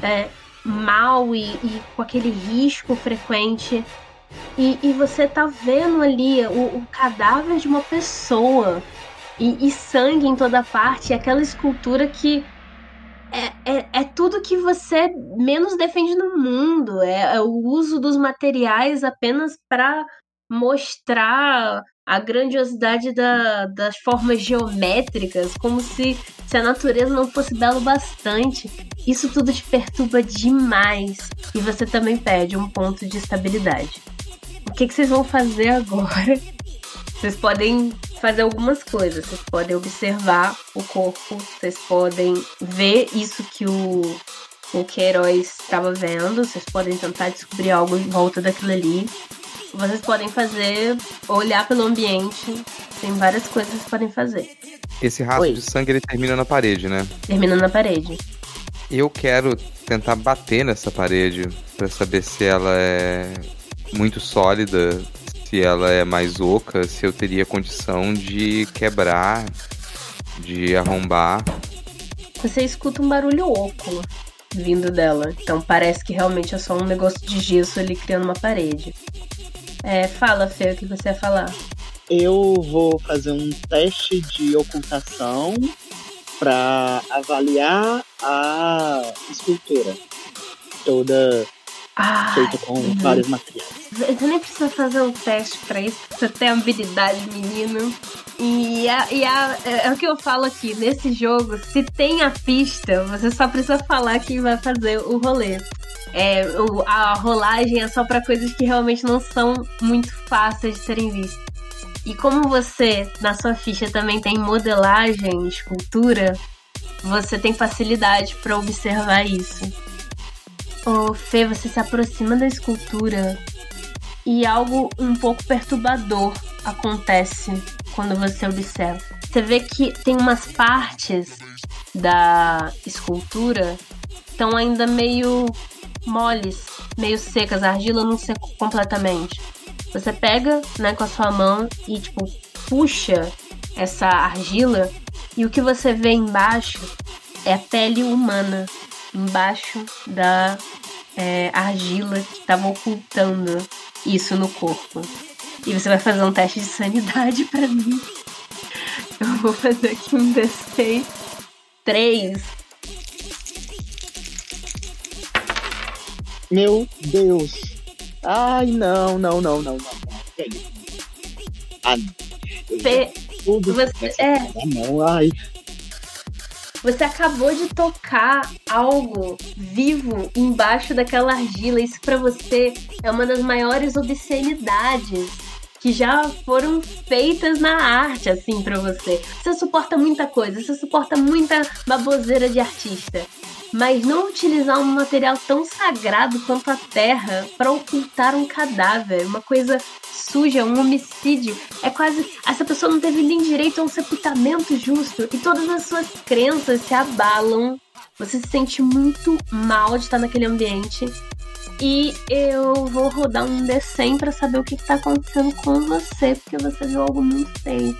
mal e com aquele risco frequente. E você tá vendo ali o cadáver de uma pessoa e sangue em toda parte, aquela escultura que é tudo que você menos defende no mundo. É o uso dos materiais apenas para mostrar a grandiosidade das formas geométricas, como se a natureza não fosse belo bastante. Isso tudo te perturba demais e você também perde 1 ponto de estabilidade. O que vocês vão fazer agora? Vocês podem fazer algumas coisas. Vocês podem observar o corpo. Vocês podem ver isso que o Queiroz estava vendo. Vocês podem tentar descobrir algo em volta daquilo ali. vocês podem fazer, olhar pelo ambiente. Tem várias coisas que vocês podem fazer. Esse rastro de sangue, ele termina na parede, né? Termina na parede. Eu quero tentar bater nessa parede pra saber se ela é muito sólida, se ela é mais oca, se eu teria condição de quebrar, de arrombar. Você escuta um barulho oco vindo dela. Então parece que realmente é só um negócio de gesso ali criando uma parede. Fala, Fê, o que você ia falar? Eu vou fazer um teste de ocultação para avaliar a escultura. Toda feita com vários materiais. Você nem precisa fazer um teste pra isso, você tem habilidade, menino. É o que eu falo aqui, nesse jogo, se tem a pista, você só precisa falar quem vai fazer o rolê. A rolagem é só pra coisas que realmente não são muito fáceis de serem vistas. E como você, na sua ficha, também tem modelagem, escultura, você tem facilidade pra observar isso. Fê, você se aproxima da escultura e algo um pouco perturbador acontece quando você observa. Você vê que tem umas partes da escultura que estão ainda meio moles, meio secas, a argila não secou completamente. Você pega, né, com a sua mão e puxa essa argila e o que você vê embaixo é a pele humana embaixo da argila que estava ocultando isso no corpo. E você vai fazer um teste de sanidade pra mim. Eu vou fazer aqui um D6. 3. Meu Deus. Ai, não. Que é isso? Ai. Você acabou de tocar algo vivo embaixo daquela argila. Isso pra você é uma das maiores obscenidades que já foram feitas na arte, assim, pra você. Você suporta muita coisa, você suporta muita baboseira de artista. Mas não utilizar um material tão sagrado quanto a terra pra ocultar um cadáver, uma coisa suja, um homicídio. É quase... Essa pessoa não teve nem direito a um sepultamento justo e todas as suas crenças se abalam. Você se sente muito mal de estar naquele ambiente. E eu vou rodar um D100 pra saber o que tá acontecendo com você, porque você viu algo muito feio.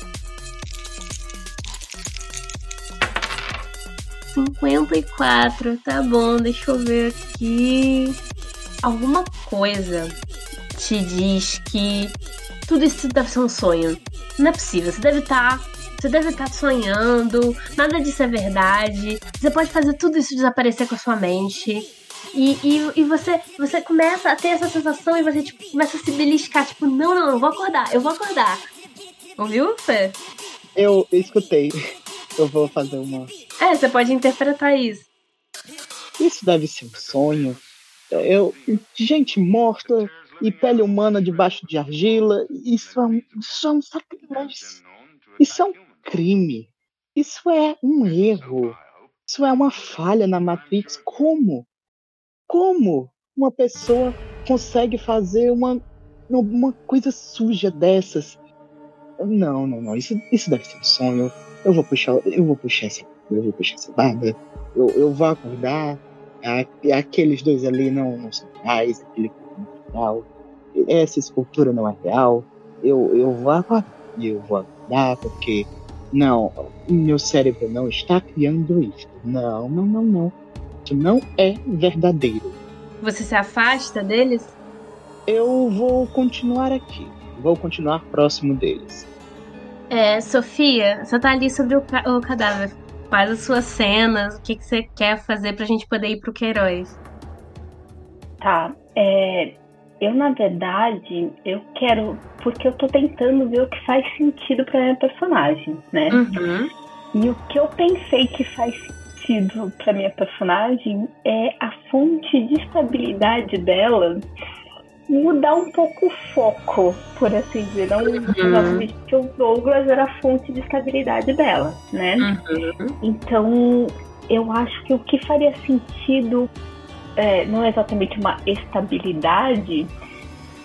54, tá bom, deixa eu ver aqui. Alguma coisa te diz que tudo isso deve ser um sonho. Não é possível, você deve estar sonhando, nada disso é verdade. Você pode fazer tudo isso desaparecer com a sua mente. E você começa a ter essa sensação e você começa a se beliscar, não, eu vou acordar. Ouviu, Fê? Eu escutei. Eu vou fazer uma... Você pode interpretar isso. Isso deve ser um sonho. Gente morta e pele humana debaixo de argila. Isso é um sacrilégio. Isso é um crime. Isso é um erro. Isso é uma falha na Matrix. Como uma pessoa consegue fazer uma coisa suja dessas? Não. Isso deve ser um sonho. Eu vou puxar essa barba. Eu vou acordar. Aqueles dois ali não são reais. Aquele corpo não é real. Essa escultura não é real. Eu vou acordar porque meu cérebro não está criando isso. Não. Isso não é verdadeiro. Você se afasta deles? Eu vou continuar aqui. Vou continuar próximo deles. Sofia, você tá ali sobre o cadáver. Quais as suas cenas? O que você quer fazer pra gente poder ir pro Queiroz? Tá. Eu, na verdade, eu quero... Porque eu tô tentando ver o que faz sentido pra minha personagem, né? Uhum. E o que eu pensei que faz sentido pra minha personagem é a fonte de estabilidade dela mudar um pouco o foco, por assim dizer. Não exatamente que o Douglas era a fonte de estabilidade dela, né? Uhum. Então, eu acho que o que faria sentido não é exatamente uma estabilidade,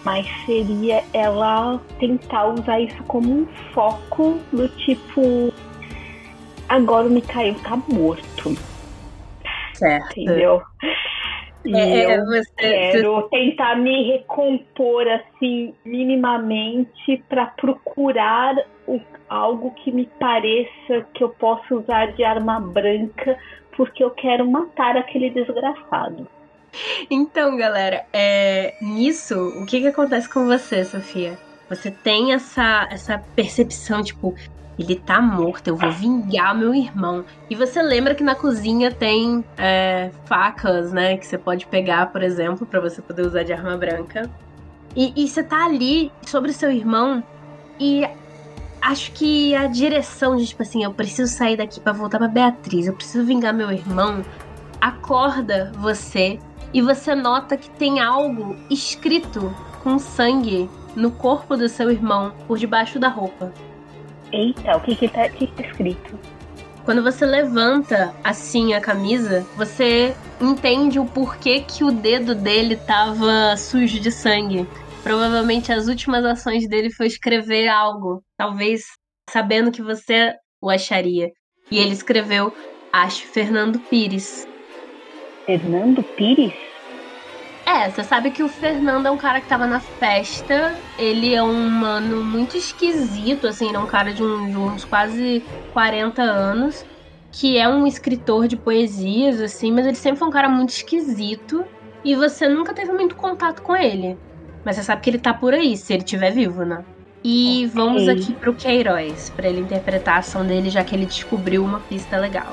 Mas seria ela tentar usar isso como um foco do tipo... Agora o Mikhail tá morto. Certo. Entendeu? E eu quero tentar me recompor, assim, minimamente, para procurar algo que me pareça que eu possa usar de arma branca, porque eu quero matar aquele desgraçado. Então, galera, nisso, o que acontece com você, Sofia? Você tem essa percepção, tipo, ele tá morto, eu vou vingar meu irmão. E você lembra que na cozinha tem facas, né, que você pode pegar, por exemplo, pra você poder usar de arma branca. E você tá ali sobre o seu irmão e acho que a direção de, tipo assim, eu preciso sair daqui pra voltar pra Beatriz, eu preciso vingar meu irmão, acorda você e você nota que tem algo escrito com sangue no corpo do seu irmão por debaixo da roupa. Eita, o que tá escrito? Quando você levanta assim a camisa, você entende o porquê que o dedo dele tava sujo de sangue. Provavelmente as últimas ações dele foi escrever algo, talvez sabendo que você o acharia. E ele escreveu, acho, Fernando Pires. Fernando Pires? Você sabe que o Fernando é um cara que tava na festa. Ele é um mano muito esquisito, assim, ele é um cara de uns quase 40 anos, que é um escritor de poesias, assim, mas ele sempre foi um cara muito esquisito e você nunca teve muito contato com ele. Mas você sabe que ele tá por aí, se ele estiver vivo, né? E vamos aqui pro Queiroz, pra ele interpretar a ação dele, já que ele descobriu uma pista legal.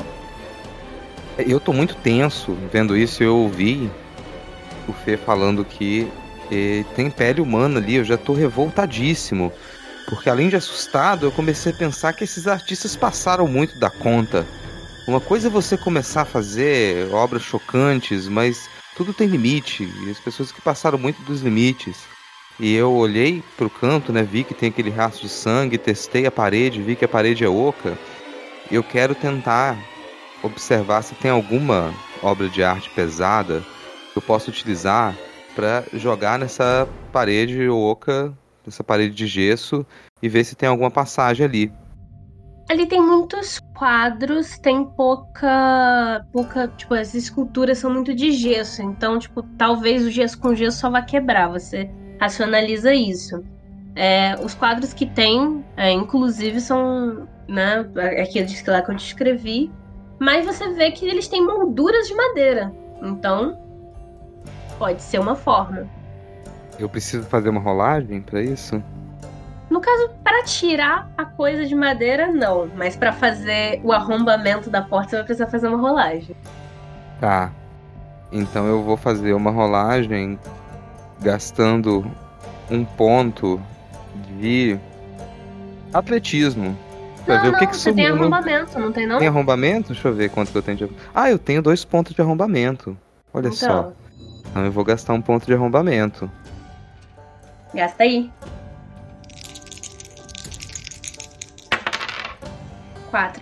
Eu tô muito tenso vendo isso. Eu ouvi o Fê falando que tem pele humana ali. Eu já tô revoltadíssimo. Porque além de assustado, eu comecei a pensar que esses artistas passaram muito da conta. Uma coisa é você começar a fazer obras chocantes, mas tudo tem limite. E as pessoas que passaram muito dos limites. E eu olhei pro canto, né? Vi que tem aquele rastro de sangue, testei a parede, vi que a parede é oca. Eu quero tentar observar se tem alguma obra de arte pesada que eu possa utilizar para jogar nessa parede oca, nessa parede de gesso, e ver se tem alguma passagem ali. Ali tem muitos quadros, tem pouca, tipo, as esculturas são muito de gesso, então, tipo, talvez o gesso com gesso só vá quebrar, você racionaliza isso. Os quadros que tem, inclusive, são, né, aqui eu disse lá que eu descrevi, mas você vê que eles têm molduras de madeira, então pode ser uma forma. Eu preciso fazer uma rolagem para isso? No caso, para tirar a coisa de madeira, não. Mas para fazer o arrombamento da porta, você vai precisar fazer uma rolagem. Tá. Então eu vou fazer uma rolagem gastando um ponto de atletismo. Pra ver o que você tem arrombamento, não tem não? Tem arrombamento? Deixa eu ver quanto que eu tenho de... eu tenho 2 pontos de arrombamento. Olha então. Só. Então eu vou gastar um ponto de arrombamento. Gasta aí. 4.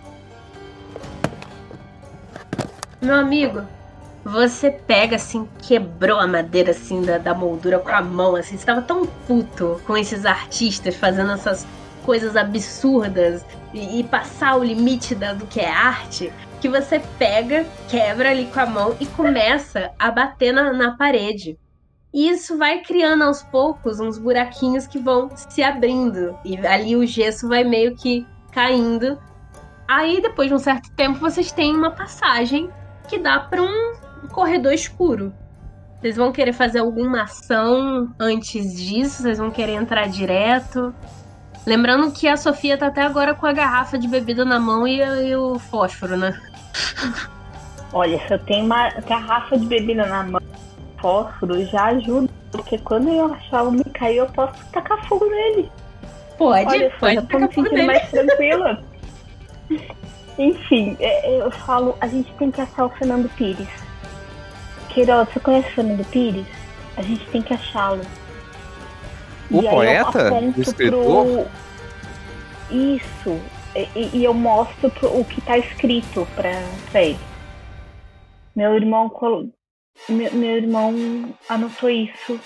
Meu amigo, você pega assim, quebrou a madeira assim da moldura com a mão, assim, você tava tão puto com esses artistas fazendo essas coisas absurdas e passar o limite do que é arte, que você pega, quebra ali com a mão e começa a bater na parede. E isso vai criando aos poucos uns buraquinhos que vão se abrindo. E ali o gesso vai meio que caindo. Aí, depois de um certo tempo, vocês têm uma passagem que dá para um corredor escuro. Vocês vão querer fazer alguma ação antes disso? Vocês vão querer entrar direto? Lembrando que a Sofia tá até agora com a garrafa de bebida na mão e o fósforo, né? Olha, se eu tenho uma garrafa de bebida na mão, fósforo já ajuda. Porque quando eu achar o Mikhail, eu posso tacar fogo nele. Pode, olha, pode eu tô me sentindo mais tranquila. Enfim, eu falo, a gente tem que achar o Fernando Pires. Queiroz, você conhece o Fernando Pires? A gente tem que achá-lo. O poeta? O escritor? Isso. E eu mostro o que tá escrito pra ele. Meu irmão anotou isso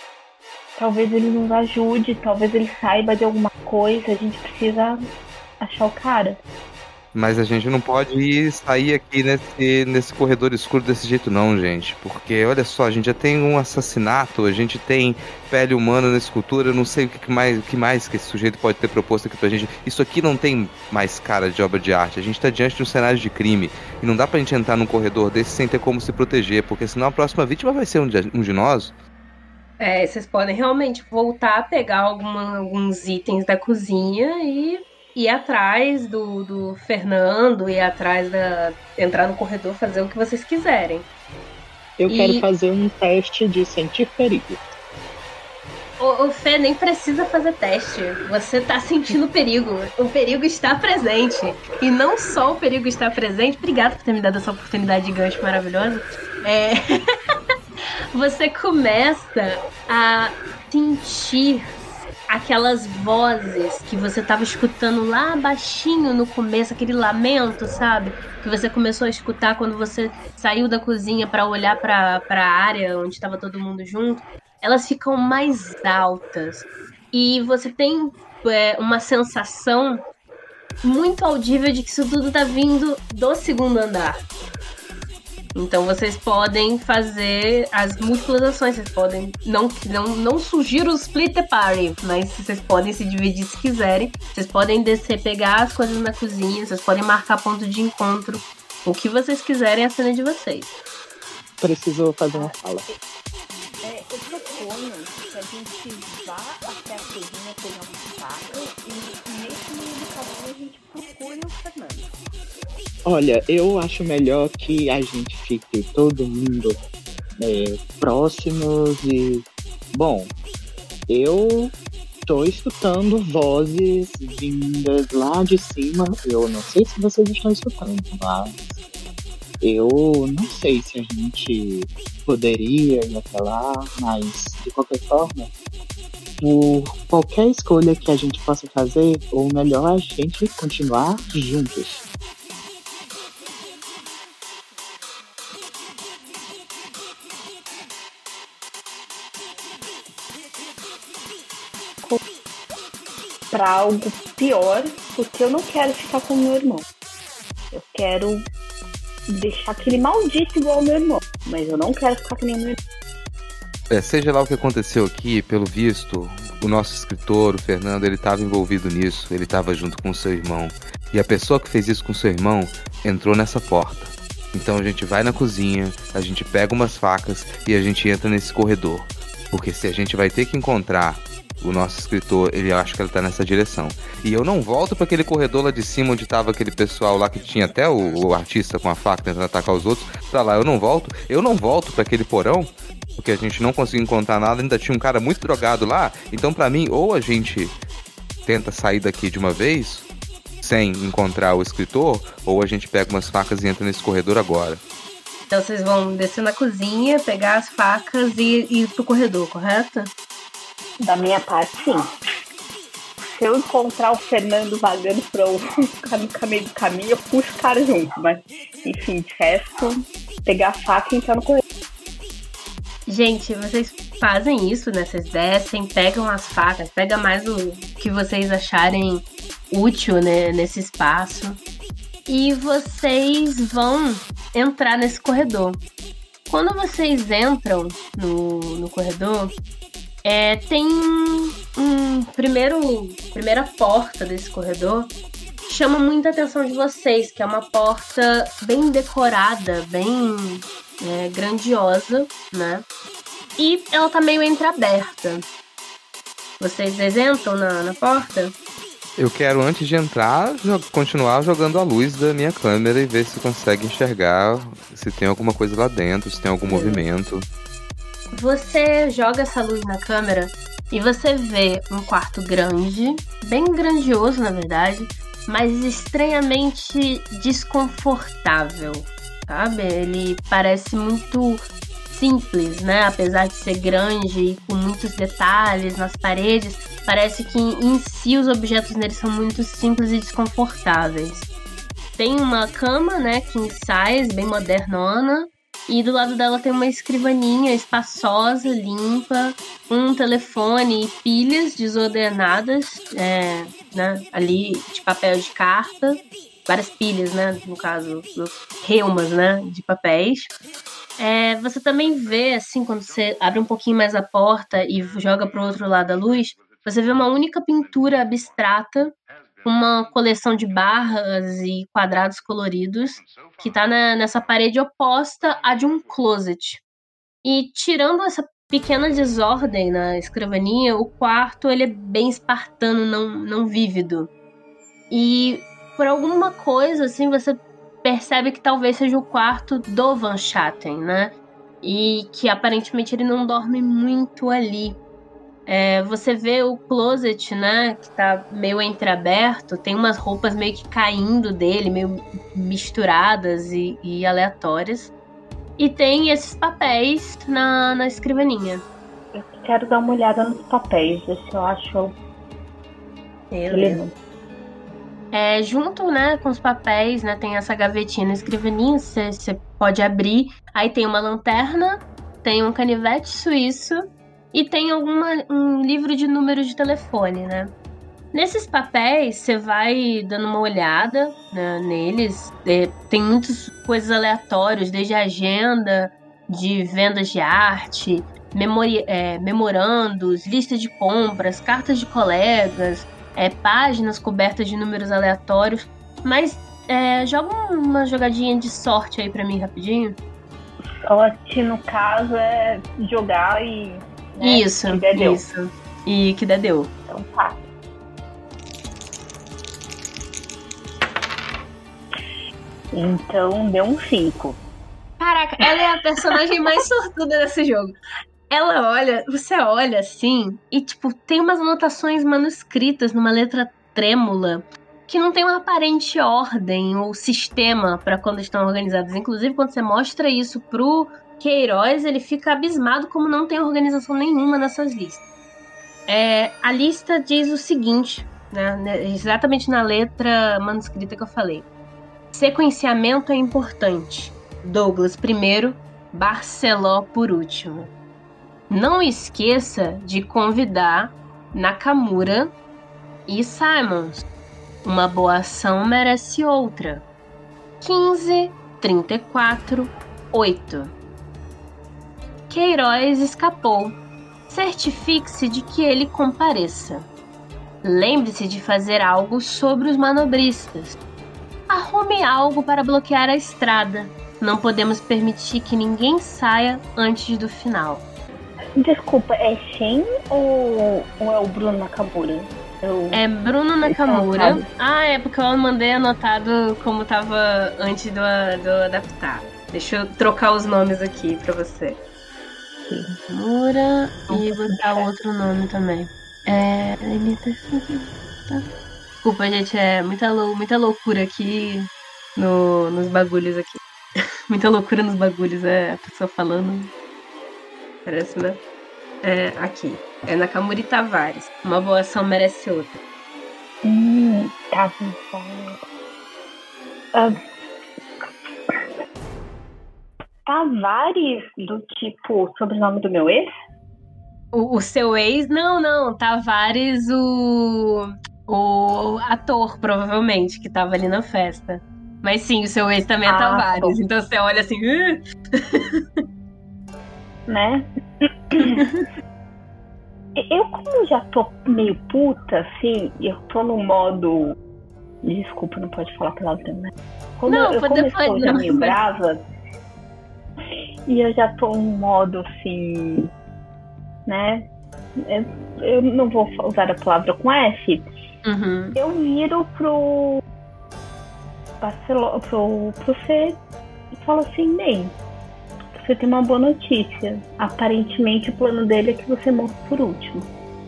Talvez ele nos ajude, talvez ele saiba de alguma coisa, a gente precisa achar o cara. Mas a gente não pode sair aqui nesse corredor escuro desse jeito não, gente. Porque, olha só, a gente já tem um assassinato, a gente tem pele humana na escultura, eu não sei o que mais que esse sujeito pode ter proposto aqui pra gente. Isso aqui não tem mais cara de obra de arte, a gente tá diante de um cenário de crime. E não dá pra gente entrar num corredor desse sem ter como se proteger, porque senão a próxima vítima vai ser um de nós. Vocês podem realmente voltar a pegar alguns itens da cozinha e ir atrás do Fernando, entrar no corredor, fazer o que vocês quiserem. Eu quero fazer um teste de sentir perigo. O Fê nem precisa fazer teste. Você tá sentindo perigo. O perigo está presente. E não só o perigo está presente. Obrigada por ter me dado essa oportunidade de gancho maravilhosa. Você começa a sentir aquelas vozes que você tava escutando lá baixinho no começo, aquele lamento, sabe? Que você começou a escutar quando você saiu da cozinha pra olhar pra área onde tava todo mundo junto. Elas ficam mais altas. E você tem uma sensação muito audível de que isso tudo tá vindo do segundo andar. Então vocês podem fazer as múltiplas ações, vocês podem não sugiro o split the party, mas vocês podem se dividir se quiserem, vocês podem descer, pegar as coisas na cozinha, vocês podem marcar ponto de encontro, o que vocês quiserem é a cena de vocês. Preciso fazer uma fala. Eu proponho que a gente vá até a cozinha pegar uma faca e nesse meio do caminho a gente procure o Fernando. Olha, eu acho melhor que a gente fique todo mundo próximos e... Bom, eu tô escutando vozes vindas lá de cima. Eu não sei se vocês estão escutando, mas eu não sei se a gente poderia ir até lá, mas de qualquer forma, por qualquer escolha que a gente possa fazer, ou melhor, a gente continuar juntos. Pra algo pior, porque eu não quero ficar com o meu irmão. Eu quero deixar aquele maldito igual ao meu irmão, mas eu não quero ficar com nem meu irmão. Seja lá o que aconteceu aqui, pelo visto, o nosso escritor, o Fernando, ele estava envolvido nisso, ele estava junto com o seu irmão. E a pessoa que fez isso com o seu irmão entrou nessa porta. Então a gente vai na cozinha, a gente pega umas facas e a gente entra nesse corredor. Porque se a gente vai ter que encontrar o nosso escritor, ele acha que ele tá nessa direção. E eu não volto para aquele corredor lá de cima onde tava aquele pessoal lá que tinha até o artista com a faca tentando atacar os outros. Pra lá, eu não volto para aquele porão, porque a gente não conseguiu encontrar nada, ainda tinha um cara muito drogado lá. Então pra mim, ou a gente tenta sair daqui de uma vez, sem encontrar o escritor, ou a gente pega umas facas e entra nesse corredor agora. Então vocês vão descer na cozinha, pegar as facas e ir pro corredor, correto? Da minha parte, sim. Se eu encontrar o Fernando vagando no meio do caminho, eu puxo o cara junto. Mas, enfim, de resto, pegar a faca e entrar no corredor. Gente, vocês fazem isso, né? Vocês descem, pegam as facas, pega mais o que vocês acharem útil, né, nesse espaço. E vocês vão entrar nesse corredor. Quando vocês entram no corredor, tem primeira porta desse corredor que chama muita atenção de vocês, que é uma porta bem decorada, bem grandiosa, né? E ela tá meio entreaberta. Vocês entram na porta? Eu quero, antes de entrar, continuar jogando a luz da minha câmera e ver se consegue enxergar se tem alguma coisa lá dentro, se tem algum movimento. Você joga essa luz na câmera e você vê um quarto grande, bem grandioso na verdade, mas estranhamente desconfortável, sabe? Ele parece muito simples, né? Apesar de ser grande e com muitos detalhes nas paredes, parece que em si os objetos nele são muito simples e desconfortáveis. Tem uma cama, né, king size, bem modernona, E do lado dela tem uma escrivaninha espaçosa, limpa, um telefone e pilhas desordenadas, né, ali de papel de carta. Várias pilhas, né, no caso, reumas, né, de papéis. Você também vê, assim, quando você abre um pouquinho mais a porta e joga para o outro lado da luz, você vê uma única pintura abstrata, uma coleção de barras e quadrados coloridos, que está nessa parede oposta à de um closet. E tirando essa pequena desordem na escrivaninha, o quarto ele é bem espartano, não vívido. E por alguma coisa, assim, você percebe que talvez seja o quarto do Van Schatten, né? E que aparentemente ele não dorme muito ali. Você vê o closet, né? Que tá meio entreaberto, tem umas roupas meio que caindo dele, meio misturadas e aleatórias. E tem esses papéis na escrivaninha. Eu quero dar uma olhada nos papéis, ver se eu acho. Junto, né, com os papéis, né, tem essa gavetinha na escrivaninha, você pode abrir. Aí tem uma lanterna, tem um canivete suíço e tem um livro de números de telefone, né? Nesses papéis, você vai dando uma olhada, né, neles. Tem muitas coisas aleatórias, desde agenda, de vendas de arte, memorandos, lista de compras, cartas de colegas, páginas cobertas de números aleatórios. Mas joga uma jogadinha de sorte aí pra mim rapidinho. Sorte, no caso, é jogar e... né, Isso. E que der deu. Então tá. Então deu um 5. Caraca, ela é a personagem mais sortuda desse jogo. Você olha assim, e tipo, tem umas anotações manuscritas numa letra trêmula que não tem uma aparente ordem ou sistema para quando estão organizadas. Inclusive, quando você mostra isso pro Queiroz, ele fica abismado como não tem organização nenhuma nessas listas. A lista diz o seguinte, né, exatamente na letra manuscrita que eu falei. Sequenciamento é importante. Douglas primeiro, Barceló por último. Não esqueça de convidar Nakamura e Simons. Uma boa ação merece outra. 15, 34, 8. Queiroz escapou. Certifique-se de que ele compareça. Lembre-se de fazer algo sobre os manobristas. Arrume algo para bloquear a estrada. Não podemos permitir que ninguém saia antes do final. Desculpa, é Shen ou é o Bruno Nakamura? É Bruno Nakamura. Porque eu mandei anotado como tava antes do adaptar. Deixa eu trocar os nomes aqui pra você. Nakamura e botar outro nome também. Desculpa, gente, muita loucura aqui nos bagulhos aqui. Muita loucura nos bagulhos, a pessoa falando. Parece, né? Aqui. É Nakamura e Tavares. Uma boa ação merece outra. Tavares, do tipo, sobrenome do meu ex? O seu ex? Não. Tavares, o ator, provavelmente, que tava ali na festa. Mas sim, o seu ex também é Tavares. Então você olha assim... Né? Eu, como já tô meio puta, assim, eu tô no modo... Desculpa, não pode falar palavrão, né? Como eu estou já meio brava, e eu já tô num modo, assim, né? Eu não vou usar a palavra com F. Uhum. Eu viro pro Fê e falo assim, bem, você tem uma boa notícia. Aparentemente o plano dele é que você morra por último.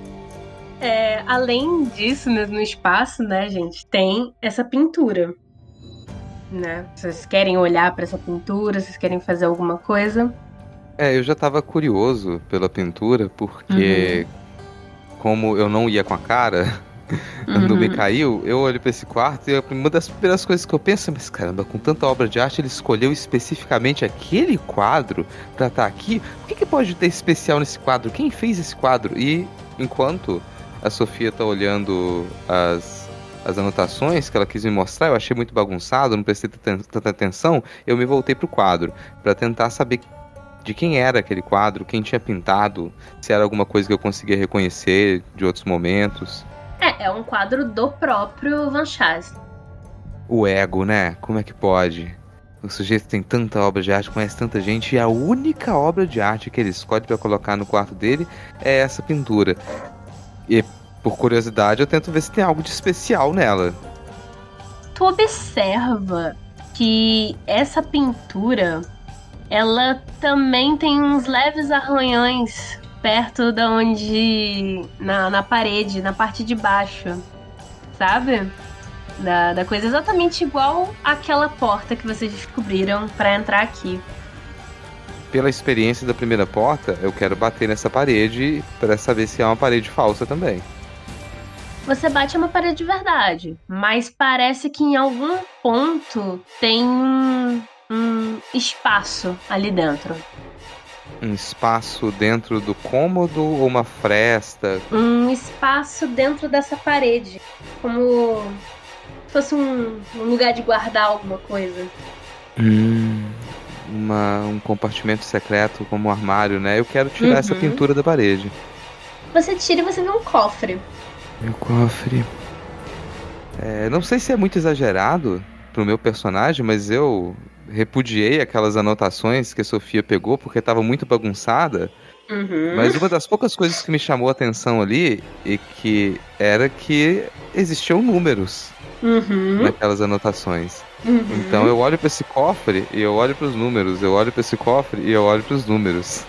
Além disso, no espaço, né, gente, tem essa pintura, né? Vocês querem olhar pra essa pintura? Vocês querem fazer alguma coisa? Eu já tava curioso pela pintura, porque como eu não ia com a cara, do Mikhail, eu olho pra esse quarto e uma das primeiras coisas que eu penso é, mas caramba, com tanta obra de arte, ele escolheu especificamente aquele quadro pra estar aqui? O que pode ter especial nesse quadro? Quem fez esse quadro? E enquanto a Sofia tá olhando as anotações que ela quis me mostrar, eu achei muito bagunçado, não prestei tanta atenção, eu me voltei pro quadro pra tentar saber de quem era aquele quadro, quem tinha pintado, se era alguma coisa que eu conseguia reconhecer de outros momentos. É um quadro do próprio Van Chasten. O ego, né? Como é que pode? O sujeito tem tanta obra de arte, conhece tanta gente, e a única obra de arte que ele escolhe pra colocar no quarto dele é essa pintura. E, por curiosidade, eu tento ver se tem algo de especial nela. Tu observa que essa pintura, ela também tem uns leves arranhões perto da onde... Na parede, na parte de baixo, sabe? Da coisa exatamente igual àquela porta que vocês descobriram pra entrar aqui. Pela experiência da primeira porta, eu quero bater nessa parede pra saber se é uma parede falsa também. Você bate uma parede de verdade, mas parece que em algum ponto tem um espaço ali dentro. Um espaço dentro do cômodo ou uma fresta? Um espaço dentro dessa parede, como se fosse um lugar de guardar alguma coisa. Um compartimento secreto, como um armário, né? Eu quero tirar essa pintura da parede. Você tira e você vê um cofre. Meu cofre. Não sei se é muito exagerado pro meu personagem, mas eu repudiei aquelas anotações que a Sofia pegou porque tava muito bagunçada. Mas uma das poucas coisas que me chamou a atenção ali e que era que existiam números naquelas anotações. Então eu olho pra esse cofre e eu olho pros números, eu olho pra esse cofre e eu olho pros números.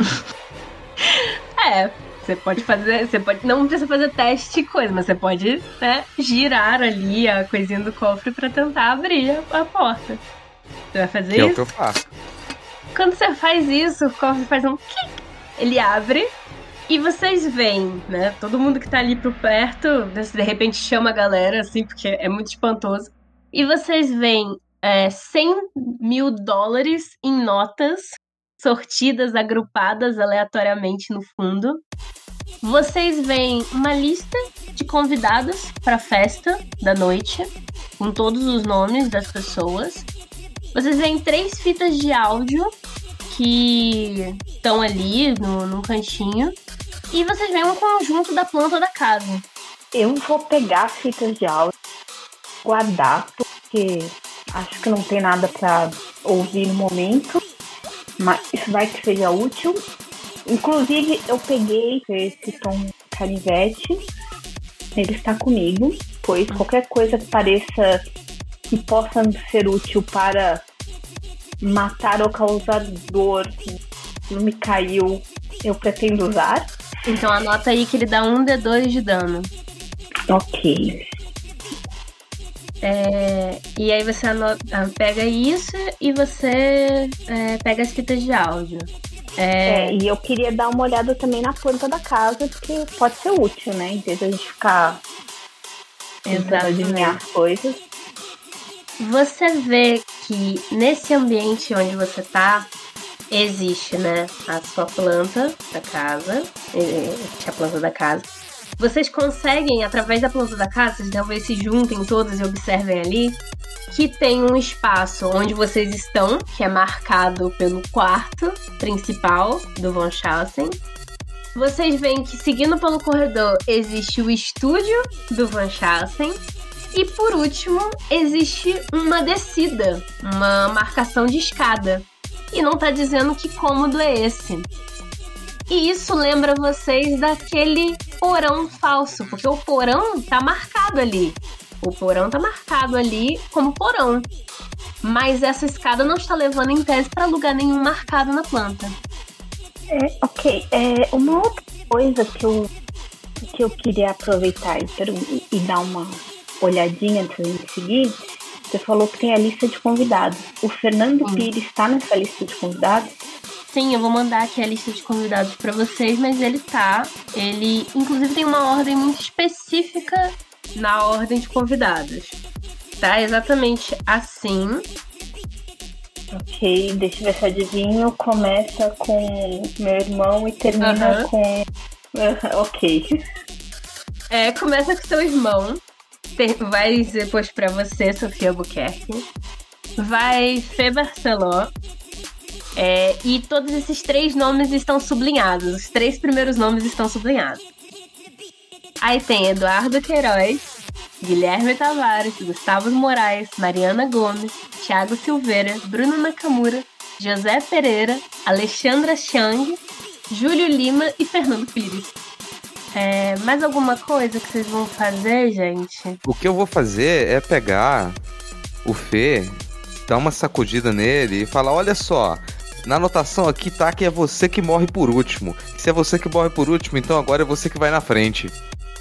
Você pode fazer, não precisa fazer teste e coisa, mas você pode, né, girar ali a coisinha do cofre pra tentar abrir a porta. Você vai fazer isso? É o que eu faço. Quando você faz isso, o cofre faz um clic, ele abre e vocês veem, né, todo mundo que tá ali por perto, de repente chama a galera, assim, porque é muito espantoso. E vocês veem $100 mil em notas sortidas, agrupadas aleatoriamente no fundo. Vocês veem uma lista de convidados para a festa da noite, com todos os nomes das pessoas. Vocês veem 3 fitas de áudio que estão ali num cantinho. E vocês veem um conjunto da planta da casa. Eu vou pegar as fitas de áudio, guardar, porque acho que não tem nada para ouvir no momento. Mas isso vai que seja útil. Inclusive, eu peguei esse Tom Canivete. Ele está comigo, pois qualquer coisa que pareça que possa ser útil para matar ou causar dor no Mikhail, eu pretendo usar. Então anota aí que ele dá 1d2 de dano. Ok. E aí você pega isso e você pega as fitas de áudio. E eu queria dar uma olhada também na planta da casa, porque pode ser útil, né? Em vez de a gente ficar tentando adivinhar as coisas. Você vê que nesse ambiente onde você tá, existe, né, a sua planta da casa, a planta da casa. Vocês conseguem, através da planta da casa, vocês talvez se juntem todos e observem ali, que tem um espaço onde vocês estão, que é marcado pelo quarto principal do Van Chasten. Vocês veem que, seguindo pelo corredor, existe o estúdio do Van Chasten. E, por último, existe uma descida, uma marcação de escada. E não tá dizendo que cômodo é esse. E isso lembra vocês daquele porão falso, porque o porão tá marcado ali. O porão tá marcado ali como porão. Mas essa escada não está levando em tese para lugar nenhum marcado na planta. Uma outra coisa que eu queria aproveitar e dar uma olhadinha antes de gente seguir. Você falou que tem a lista de convidados. O Fernando Pires está nessa lista de convidados? Sim, eu vou mandar aqui a lista de convidados pra vocês, mas ele tá. Ele, inclusive, tem uma ordem muito específica na ordem de convidados. Tá? Exatamente assim. Ok, deixa eu ver se eu adivinho. Começa com meu irmão e termina com... Ok. Começa com seu irmão. Vai depois pra você, Sofia Albuquerque. Vai Fê Barceló. E todos esses 3 nomes estão sublinhados. Os 3 primeiros nomes estão sublinhados. Aí tem Eduardo Queiroz, Guilherme Tavares, Gustavo Moraes, Mariana Gomes, Thiago Silveira, Bruno Nakamura, José Pereira, Alexandra Chang, Júlio Lima e Fernando Pires. Mais alguma coisa que vocês vão fazer, gente? O que eu vou fazer é pegar o Fê, dar uma sacudida nele e falar, olha só, na anotação aqui tá que é você que morre por último. Se é você que morre por último, então agora é você que vai na frente.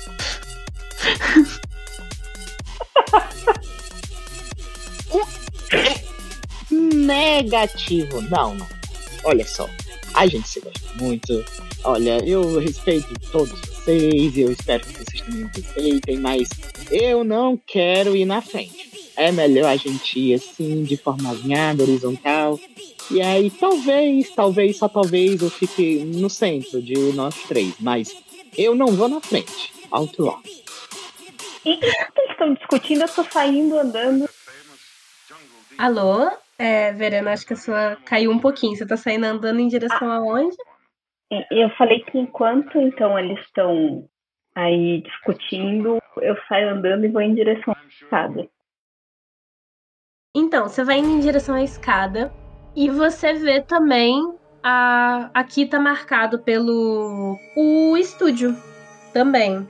Negativo. Não. Olha só, a gente se gosta muito. Olha, eu respeito todos vocês, eu espero que vocês também me respeitem, mas eu não quero ir na frente. É melhor a gente ir assim, de forma alinhada, horizontal. E aí, talvez, só talvez eu fique no centro de nós 3. Mas eu não vou na frente. Alto lá. E o que vocês estão discutindo? Eu tô saindo, andando. Alô? Verena, acho que a sua caiu um pouquinho. Você tá saindo andando em direção aonde? Eu falei que enquanto, então, eles estão aí discutindo, eu saio andando e vou em direção à escada. Então, você vai indo em direção à escada e você vê também aqui tá marcado o estúdio também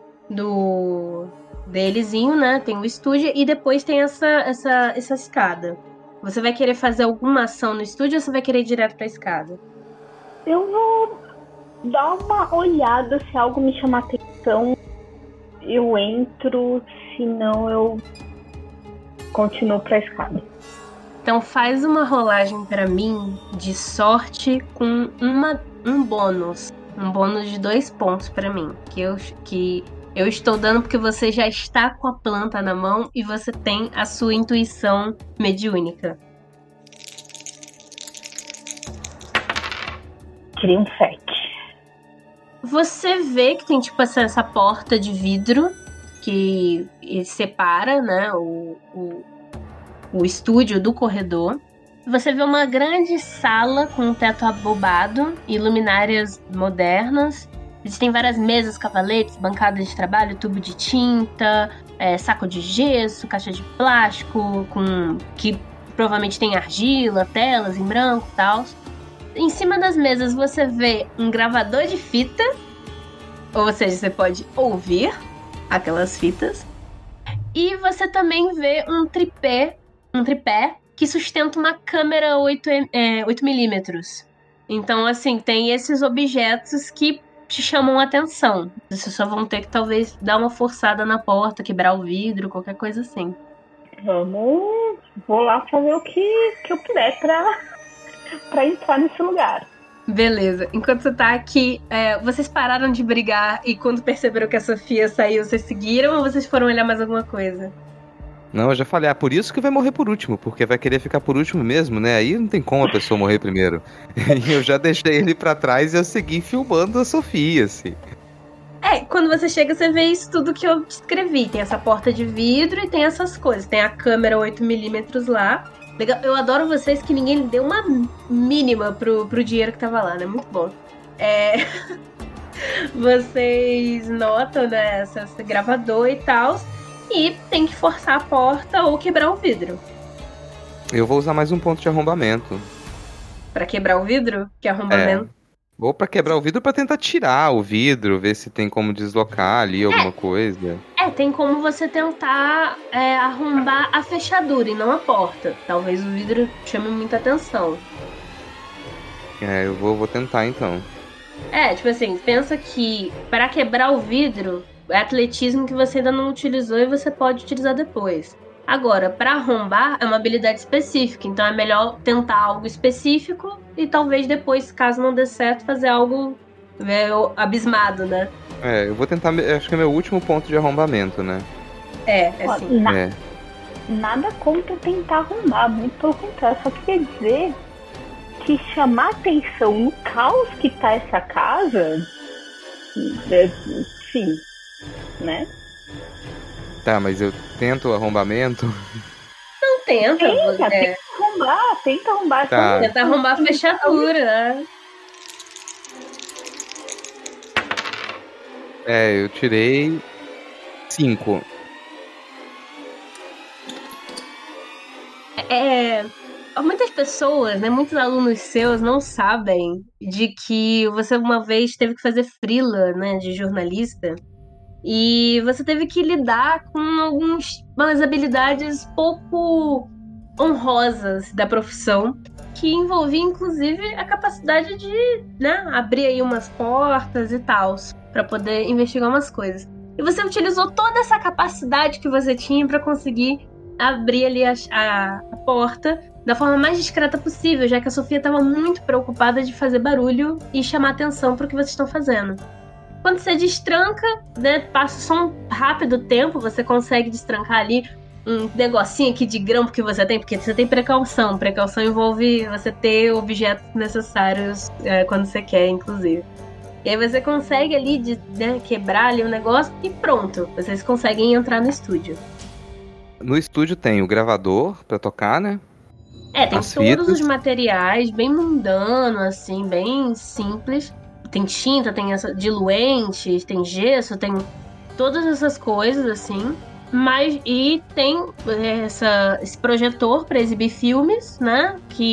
delezinho, né? Tem o estúdio e depois tem essa escada. Você vai querer fazer alguma ação no estúdio ou você vai querer ir direto pra escada? Eu vou dar uma olhada, se algo me chamar atenção, eu entro, senão eu continuo pra escada. Então faz uma rolagem pra mim de sorte com um bônus. Um bônus de 2 pontos pra mim. Que eu estou dando porque você já está com a planta na mão e você tem a sua intuição mediúnica. Tirei um 7. Você vê que tem tipo essa porta de vidro que separa, né, o estúdio do corredor. Você vê uma grande sala com um teto abobado e luminárias modernas. Existem várias mesas, cavaletes, bancadas de trabalho, tubo de tinta, saco de gesso, caixa de plástico, que provavelmente tem argila, telas em branco e tal. Em cima das mesas você vê um gravador de fita, ou seja, você pode ouvir aquelas fitas. E você também vê um tripé que sustenta uma câmera 8mm. Então, assim, tem esses objetos que te chamam a atenção. Vocês só vão ter que talvez dar uma forçada na porta, quebrar o vidro, qualquer coisa assim. Vou lá fazer o que eu puder pra entrar nesse lugar. Beleza. Enquanto você tá aqui, vocês pararam de brigar e quando perceberam que a Sofia saiu, vocês seguiram ou vocês foram olhar mais alguma coisa? Não, eu já falei, por isso que vai morrer por último, porque vai querer ficar por último mesmo, né? Aí não tem como a pessoa morrer primeiro. E eu já deixei ele pra trás e eu segui filmando a Sofia, assim. Quando você chega, você vê isso tudo que eu descrevi. Tem essa porta de vidro e tem essas coisas. Tem a câmera 8mm lá. Legal. Eu adoro vocês que ninguém deu uma mínima pro dinheiro que tava lá, né? Muito bom. Vocês notam, né, esse gravador e tal. E tem que forçar a porta ou quebrar o vidro. Eu vou usar mais um ponto de arrombamento. Pra quebrar o vidro? Que arrombamento? Vou pra quebrar o vidro pra tentar tirar o vidro, ver se tem como deslocar ali alguma coisa. Tem como você tentar arrombar a fechadura e não a porta. Talvez o vidro chame muita atenção. Eu vou tentar então. Tipo assim, pensa que pra quebrar o vidro é atletismo que você ainda não utilizou e você pode utilizar depois. Agora, pra arrombar é uma habilidade específica, então é melhor tentar algo específico e talvez depois, caso não dê certo, fazer algo abismado, né? Eu vou tentar, acho que é meu último ponto de arrombamento, né? Sim. Nada contra tentar arrombar, muito pelo contrário. Só queria dizer que chamar atenção no caos que tá essa casa, sim, né? Tá, mas eu tento arrombamento. Não tenta. Tenta arrombar. Tá. Tenta arrombar a fechadura, né? Eu tirei 5. Muitas pessoas, né, muitos alunos seus não sabem de que você uma vez teve que fazer freela, né, de jornalista, e você teve que lidar com algumas habilidades pouco honrosas da profissão, que envolvia inclusive a capacidade de, né, abrir aí umas portas e tal, para poder investigar umas coisas. E você utilizou toda essa capacidade que você tinha para conseguir abrir ali a porta da forma mais discreta possível, já que a Sofia estava muito preocupada de fazer barulho e chamar atenção para o que vocês estão fazendo. Quando você destranca, né, passa só um rápido tempo, você consegue destrancar ali um negocinho aqui de grampo que você tem, porque você tem precaução. Precaução envolve você ter objetos necessários quando você quer, inclusive. E aí você consegue ali quebrar ali o negócio e pronto, vocês conseguem entrar no estúdio. No estúdio tem o gravador pra tocar, né? Tem todos os materiais, bem mundano, assim, bem simples. Tem tinta, tem diluentes, tem gesso, tem todas essas coisas, assim. E tem esse projetor pra exibir filmes, né?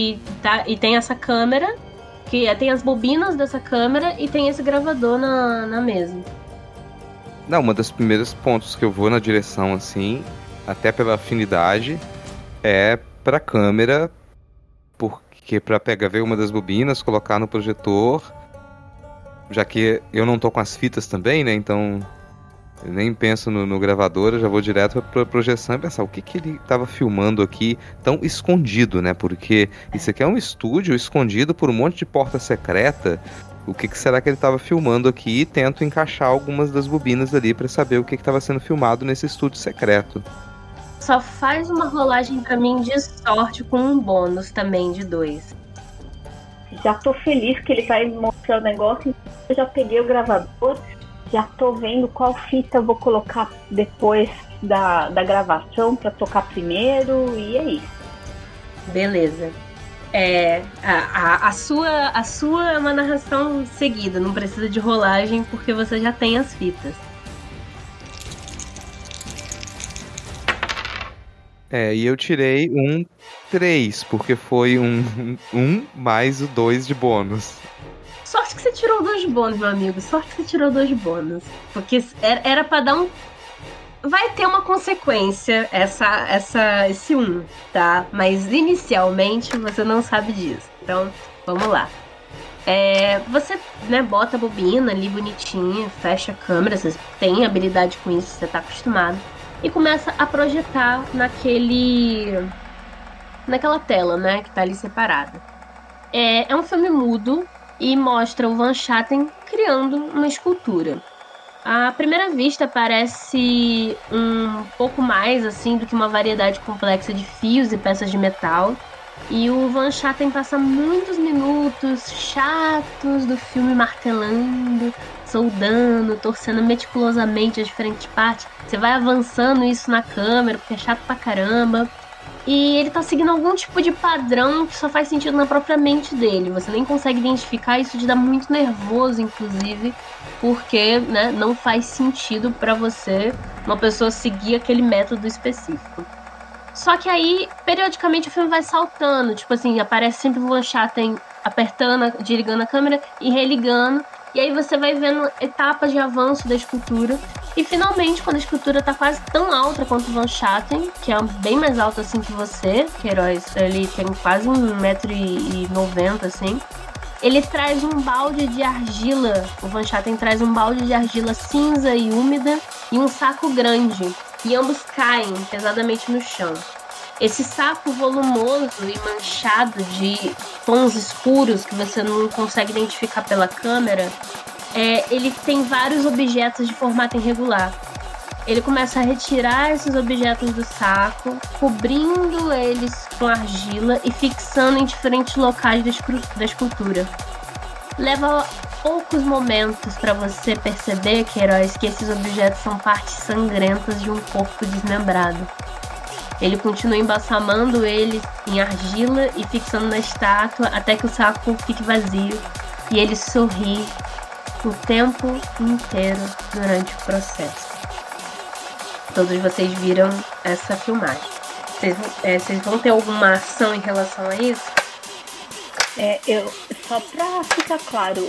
E tem essa câmera, que tem as bobinas dessa câmera e tem esse gravador na mesa. Não, uma dos primeiros pontos que eu vou na direção, assim, até pela afinidade, é pra câmera, porque pra ver uma das bobinas, colocar no projetor, já que eu não tô com as fitas também, né, então eu nem penso no gravador, eu já vou direto pra projeção e pensar o que ele tava filmando aqui tão escondido, né, porque isso aqui é um estúdio escondido por um monte de porta secreta. O que será que ele estava filmando aqui? E tento encaixar algumas das bobinas ali para saber o que estava sendo filmado nesse estúdio secreto. Só faz uma rolagem para mim de sorte com um bônus também de 2. Já tô feliz que ele vai mostrar o negócio. Eu já peguei o gravador, já tô vendo qual fita eu vou colocar depois da gravação para tocar primeiro, e é isso. Beleza. A sua é uma narração seguida, não precisa de rolagem porque você já tem as fitas. E eu tirei um 3, porque foi um mais o 2 de bônus. Sorte que você tirou 2 bônus, meu amigo. Sorte que você tirou 2 bônus. Porque era pra dar um... Vai ter uma consequência esse 1, tá? Mas inicialmente você não sabe disso. Então, vamos lá. Você, né, bota a bobina ali bonitinha, fecha a câmera, você tem habilidade com isso, você tá acostumado. E começa a projetar naquela tela, né, que tá ali separada. É um filme mudo e mostra o Van Schatten criando uma escultura. À primeira vista parece um pouco mais assim do que uma variedade complexa de fios e peças de metal. E o Van Schatten passa muitos minutos chatos do filme martelando, soldando, torcendo meticulosamente as diferentes partes. Você vai avançando isso na câmera, porque é chato pra caramba. E ele tá seguindo algum tipo de padrão que só faz sentido na própria mente dele. Você nem consegue identificar, isso te dá muito nervoso, inclusive, porque, né, não faz sentido pra você uma pessoa seguir aquele método específico. Só que aí, periodicamente, o filme vai saltando. Tipo assim, aparece sempre o Van Schatten apertando, desligando a câmera e religando. E aí você vai vendo etapas de avanço da escultura. E finalmente, quando a escultura tá quase tão alta quanto o Van Schatten, que é bem mais alto assim que você, Queiroz, ele tem quase 1,90 m, assim. Ele traz um balde de argila, o Van Schatten traz um balde de argila cinza e úmida e um saco grande. E ambos caem pesadamente no chão. Esse saco volumoso e manchado de tons escuros que você não consegue identificar pela câmera ele tem vários objetos de formato irregular. Ele começa a retirar esses objetos do saco, cobrindo eles com argila e fixando em diferentes locais da escultura. Leva poucos momentos para você perceber, Queiroz, que esses objetos são partes sangrentas de um corpo desmembrado. Ele continua embalsamando eles em argila e fixando na estátua até que o saco fique vazio. E ele sorri o tempo inteiro durante o processo. Todos vocês viram essa filmagem. Vocês vão ter alguma ação em relação a isso? Só pra ficar claro,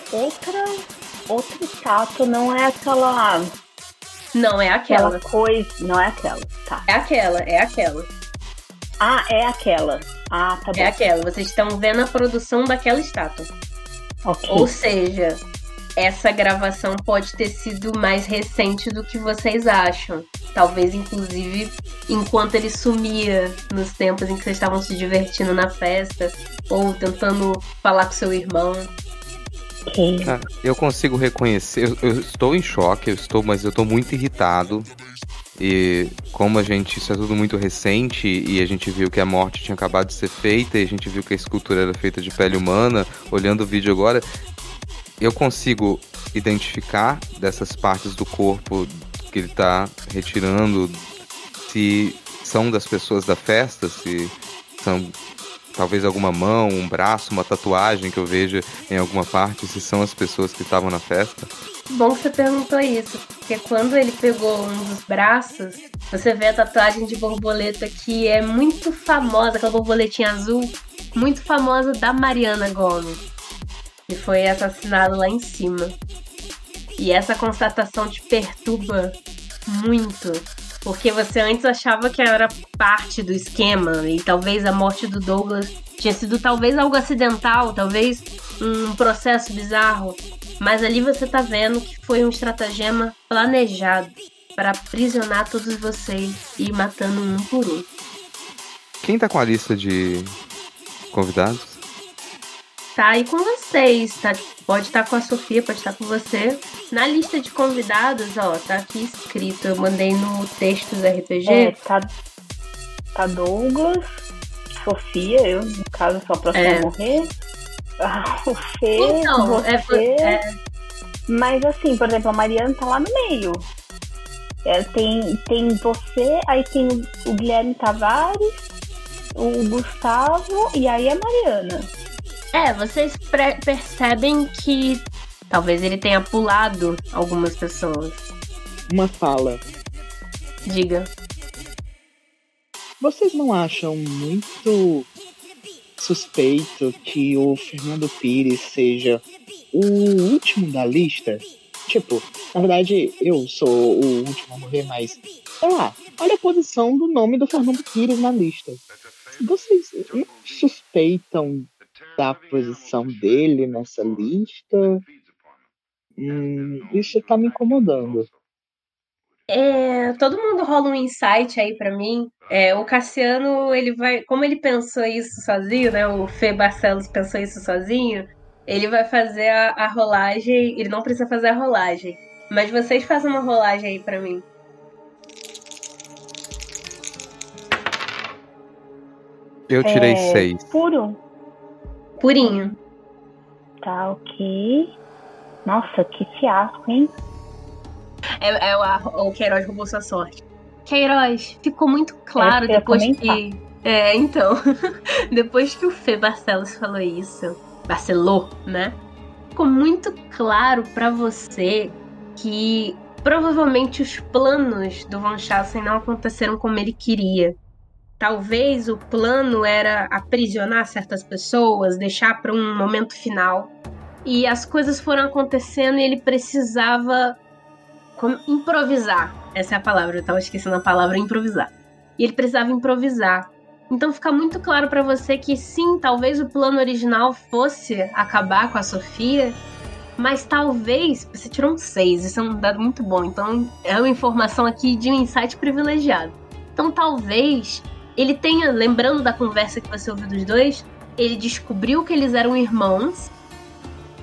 outra estátua, não é aquela... Não, é aquela. Coisa, não é aquela, tá. É aquela. Ah, é aquela. Ah, tá bom. É aquela, vocês estão vendo a produção daquela estátua. Ok. Ou seja, essa gravação pode ter sido mais recente do que vocês acham. Talvez, inclusive, enquanto ele sumia nos tempos em que vocês estavam se divertindo na festa, ou tentando falar com seu irmão. Cara, eu consigo reconhecer, eu estou em choque, mas eu estou muito irritado. E como isso é tudo muito recente, e a gente viu que a morte tinha acabado de ser feita, e a gente viu que a escultura era feita de pele humana, olhando o vídeo agora, eu consigo identificar dessas partes do corpo que ele está retirando, se são das pessoas da festa, se são talvez alguma mão, um braço, uma tatuagem que eu veja em alguma parte, se são as pessoas que estavam na festa. Bom que você perguntou isso, porque quando ele pegou um dos braços, você vê a tatuagem de borboleta que é muito famosa, aquela borboletinha azul, muito famosa da Mariana Gomes, que foi assassinada lá em cima. E essa constatação te perturba muito, porque você antes achava que era parte do esquema e talvez a morte do Douglas tinha sido talvez algo acidental, talvez um processo bizarro, mas ali você tá vendo que foi um estratagema planejado para aprisionar todos vocês e ir matando um por um. Quem tá com a lista de convidados? Tá aí com vocês, tá? Pode estar com a Sofia, pode estar com você. Na lista de convidados, ó, tá aqui escrito, eu mandei no texto do RPG. Tá Douglas, Sofia, eu, no caso, sou a próxima a morrer. O Fê, então, você. Mas assim, por exemplo, a Mariana tá lá no meio. Tem você, aí tem o Guilherme Tavares, o Gustavo e aí a Mariana. Vocês percebem que talvez ele tenha pulado algumas pessoas. Uma fala. Diga. Vocês não acham muito suspeito que o Fernando Pires seja o último da lista? Tipo, na verdade, eu sou o último a morrer, mas sei lá, olha a posição do nome do Fernando Pires na lista. Vocês não suspeitam da posição dele nessa lista? Isso tá me incomodando. Todo mundo rola um insight aí pra mim. O Cassiano, ele vai, como ele pensou isso sozinho, né? O Fê Barcelos pensou isso sozinho. Ele vai fazer a rolagem. Ele não precisa fazer a rolagem, mas vocês fazem uma rolagem aí pra mim. Eu tirei 6. Purinho. Tá, ok. Nossa, que fiasco, hein? O Queiroz roubou sua sorte. Queiroz, ficou muito claro depois que... então. Depois que o Fê Barcelos falou isso, Barcelou, né? Ficou muito claro pra você que provavelmente os planos do Von Schassen não aconteceram como ele queria. Talvez o plano era aprisionar certas pessoas, deixar para um momento final. E as coisas foram acontecendo e ele precisava improvisar. Essa é a palavra, eu estava esquecendo a palavra improvisar. E ele precisava improvisar. Então fica muito claro para você que sim, talvez o plano original fosse acabar com a Sofia, mas talvez... Você tirou um 6, isso é um dado muito bom. Então é uma informação aqui de um insight privilegiado. Então talvez... ele tenha, lembrando da conversa que você ouviu dos dois, ele descobriu que eles eram irmãos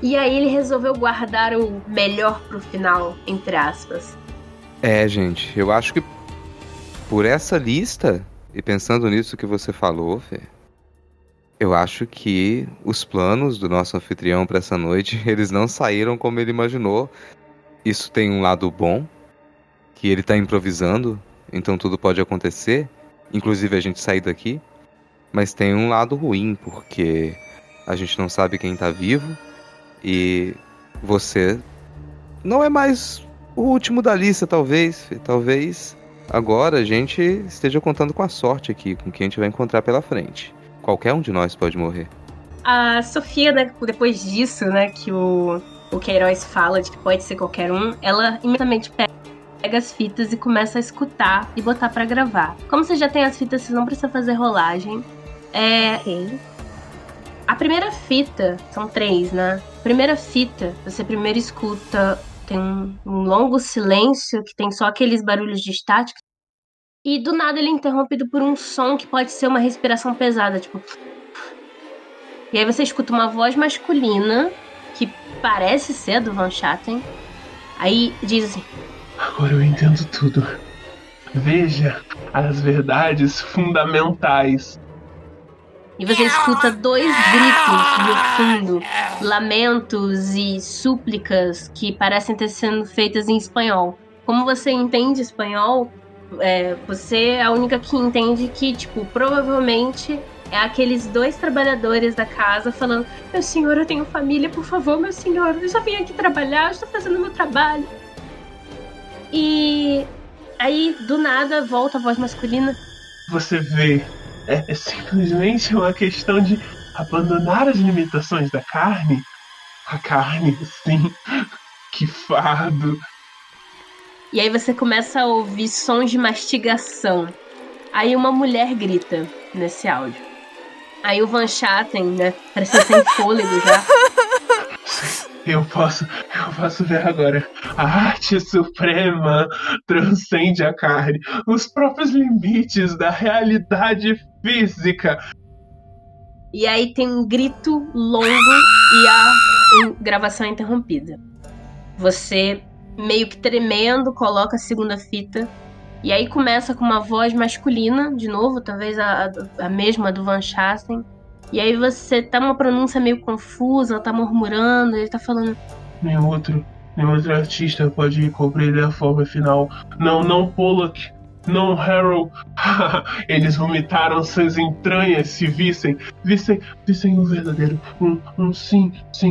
E aí ele resolveu guardar o melhor pro final, entre aspas. Gente, eu acho que por essa lista, e pensando nisso que você falou, Fê, eu acho que os planos do nosso anfitrião para essa noite, eles não saíram como ele imaginou. Isso tem um lado bom, que ele tá improvisando, então tudo pode acontecer, inclusive a gente sair daqui. Mas tem um lado ruim, porque a gente não sabe quem tá vivo e você não é mais o último da lista, talvez. Talvez agora a gente esteja contando com a sorte aqui, com quem a gente vai encontrar pela frente. Qualquer um de nós pode morrer. A Sofia, né, depois disso, né, que o Queiroz fala de que pode ser qualquer um, ela imediatamente pega as fitas e começa a escutar e botar pra gravar. Como você já tem as fitas, você não precisa fazer rolagem. Ok. A primeira fita, são 3, né? A primeira fita, você primeiro escuta, tem um longo silêncio, que tem só aqueles barulhos de estática. E do nada ele é interrompido por um som que pode ser uma respiração pesada, tipo... E aí você escuta uma voz masculina, que parece ser a do Van Schatten. Aí diz assim... Agora eu entendo tudo. Veja as verdades fundamentais. E você escuta 2 gritos no fundo, lamentos e súplicas que parecem ter sido feitas em espanhol. Como você entende espanhol, você é a única que entende que, tipo, provavelmente é aqueles 2 trabalhadores da casa falando: meu senhor, eu tenho família, por favor, meu senhor, eu só vim aqui trabalhar, eu estou fazendo o meu trabalho. E aí, do nada, volta a voz masculina. Você vê, é simplesmente uma questão de abandonar as limitações da carne. A carne, sim, que fardo. E aí você começa a ouvir sons de mastigação. Aí uma mulher grita nesse áudio. Aí o Van Schatten, né, parece sem fôlego já. Eu posso ver agora. A arte suprema transcende a carne, os próprios limites da realidade física. E aí tem um grito longo e a gravação é interrompida. Você, meio que tremendo, coloca a segunda fita. E aí começa com uma voz masculina, de novo, talvez a mesma do Van Schatten. E aí você tá uma pronúncia meio confusa, ela tá murmurando, ele tá falando... Nenhum outro artista pode compreender a forma final. Não Pollock, não Harold. Eles vomitaram suas entranhas se vissem um verdadeiro, sim.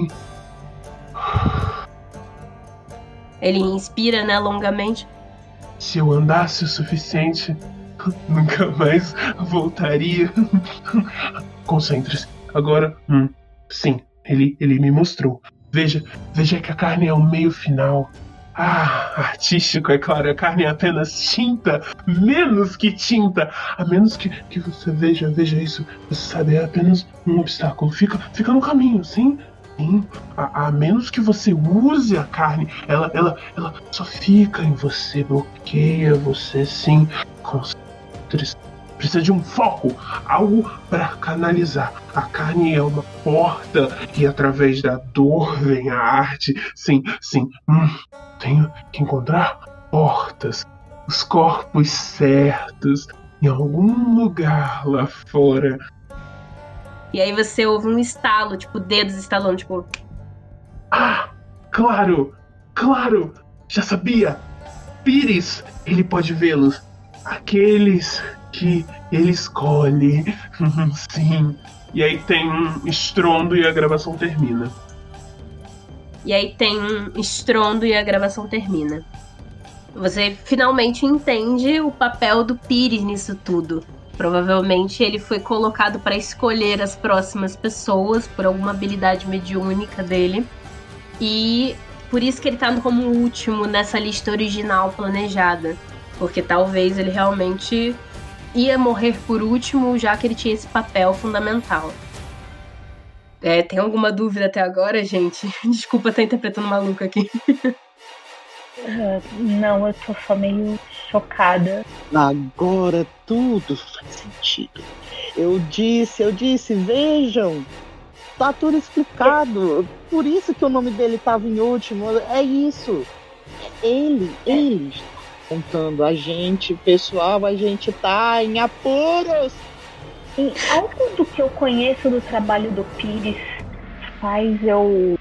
Ele inspira, né, longamente. Se eu andasse o suficiente, nunca mais voltaria. Concentre-se. Agora, sim, ele me mostrou. Veja que a carne é o meio final. Artístico, é claro, a carne é apenas tinta, menos que tinta. A menos que você veja isso, você sabe, é apenas um obstáculo. Fica no caminho, sim? Sim. A menos que você use a carne, ela só fica em você, bloqueia você, sim. Concentre-se. Precisa de um foco, algo para canalizar. A carne é uma porta e através da dor vem a arte. Sim. Tenho que encontrar portas, os corpos certos, em algum lugar lá fora. E aí você ouve um estalo, tipo, dedos estalando, tipo... Claro! Já sabia! Pires, ele pode vê-los. Aqueles que ele escolhe. Sim. E aí tem um estrondo e a gravação termina. Você finalmente entende o papel do Pires nisso tudo. Provavelmente ele foi colocado para escolher as próximas pessoas por alguma habilidade mediúnica dele. E por isso que ele tá como o último nessa lista original planejada. Porque talvez ele realmente ia morrer por último, já que ele tinha esse papel fundamental. Tem alguma dúvida até agora, gente? Desculpa estar interpretando maluco aqui. Não, eu tô só meio chocada. Tá tudo explicado. Por isso que o nome dele tava em último. É isso. Ele está contando a gente, pessoal, a gente tá em apuros. E algo do que eu conheço do trabalho do Pires faz eu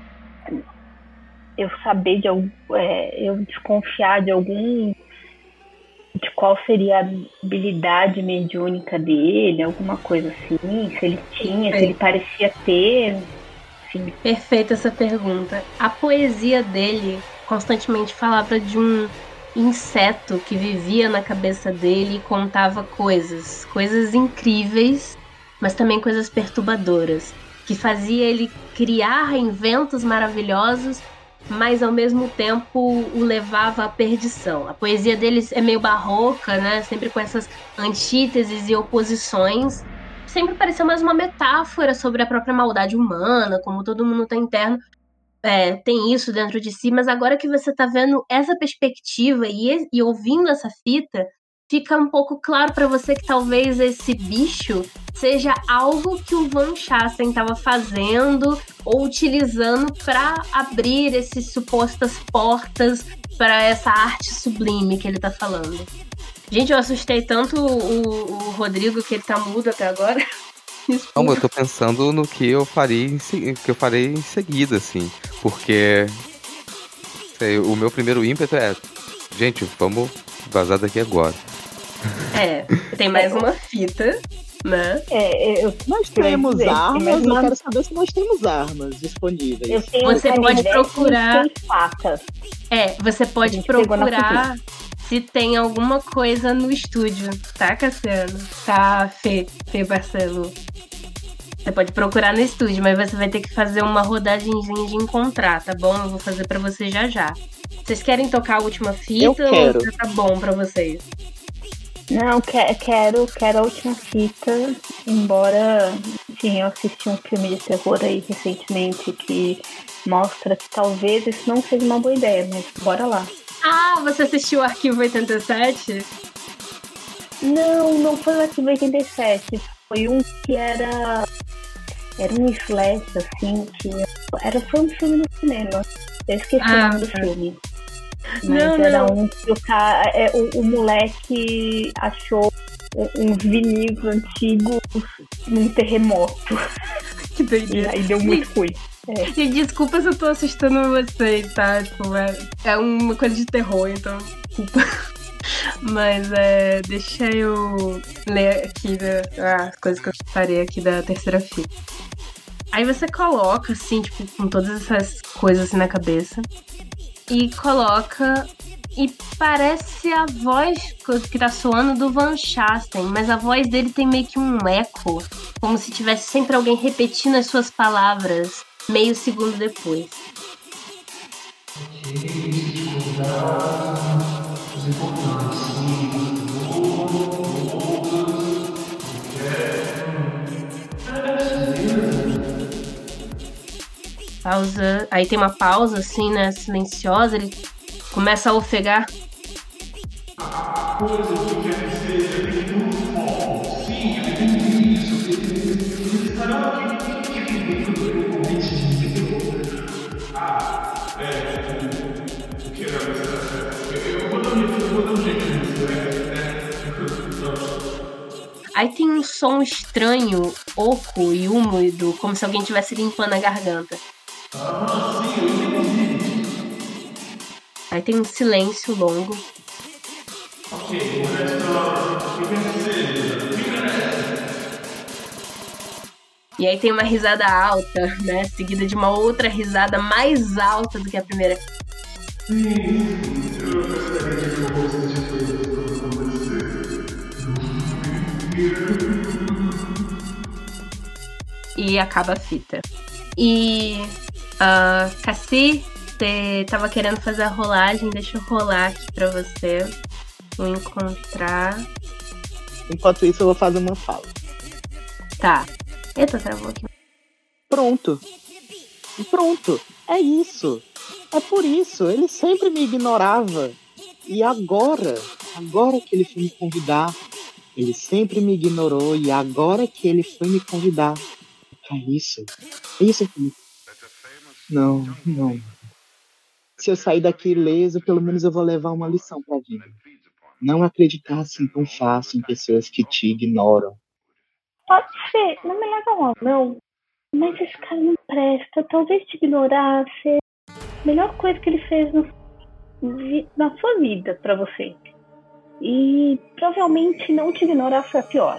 saber eu desconfiar de qual seria a habilidade mediúnica dele, alguma coisa assim, se ele tinha, se ele parecia ter. Assim. Perfeita essa pergunta. A poesia dele constantemente falava de um inseto que vivia na cabeça dele e contava coisas incríveis, mas também coisas perturbadoras, que fazia ele criar inventos maravilhosos, mas ao mesmo tempo o levava à perdição. A poesia deles é meio barroca, né? Sempre com essas antíteses e oposições. Sempre pareceu mais uma metáfora sobre a própria maldade humana, como todo mundo tá interno. Tem isso dentro de si, mas agora que você tá vendo essa perspectiva e ouvindo essa fita, fica um pouco claro pra você que talvez esse bicho seja algo que o Van Chasten estava fazendo ou utilizando para abrir essas supostas portas para essa arte sublime que ele tá falando. Gente, eu assustei tanto o Rodrigo que ele tá mudo até agora. Não, eu tô pensando no que eu farei em seguida, assim. Porque o meu primeiro ímpeto é: gente, vamos vazar daqui agora. Tem mais uma fita, né? Nós temos armas, eu quero saber se nós temos armas disponíveis. Você pode procurar. Você pode procurar se tem alguma coisa no estúdio, tá, Cassiano? Tá, Fê Barcelo. Você pode procurar no estúdio, mas você vai ter que fazer uma rodagenzinha de encontrar, tá bom? Eu vou fazer pra vocês já. Vocês querem tocar a última fita ou já tá bom pra vocês? Não, quero a última fita, embora, enfim, eu assisti um filme de terror aí recentemente que mostra que talvez isso não seja uma boa ideia, mas bora lá. Ah, você assistiu o Arquivo 87? Não foi o Arquivo 87, foi um que era um slash, assim, que foi um filme no cinema, eu esqueci o nome do filme. Mas era um que o moleque achou uns vinis antigos num terremoto. Que doideira. E aí deu muito ruim. E desculpa se eu tô assustando vocês, tá? Tipo, é uma coisa de terror, então desculpa. Mas deixa eu ler aqui as coisas que eu separei aqui da terceira fita. Aí você coloca, assim, tipo, com todas essas coisas assim na cabeça. E coloca. E parece a voz que tá soando do Van Chasten, mas a voz dele tem meio que um eco, como se tivesse sempre alguém repetindo as suas palavras meio segundo depois. Pausa. Aí tem uma pausa assim, né, silenciosa, ele começa a ofegar. Coisa que quer dizer é muito bom. Sim, eu entendi isso. Estarão aqui o convite de o que era eu vou dar um jeito Aí tem um som estranho, oco e úmido, como se alguém estivesse limpando a garganta. Sim, eu entendi. Aí tem um silêncio longo. Ok, o que quer dizer? E aí tem uma risada alta, né? Seguida de uma outra risada mais alta do que a primeira. E acaba a fita. E Cassi, você tava querendo fazer a rolagem, deixa eu rolar aqui pra você. Vou encontrar. Enquanto isso, eu vou fazer uma fala. Tá. Eita, travou aqui. Pronto. É isso. É por isso. Ele sempre me ignorava. E agora que ele foi me convidar, ele sempre me ignorou. E agora que ele foi me convidar, acreditar nisso. Isso aqui. Não. Se eu sair daqui ileso, pelo menos eu vou levar uma lição pra vida. Não acreditar assim tão fácil em pessoas que te ignoram. Pode ser, não me leva mal, não. Mas esse cara não presta. Talvez te ignorar seja a melhor coisa que ele fez na sua vida pra você. E provavelmente não te ignorar foi a pior.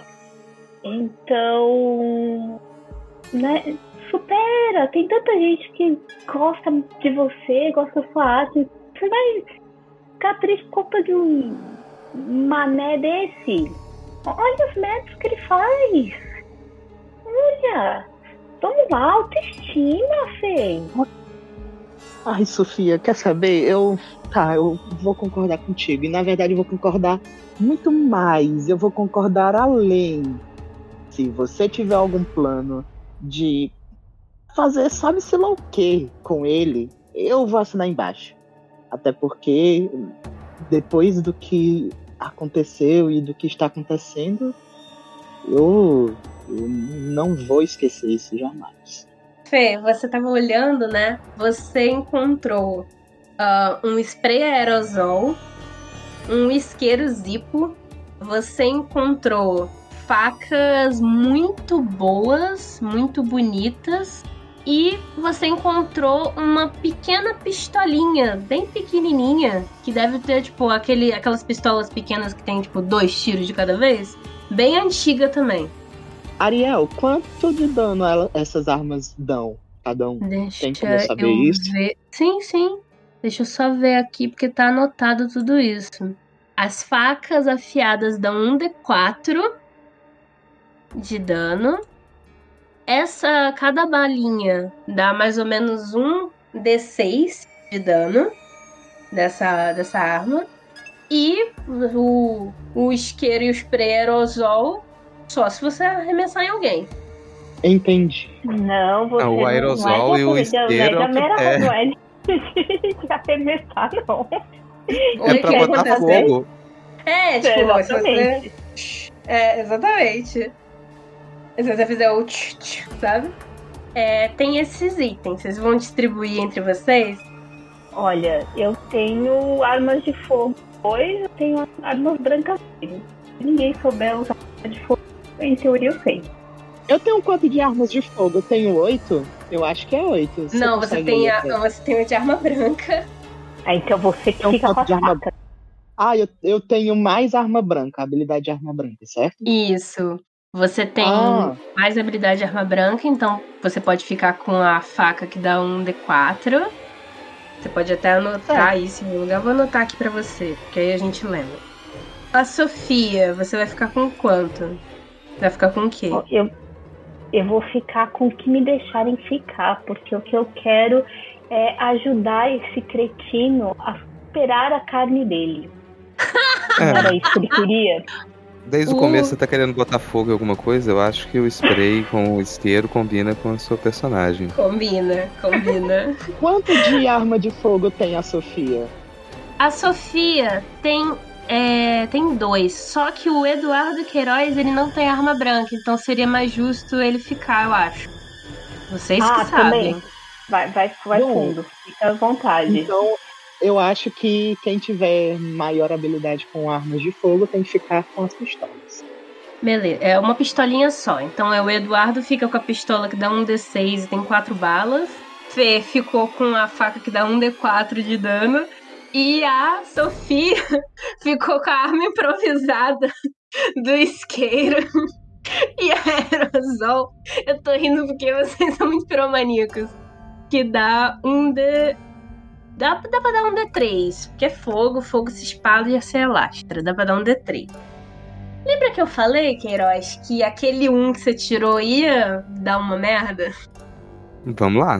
Então, né, supera. Tem tanta gente que gosta de você, gosta da sua arte. Você vai ficar triste por culpa de um mané desse? Olha os métodos que ele faz. Olha, vamos lá, autoestima, Fê. Ai, Sofia, quer saber? Eu vou concordar contigo. E na verdade eu vou concordar muito mais. Eu vou concordar além. Se você tiver algum plano de fazer sabe-se lá o que com ele, eu vou assinar embaixo. Até porque depois do que aconteceu e do que está acontecendo, eu não vou esquecer isso jamais. Fê, você tava olhando, né? Você encontrou um spray aerosol, um isqueiro Zippo, você encontrou facas muito boas, muito bonitas, e você encontrou uma pequena pistolinha, bem pequenininha, que deve ter, tipo, aquelas pistolas pequenas que tem, tipo, 2 tiros de cada vez, bem antiga também. Ariel, quanto de dano essas armas dão? Cada um? Tem como eu saber isso? Ver. Sim. Deixa eu só ver aqui, porque tá anotado tudo isso. As facas afiadas dão 1d4 de dano. Cada balinha dá mais ou menos 1d6 de dano dessa arma. E o isqueiro e o spray aerosol, só se você arremessar em alguém. Entendi. Não, você o aerosol não é e o isqueiro não é de arremessar, não. É pra botar fogo. Tipo, exatamente. Exatamente. Se você fizer o sabe? Tem esses itens. Vocês vão distribuir entre vocês? Olha, eu tenho armas de fogo. Hoje eu tenho armas brancas. Se ninguém souber usar armas de fogo, em teoria eu sei. Eu tenho quanto de armas de fogo? Eu tenho 8? Eu acho que é 8. Não, você tem uma de arma branca. Então você que fica com a faca. Eu tenho mais arma branca, habilidade de arma branca, certo? Isso. Você tem mais habilidade de arma branca, então você pode ficar com a faca que dá 1d4. Você pode até anotar isso em algum lugar. Vou anotar aqui pra você, porque aí a gente lembra. A Sofia, você vai ficar com quanto? Vai ficar com o quê? Eu vou ficar com o que me deixarem ficar, porque o que eu quero é ajudar esse cretino a superar a carne dele. Não era isso que ele queria? Desde o começo você tá querendo botar fogo em alguma coisa? Eu acho que o spray com o isqueiro combina com a sua personagem. Combina. Quanto de arma de fogo tem a Sofia? A Sofia tem 2, só que o Eduardo Queiroz, ele não tem arma branca, então seria mais justo ele ficar, eu acho. Vocês que sabem. Vai fundo, fica à vontade. Então, eu acho que quem tiver maior habilidade com armas de fogo tem que ficar com as pistolas. Beleza, é uma pistolinha só. Então o Eduardo fica com a pistola que dá 1d6 e tem 4 balas. Fê ficou com a faca que dá 1d4 de dano. E a Sofia ficou com a arma improvisada do isqueiro e a aerosol. Eu tô rindo porque vocês são muito piromaníacos. Que dá Dá pra dar 1d3, porque é fogo se espalha e se alastra. Dá pra dar 1d3. Lembra que eu falei, Queiroz, que aquele 1 que você tirou ia dar uma merda? Vamos lá.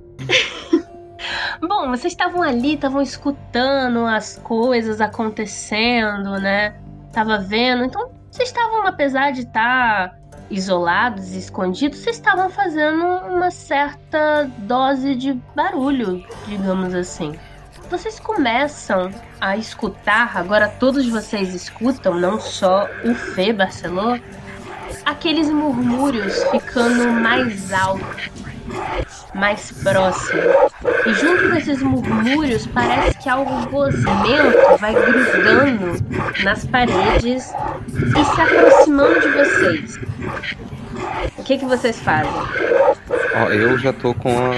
Bom, vocês estavam ali, estavam escutando as coisas acontecendo, né? Tava vendo. Então, vocês estavam, apesar de estar isolados e escondidos, vocês estavam fazendo uma certa dose de barulho, digamos assim. Vocês começam a escutar, agora todos vocês escutam, não só o Fê Barceló, aqueles murmúrios ficando mais altos, mais próximo. E junto com esses murmúrios, parece que algo gosmento vai grudando nas paredes e se aproximando de vocês. O que vocês fazem? Eu já tô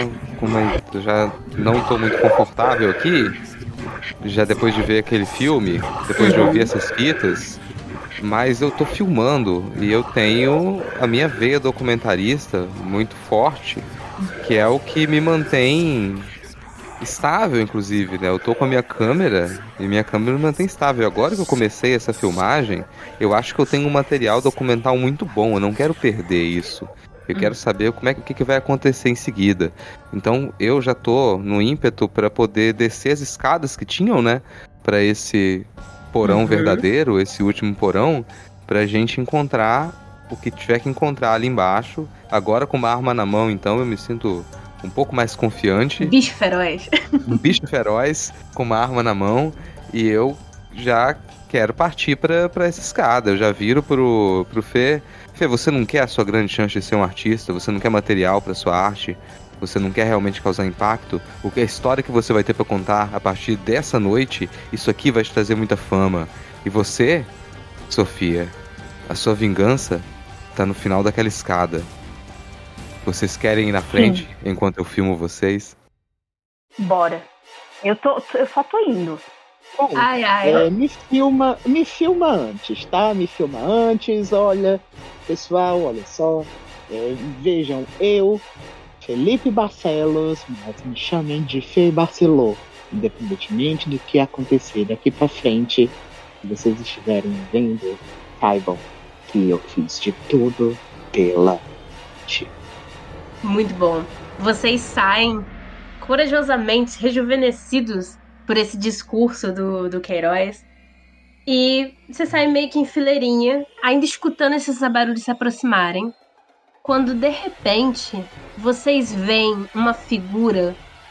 já não tô muito confortável aqui. Já depois de ver aquele filme, depois de ouvir essas fitas. Mas eu tô filmando e eu tenho a minha veia documentarista muito forte, que é o que me mantém estável, inclusive, né? Eu tô com a minha câmera e minha câmera me mantém estável. Agora que eu comecei essa filmagem, eu acho que eu tenho um material documental muito bom. Eu não quero perder isso. Eu quero saber o que vai acontecer em seguida. Então eu já tô no ímpeto para poder descer as escadas que tinham, né? Para esse porão verdadeiro, esse último porão, pra gente encontrar o que tiver que encontrar ali embaixo. Agora com uma arma na mão, então eu me sinto um pouco mais confiante. Bicho feroz. Um bicho feroz com uma arma na mão. E eu já quero partir pra essa escada. Eu já viro pro Fê. Fê, você não quer a sua grande chance de ser um artista? Você não quer material pra sua arte? Você não quer realmente causar impacto? A história que você vai ter pra contar a partir dessa noite, isso aqui vai te trazer muita fama. E você, Sofia, a sua vingança tá no final daquela escada. Vocês querem ir na frente enquanto eu filmo vocês? Bora. Eu só tô indo. Bom, me filma antes, tá? Me filma antes, olha. Pessoal, olha só. Vejam, Felipe Barcelos, mas me chamem de Fê Barcelô. Independentemente do que acontecer daqui pra frente, se vocês estiverem vendo, saibam que eu fiz de tudo pela ti. Muito bom. Vocês saem corajosamente rejuvenescidos por esse discurso do Queiroz. E vocês saem meio que em fileirinha, ainda escutando esses barulhos se aproximarem. Quando, de repente, vocês veem uma figura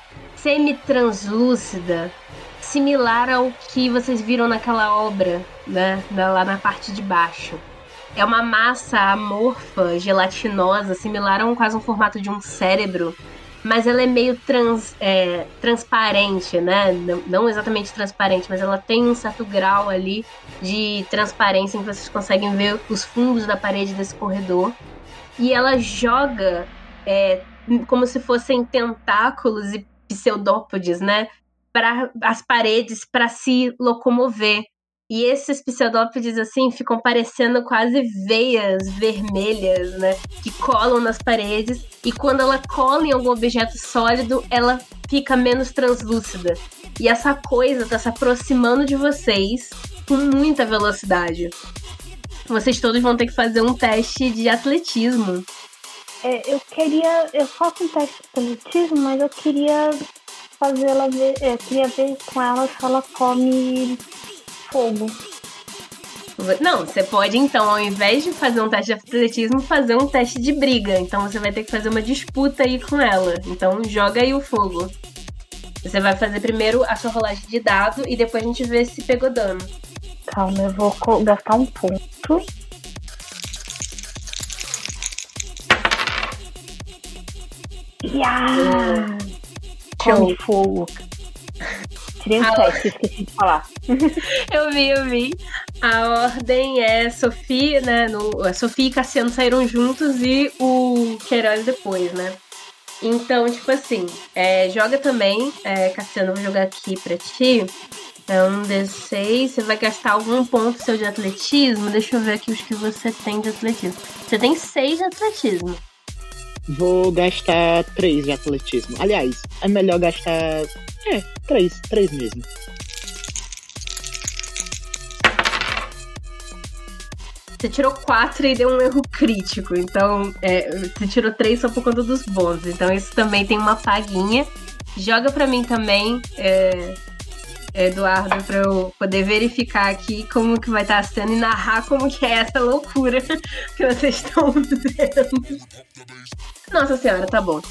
semi-translúcida, similar ao que vocês viram naquela obra, né? Lá na parte de baixo. É uma massa amorfa, gelatinosa, similar a quase um formato de um cérebro, mas ela é meio transparente, né? Não exatamente transparente, mas ela tem um certo grau ali de transparência em que vocês conseguem ver os fundos da parede desse corredor. E ela joga como se fossem tentáculos e pseudópodes, né? Para as paredes para se locomover. E esses pseudópodes, assim, ficam parecendo quase veias vermelhas, né? Que colam nas paredes. E quando ela cola em algum objeto sólido, ela fica menos translúcida. E essa coisa tá se aproximando de vocês com muita velocidade. Vocês todos vão ter que fazer um teste de atletismo. Eu faço um teste de atletismo, mas eu queria fazer ela ver. Eu queria ver com ela se ela come fogo. Não, você pode então, ao invés de fazer um teste de atletismo, fazer um teste de briga. Então você vai ter que fazer uma disputa aí com ela. Então joga aí o fogo. Você vai fazer primeiro a sua rolagem de dado e depois a gente vê se pegou dano. Calma, eu vou gastar um ponto. Com fogo. Tirei um teste, esqueci de falar. Eu vi. A ordem é Sofia, né? A Sofia e Cassiano saíram juntos e o Queiroz depois, né? Então, tipo assim, joga também. Cassiano, eu vou jogar aqui pra ti. É um D6, você vai gastar algum ponto seu de atletismo. Deixa eu ver aqui os que você tem de atletismo. Você tem 6 de atletismo. Vou gastar 3 de atletismo. Aliás, é melhor gastar 3 mesmo. Você tirou 4 e deu um erro crítico. Então, você tirou 3 só por conta dos bônus. Então, isso também tem uma paguinha. Joga pra mim também, Eduardo, pra eu poder verificar aqui como que vai estar a cena e narrar como que é essa loucura que vocês estão vendo. Nossa senhora, tá bom.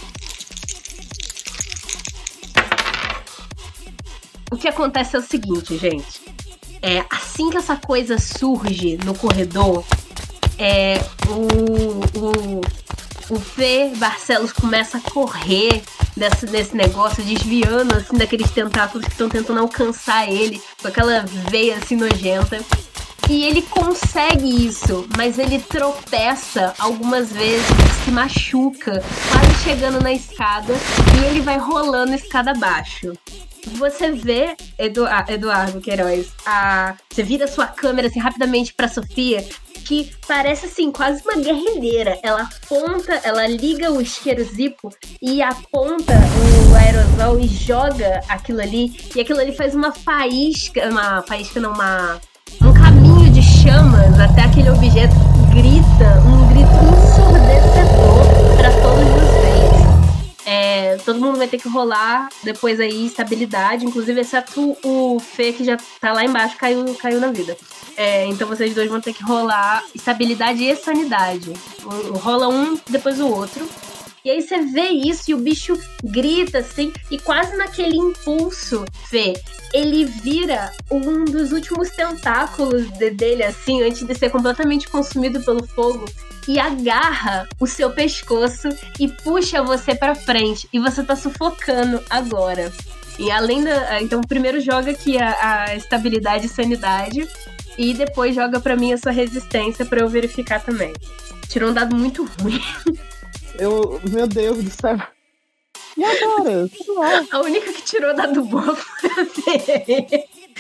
O que acontece é o seguinte, gente. Assim que essa coisa surge no corredor, O Fê Barcelos começa a correr desse negócio, desviando assim daqueles tentáculos que estão tentando alcançar ele, com aquela veia assim nojenta. E ele consegue isso, mas ele tropeça algumas vezes, se machuca, quase chegando na escada, e ele vai rolando escada abaixo. Você vê, Eduardo Queiroz, você vira sua câmera assim rapidamente pra Sofia, que parece assim, quase uma guerrilheira. Ela aponta, ela liga o isqueiro Zippo e aponta o aerosol e joga aquilo ali. E aquilo ali faz uma faísca não, um caminho de chamas até aquele objeto que grita, um grito ensurdecedor pra todos vocês. Todo mundo vai ter que rolar depois aí estabilidade, inclusive exceto o Fê, que já tá lá embaixo, caiu na vida. Então vocês dois vão ter que rolar estabilidade e sanidade. Rola um, depois o outro. E aí você vê isso e o bicho grita assim, e quase naquele impulso, Fê, ele vira um dos últimos tentáculos dele, assim, antes de ser completamente consumido pelo fogo, e agarra o seu pescoço e puxa você pra frente. E você tá sufocando agora. E além então, primeiro joga aqui a estabilidade e sanidade, e depois joga pra mim a sua resistência pra eu verificar também. Tirou um dado muito ruim. Meu Deus do céu. E agora? A única que tirou dado bom foi a Fê.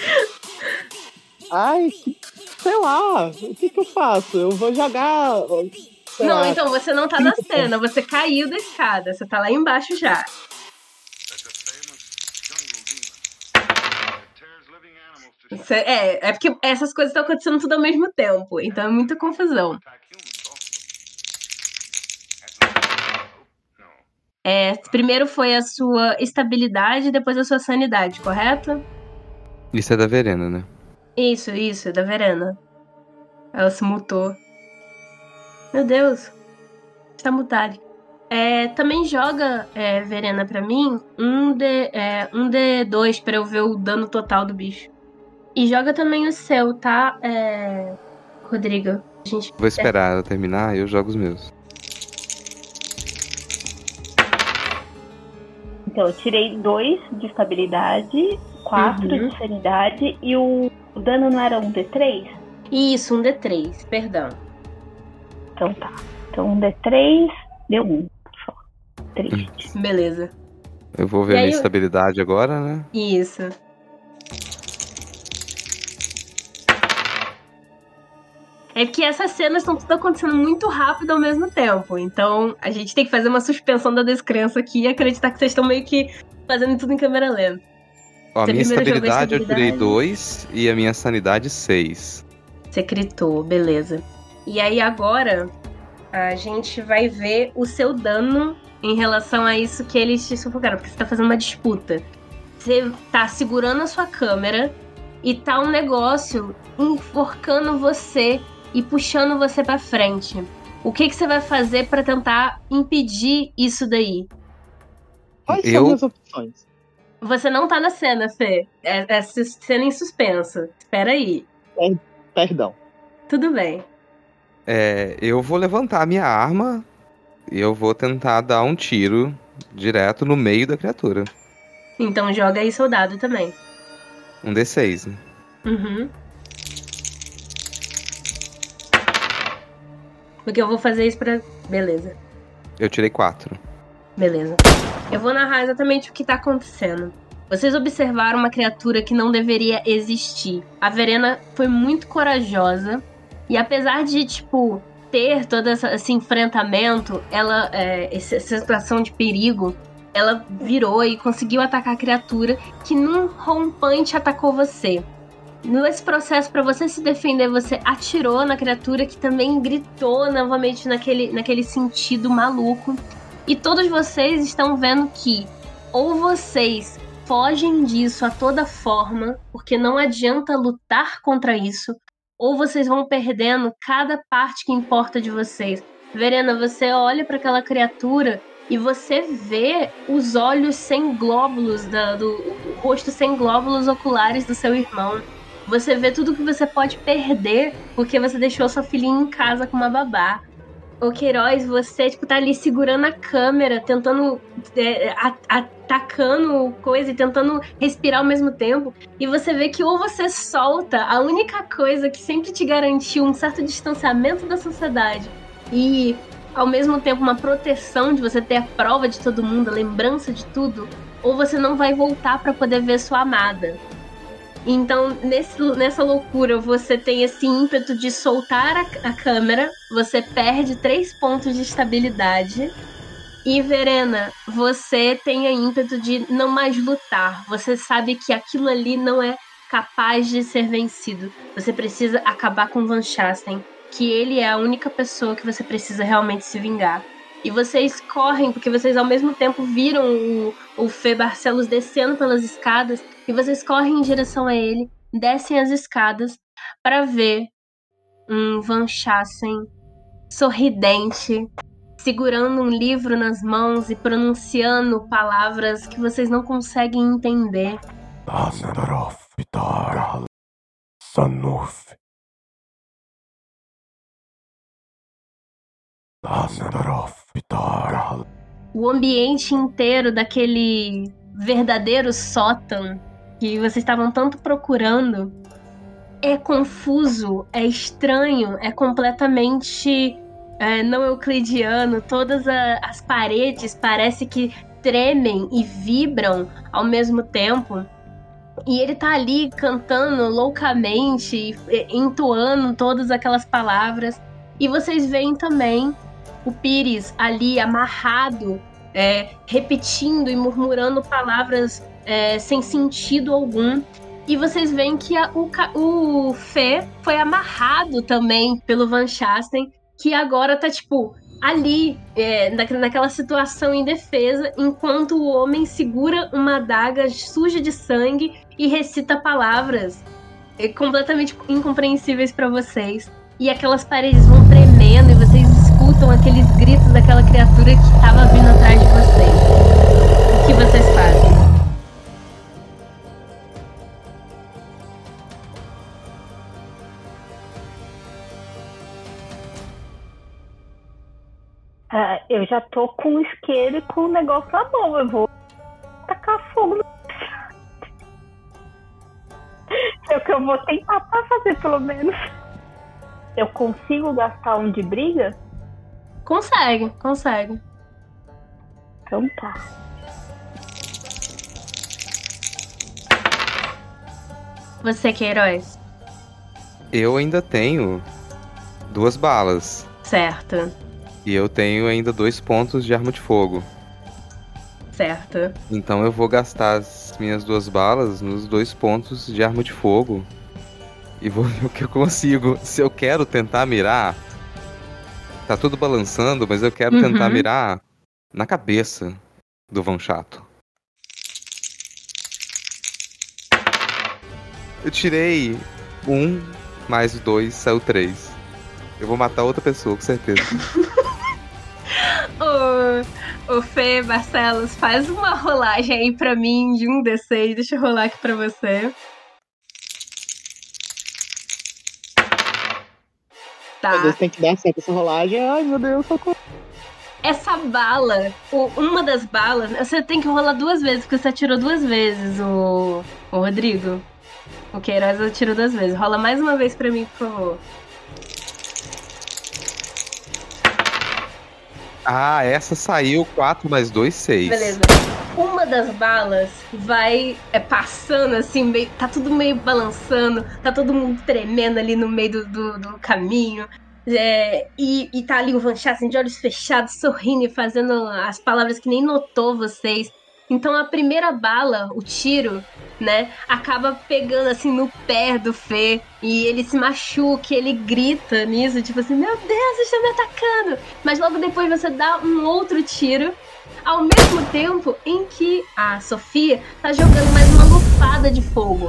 Ai, sei lá. O que eu faço? Eu vou jogar... Não, então você não tá na cena. Você caiu da escada. Você tá lá embaixo já. É porque essas coisas estão acontecendo tudo ao mesmo tempo. Então é muita confusão. Primeiro foi a sua estabilidade, depois a sua sanidade, correto? Isso é da Verena, né? Isso, é da Verena. Ela se mutou. Meu Deus. Está mutada. Também joga, Verena, pra mim, um D2 pra eu ver o dano total do bicho. E joga também o seu, tá, Rodrigo? Vou esperar ela terminar e eu jogo os meus. Então, eu tirei 2 de estabilidade, 4 de sanidade, e o dano não era um D3? Isso, um D3, perdão. Então tá. Então um D3 deu 1 só. Triste. Beleza. Eu vou ver a minha estabilidade agora, né? Isso. É que essas cenas estão tudo acontecendo muito rápido ao mesmo tempo. Então, a gente tem que fazer uma suspensão da descrença aqui e acreditar que vocês estão meio que fazendo tudo em câmera lenta. Ó, a minha estabilidade eu tirei 2 e a minha sanidade 6. Você critou, beleza. E aí agora, a gente vai ver o seu dano em relação a isso que eles te sufocaram. Porque você tá fazendo uma disputa. Você tá segurando a sua câmera e tá um negócio enforcando você e puxando você pra frente. O que você vai fazer pra tentar impedir isso daí? Quais são as opções? Você não tá na cena, Fê. É cena em suspenso. Espera aí. Perdão. Tudo bem. Eu vou levantar a minha arma e eu vou tentar dar um tiro direto no meio da criatura. Então joga aí seu dado também. Um D6, né? Uhum. Porque eu vou fazer isso pra... Beleza. Eu tirei 4. Beleza. Eu vou narrar exatamente o que tá acontecendo. Vocês observaram uma criatura que não deveria existir. A Verena foi muito corajosa. E apesar de, ter todo esse enfrentamento, essa situação de perigo, ela virou e conseguiu atacar a criatura que num rompante atacou você. Nesse processo, para você se defender, você atirou na criatura que também gritou novamente naquele sentido maluco. E todos vocês estão vendo que ou vocês fogem disso a toda forma, porque não adianta lutar contra isso, ou vocês vão perdendo cada parte que importa de vocês. Verena, você olha para aquela criatura e você vê os olhos sem glóbulos, o rosto sem glóbulos oculares do seu irmão. Você vê tudo que você pode perder porque você deixou sua filhinha em casa com uma babá. Ô Queiroz, você tá ali segurando a câmera, tentando, atacando coisa e tentando respirar ao mesmo tempo. E você vê que ou você solta a única coisa que sempre te garantiu um certo distanciamento da sociedade e, ao mesmo tempo, uma proteção de você ter a prova de todo mundo, a lembrança de tudo, ou você não vai voltar pra poder ver sua amada. Então, nessa loucura, você tem esse ímpeto de soltar a câmera, você perde 3 pontos de estabilidade. E, Verena, você tem o ímpeto de não mais lutar. Você sabe que aquilo ali não é capaz de ser vencido. Você precisa acabar com Van Chasten, que ele é a única pessoa que você precisa realmente se vingar. E vocês correm, porque vocês ao mesmo tempo viram o Fê Barcelos descendo pelas escadas, e vocês correm em direção a ele, descem as escadas, para ver um Van Chasten sorridente, segurando um livro nas mãos e pronunciando palavras que vocês não conseguem entender. O ambiente inteiro daquele verdadeiro sótão que vocês estavam tanto procurando é confuso, é estranho, é completamente não euclidiano. Todas as paredes parece que tremem e vibram ao mesmo tempo. E ele tá ali cantando loucamente, entoando todas aquelas palavras. E vocês veem também o Pires ali amarrado, repetindo e murmurando palavras sem sentido algum. E vocês veem que o Fê foi amarrado também pelo Van Chasten, que agora tá, ali, naquela situação indefesa, enquanto o homem segura uma adaga suja de sangue e recita palavras completamente incompreensíveis para vocês. E aquelas paredes vão tremendo e vocês escutam aqueles gritos daquela criatura que estava vindo atrás de vocês. O que vocês fazem? Eu já tô com o isqueiro e com o negócio na mão. Eu vou tacar fogo no... É o que eu vou tentar fazer, pelo menos. Eu consigo gastar um de briga? Consegue. Então tá. Você, Queiroz? Eu ainda tenho 2 balas. Certo. E eu tenho ainda 2 pontos de arma de fogo. Certo. Então eu vou gastar as minhas 2 balas nos 2 pontos de arma de fogo. E vou ver o que eu consigo. Se eu quero tentar mirar... Tá tudo balançando, mas eu quero tentar mirar na cabeça do Van Chato. Eu tirei 1 mais 2, saiu 3. Eu vou matar outra pessoa, com certeza. O Fê Barcelos, faz uma rolagem aí pra mim de 1d6. Deixa eu rolar aqui pra você. Tá. Meu Deus, tem que dar certo essa rolagem. Ai, meu Deus, socorro. Essa bala, uma das balas, você tem que rolar 2 vezes, porque você atirou 2 vezes, o Rodrigo. O Queiroz atirou 2 vezes. Rola mais uma vez pra mim, por favor. Ah, essa saiu 4 mais 2, 6. Beleza. Uma das balas vai passando assim, tá tudo meio balançando, tá todo mundo tremendo ali no meio do caminho. E tá ali o Van Chasten de olhos fechados, sorrindo e fazendo as palavras que nem notou vocês. Então a primeira bala, o tiro, né, acaba pegando assim no pé do Fê e ele se machuca, ele grita nisso, tipo assim, meu Deus, estão me atacando. Mas logo depois você dá um outro tiro, ao mesmo tempo em que a Sofia tá jogando mais uma lufada de fogo.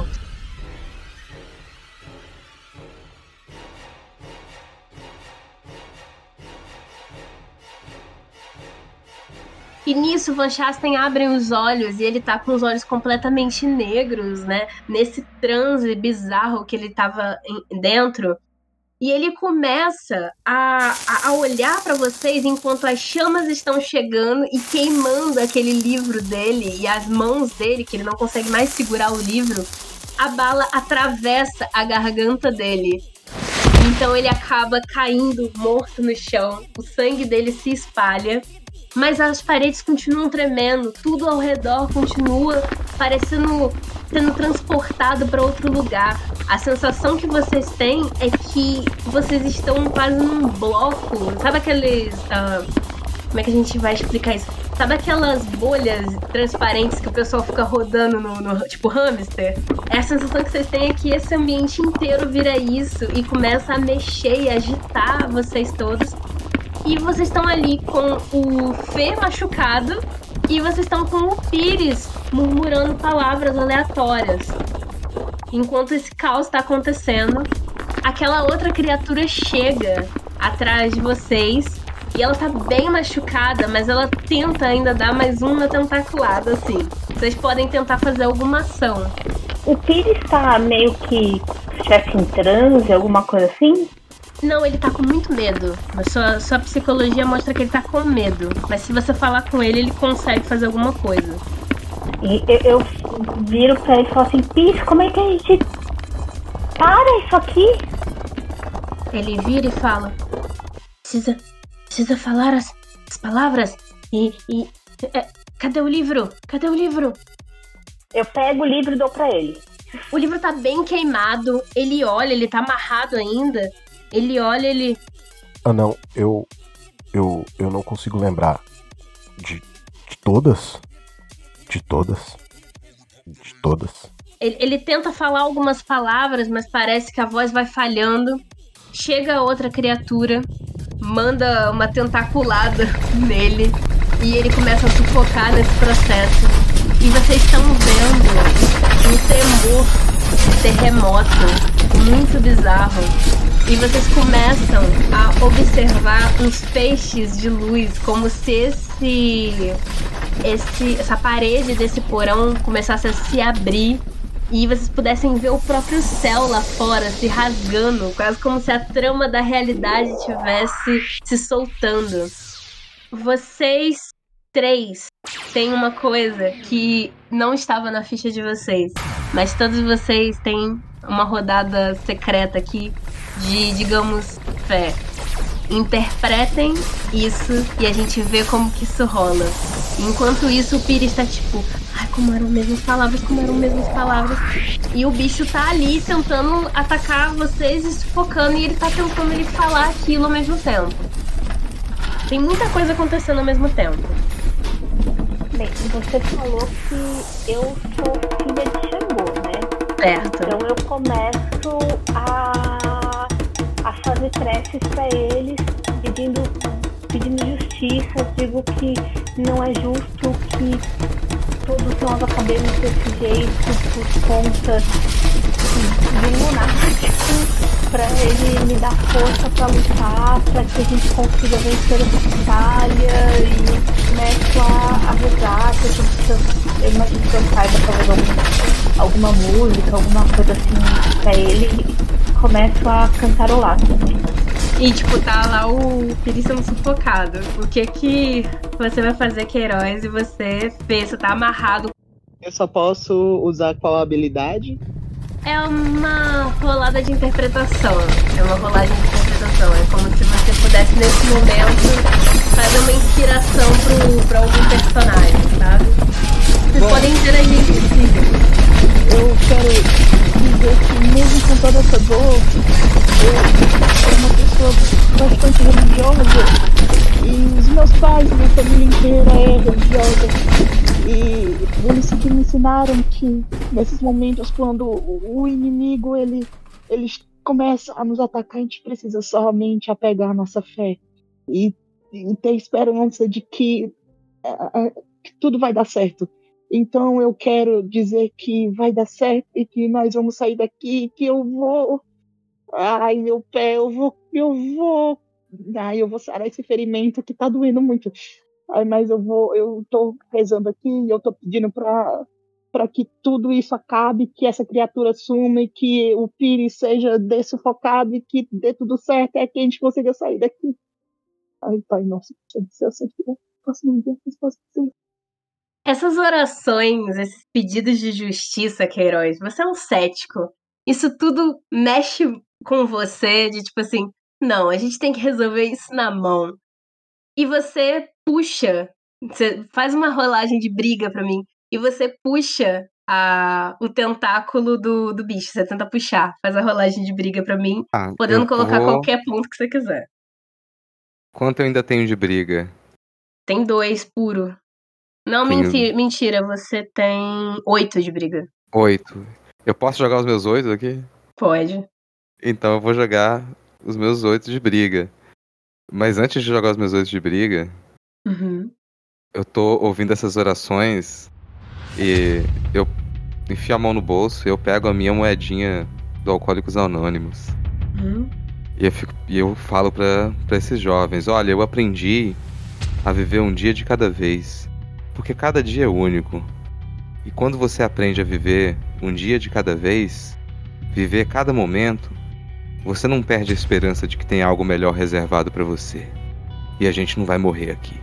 E nisso, Van Chasten abre os olhos e ele tá com os olhos completamente negros, né? Nesse transe bizarro que ele tava dentro. E ele começa a olhar para vocês enquanto as chamas estão chegando e queimando aquele livro dele. E as mãos dele, que ele não consegue mais segurar o livro, a bala atravessa a garganta dele. Então ele acaba caindo morto no chão. O sangue dele se espalha. Mas as paredes continuam tremendo, tudo ao redor continua parecendo sendo transportado para outro lugar. A sensação que vocês têm é que vocês estão quase num bloco. Sabe aqueles... como é que a gente vai explicar isso? Sabe aquelas bolhas transparentes que o pessoal fica rodando no tipo hamster? É a sensação que vocês têm é que esse ambiente inteiro vira isso e começa a mexer e agitar vocês todos. E vocês estão ali com o Fê machucado e vocês estão com o Pires murmurando palavras aleatórias. Enquanto esse caos está acontecendo, aquela outra criatura chega atrás de vocês e ela tá bem machucada, mas ela tenta ainda dar mais uma tentaculada, assim. Vocês podem tentar fazer alguma ação. O Pires tá meio que se estivesse em transe, alguma coisa assim? Não, ele tá com muito medo. Sua psicologia mostra que ele tá com medo. Mas se você falar com ele, ele consegue fazer alguma coisa. E eu viro pra ele e falo assim, Pires, como é que a gente para isso aqui? Ele vira e fala, precisa falar as palavras cadê o livro? Cadê o livro? Eu pego o livro e dou pra ele. O livro tá bem queimado. Ele olha, ele tá amarrado ainda. Ele olha, ele... Ah, não. Eu não consigo lembrar de todas. De todas. De todas. Ele tenta falar algumas palavras, mas parece que a voz vai falhando. Chega outra criatura, manda uma tentaculada nele e ele começa a sufocar nesse processo. E vocês estão vendo um tremor, um terremoto muito bizarro. E vocês começam a observar uns feixes de luz, como se essa parede desse porão começasse a se abrir e vocês pudessem ver o próprio céu lá fora se rasgando, quase como se a trama da realidade estivesse se soltando. Vocês três têm uma coisa que não estava na ficha de vocês, mas todos vocês têm uma rodada secreta aqui de, digamos, fé. Interpretem isso e a gente vê como que isso rola. Enquanto isso, o Pires tá tipo, como eram mesmas palavras. E o bicho tá ali tentando atacar vocês e sufocando, e ele tá tentando ele falar aquilo ao mesmo tempo. Tem muita coisa acontecendo ao mesmo tempo. Bem, você falou que eu sou filha de Xangô, né? Certo. Então eu começo a fazer preces pra eles, pedindo justiça. Digo que não é justo que todos nós acabemos desse jeito por conta de um lunático, pra ele me dar força pra lutar, pra que a gente consiga vencer essa batalha, e começo a rezar, que eu imagino que eu saiba talvez alguma música, alguma coisa assim pra ele, e começo a cantarolar também. E tipo, tá lá o Pires sendo sufocado. O que você vai fazer, Queiroz, e você tá amarrado? Eu só posso usar qual habilidade? É uma rolada de interpretação. É como se você pudesse, nesse momento, fazer uma inspiração pra algum personagem, sabe? Vocês podem interagir entre si. Eu quero dizer que, mesmo com toda essa dor, eu sou uma pessoa bastante religiosa, e os meus pais, minha família inteira é religiosa, e eles sempre me ensinaram que nesses momentos, quando o inimigo ele começa a nos atacar, a gente precisa somente apegar a nossa fé e ter esperança de que tudo vai dar certo. Então eu quero dizer que vai dar certo e que nós vamos sair daqui, que eu vou... Ai, meu pé, eu vou sarar esse ferimento que tá doendo muito. Ai, mas eu tô rezando aqui e eu tô pedindo pra que tudo isso acabe, que essa criatura suma e que o Pires seja dessufocado e que dê tudo certo, é que a gente consiga sair daqui. Ai, pai, nossa, eu sei que eu posso não ver a resposta dele. Essas orações, esses pedidos de justiça, Queiroz, você é um cético. Isso tudo mexe com você de tipo assim, não, a gente tem que resolver isso na mão. E você puxa, você faz uma rolagem de briga pra mim, e você puxa o tentáculo do bicho. Você tenta puxar, faz a rolagem de briga pra mim, podendo colocar qualquer ponto que você quiser. Quanto eu ainda tenho de briga? Tem 2 puro. Não, mentira, você tem 8 de briga. 8. Eu posso jogar os meus 8 aqui? Pode. Então eu vou jogar os meus 8 de briga. Mas antes de jogar os meus 8 de briga, eu tô ouvindo essas orações e eu enfio a mão no bolso e eu pego a minha moedinha do Alcoólicos Anônimos. E eu falo pra esses jovens, olha, eu aprendi a viver um dia de cada vez, porque cada dia é único. E quando você aprende a viver um dia de cada vez, viver cada momento, você não perde a esperança de que tem algo melhor reservado pra você. E a gente não vai morrer aqui.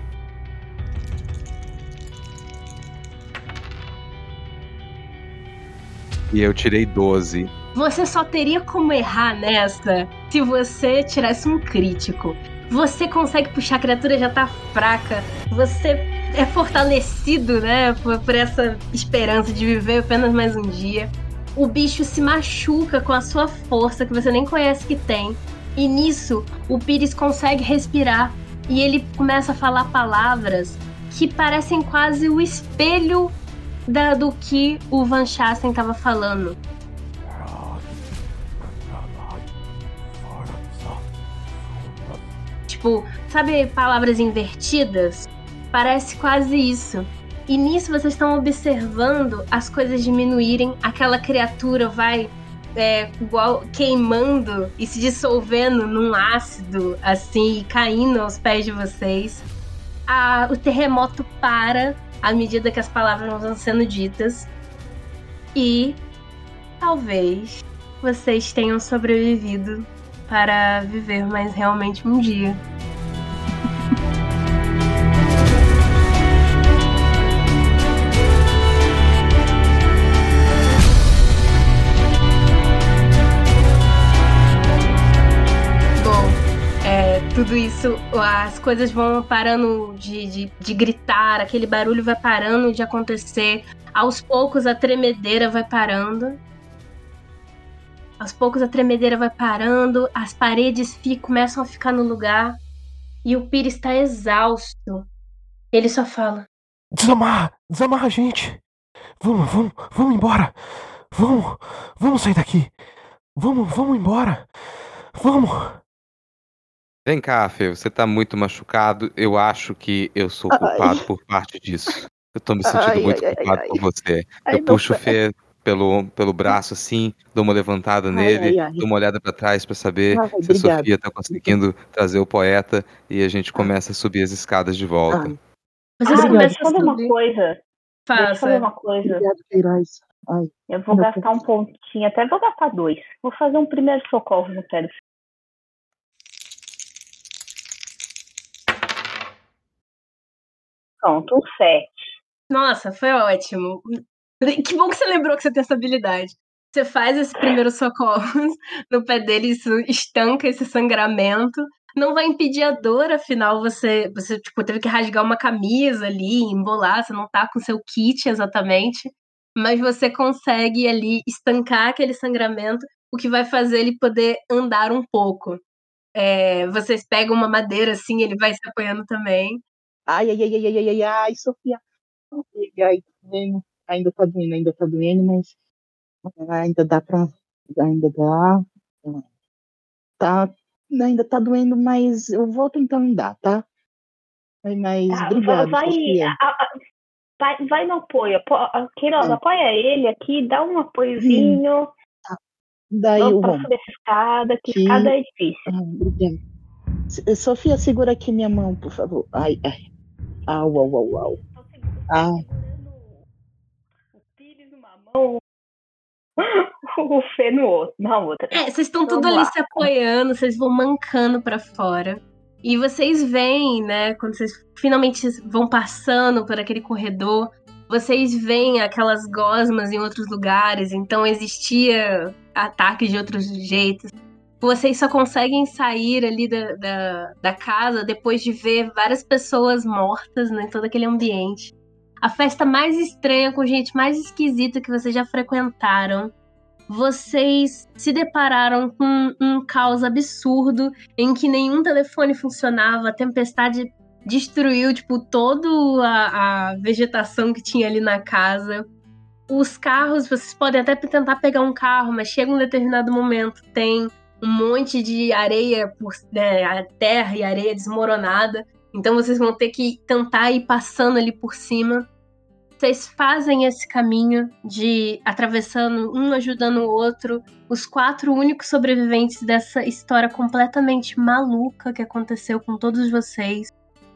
E eu tirei 12. Você só teria como errar nessa se você tirasse um crítico. Você consegue puxar, a criatura já tá fraca. Você é fortalecido, né, por essa esperança de viver apenas mais um dia. O bicho se machuca com a sua força que você nem conhece que tem. E nisso, o Pires consegue respirar e ele começa a falar palavras que parecem quase o espelho do que o Van Chasten estava falando. Tipo, sabe palavras invertidas? Parece quase isso. E nisso vocês estão observando as coisas diminuírem, aquela criatura vai igual queimando e se dissolvendo num ácido, assim, e caindo aos pés de vocês. O terremoto para à medida que as palavras vão sendo ditas. E talvez vocês tenham sobrevivido para viver mais realmente um dia. Tudo isso, as coisas vão parando de gritar, aquele barulho vai parando de acontecer. Aos poucos a tremedeira vai parando. As paredes começam a ficar no lugar. E o Pires está exausto. Ele só fala: Desamarra a gente. Vamos embora. Vamos sair daqui. Vamos embora. Vamos. Vem cá, Fê, você tá muito machucado. Eu acho que eu sou culpado por parte disso. Eu tô me sentindo muito culpado por você. Eu puxo o Fê pelo braço assim, dou uma levantada nele, dou uma olhada pra trás pra saber se a Sofia tá conseguindo trazer o poeta e a gente começa a subir as escadas de volta. Deixa eu fazer uma coisa. Obrigado, Queiroz. Eu vou gastar um pontinho, até vou gastar 2. Vou fazer um primeiro socorro no pé do Pronto, 7. Nossa, foi ótimo. Que bom que você lembrou que você tem essa habilidade. Você faz esse primeiro socorro no pé dele, isso estanca esse sangramento. Não vai impedir a dor, afinal você tipo, teve que rasgar uma camisa ali, embolar, você não tá com seu kit exatamente. Mas você consegue ali estancar aquele sangramento, o que vai fazer ele poder andar um pouco. Vocês pegam uma madeira assim, ele vai se apoiando também. Ai, Sofia. Ai, ainda tá doendo, mas ainda dá. Ainda tá doendo, mas eu vou tentar andar, tá? Mas obrigado, Sofia. Vai no apoio. Queiroz, apoia ele aqui, dá um apoiozinho. Daí vamos pra subir essa escada, que escada é difícil. Obrigada. Sofia, segura aqui minha mão, por favor. Ai. Au. Ah. O Fê no outro, na outra. Vocês estão tudo ali se apoiando, vocês vão mancando pra fora. E vocês veem, né, quando vocês finalmente vão passando por aquele corredor, vocês veem aquelas gosmas em outros lugares, então existia ataque de outros jeitos. Vocês só conseguem sair ali da casa depois de ver várias pessoas mortas, né, em todo aquele ambiente. A festa mais estranha, com gente mais esquisita que vocês já frequentaram. Vocês se depararam com um caos absurdo em que nenhum telefone funcionava, a tempestade destruiu, toda a vegetação que tinha ali na casa. Os carros, vocês podem até tentar pegar um carro, mas chega um determinado momento, tem um monte de areia, a terra e areia desmoronada, então vocês vão ter que tentar ir passando ali por cima. Vocês fazem esse caminho de atravessando, um ajudando o outro, os 4 únicos sobreviventes dessa história completamente maluca que aconteceu com todos vocês,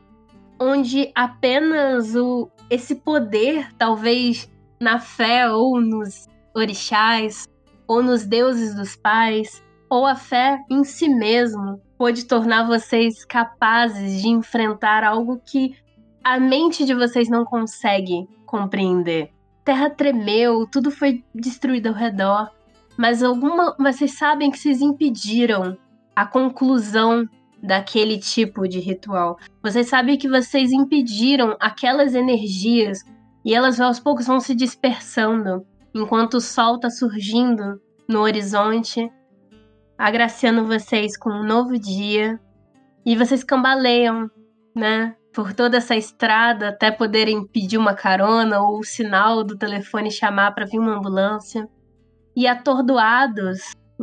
onde apenas esse poder, talvez na fé ou nos orixás, ou nos deuses dos pais, ou a fé em si mesmo, pode tornar vocês capazes de enfrentar algo que a mente de vocês não consegue compreender. A terra tremeu, tudo foi destruído ao redor, mas vocês sabem que vocês impediram a conclusão daquele tipo de ritual. Vocês sabem que vocês impediram aquelas energias e elas aos poucos vão se dispersando enquanto o sol está surgindo no horizonte, agraciando vocês com um novo dia, e vocês cambaleiam, né, por toda essa estrada até poderem pedir uma carona ou o sinal do telefone chamar para vir uma ambulância. E atordoados,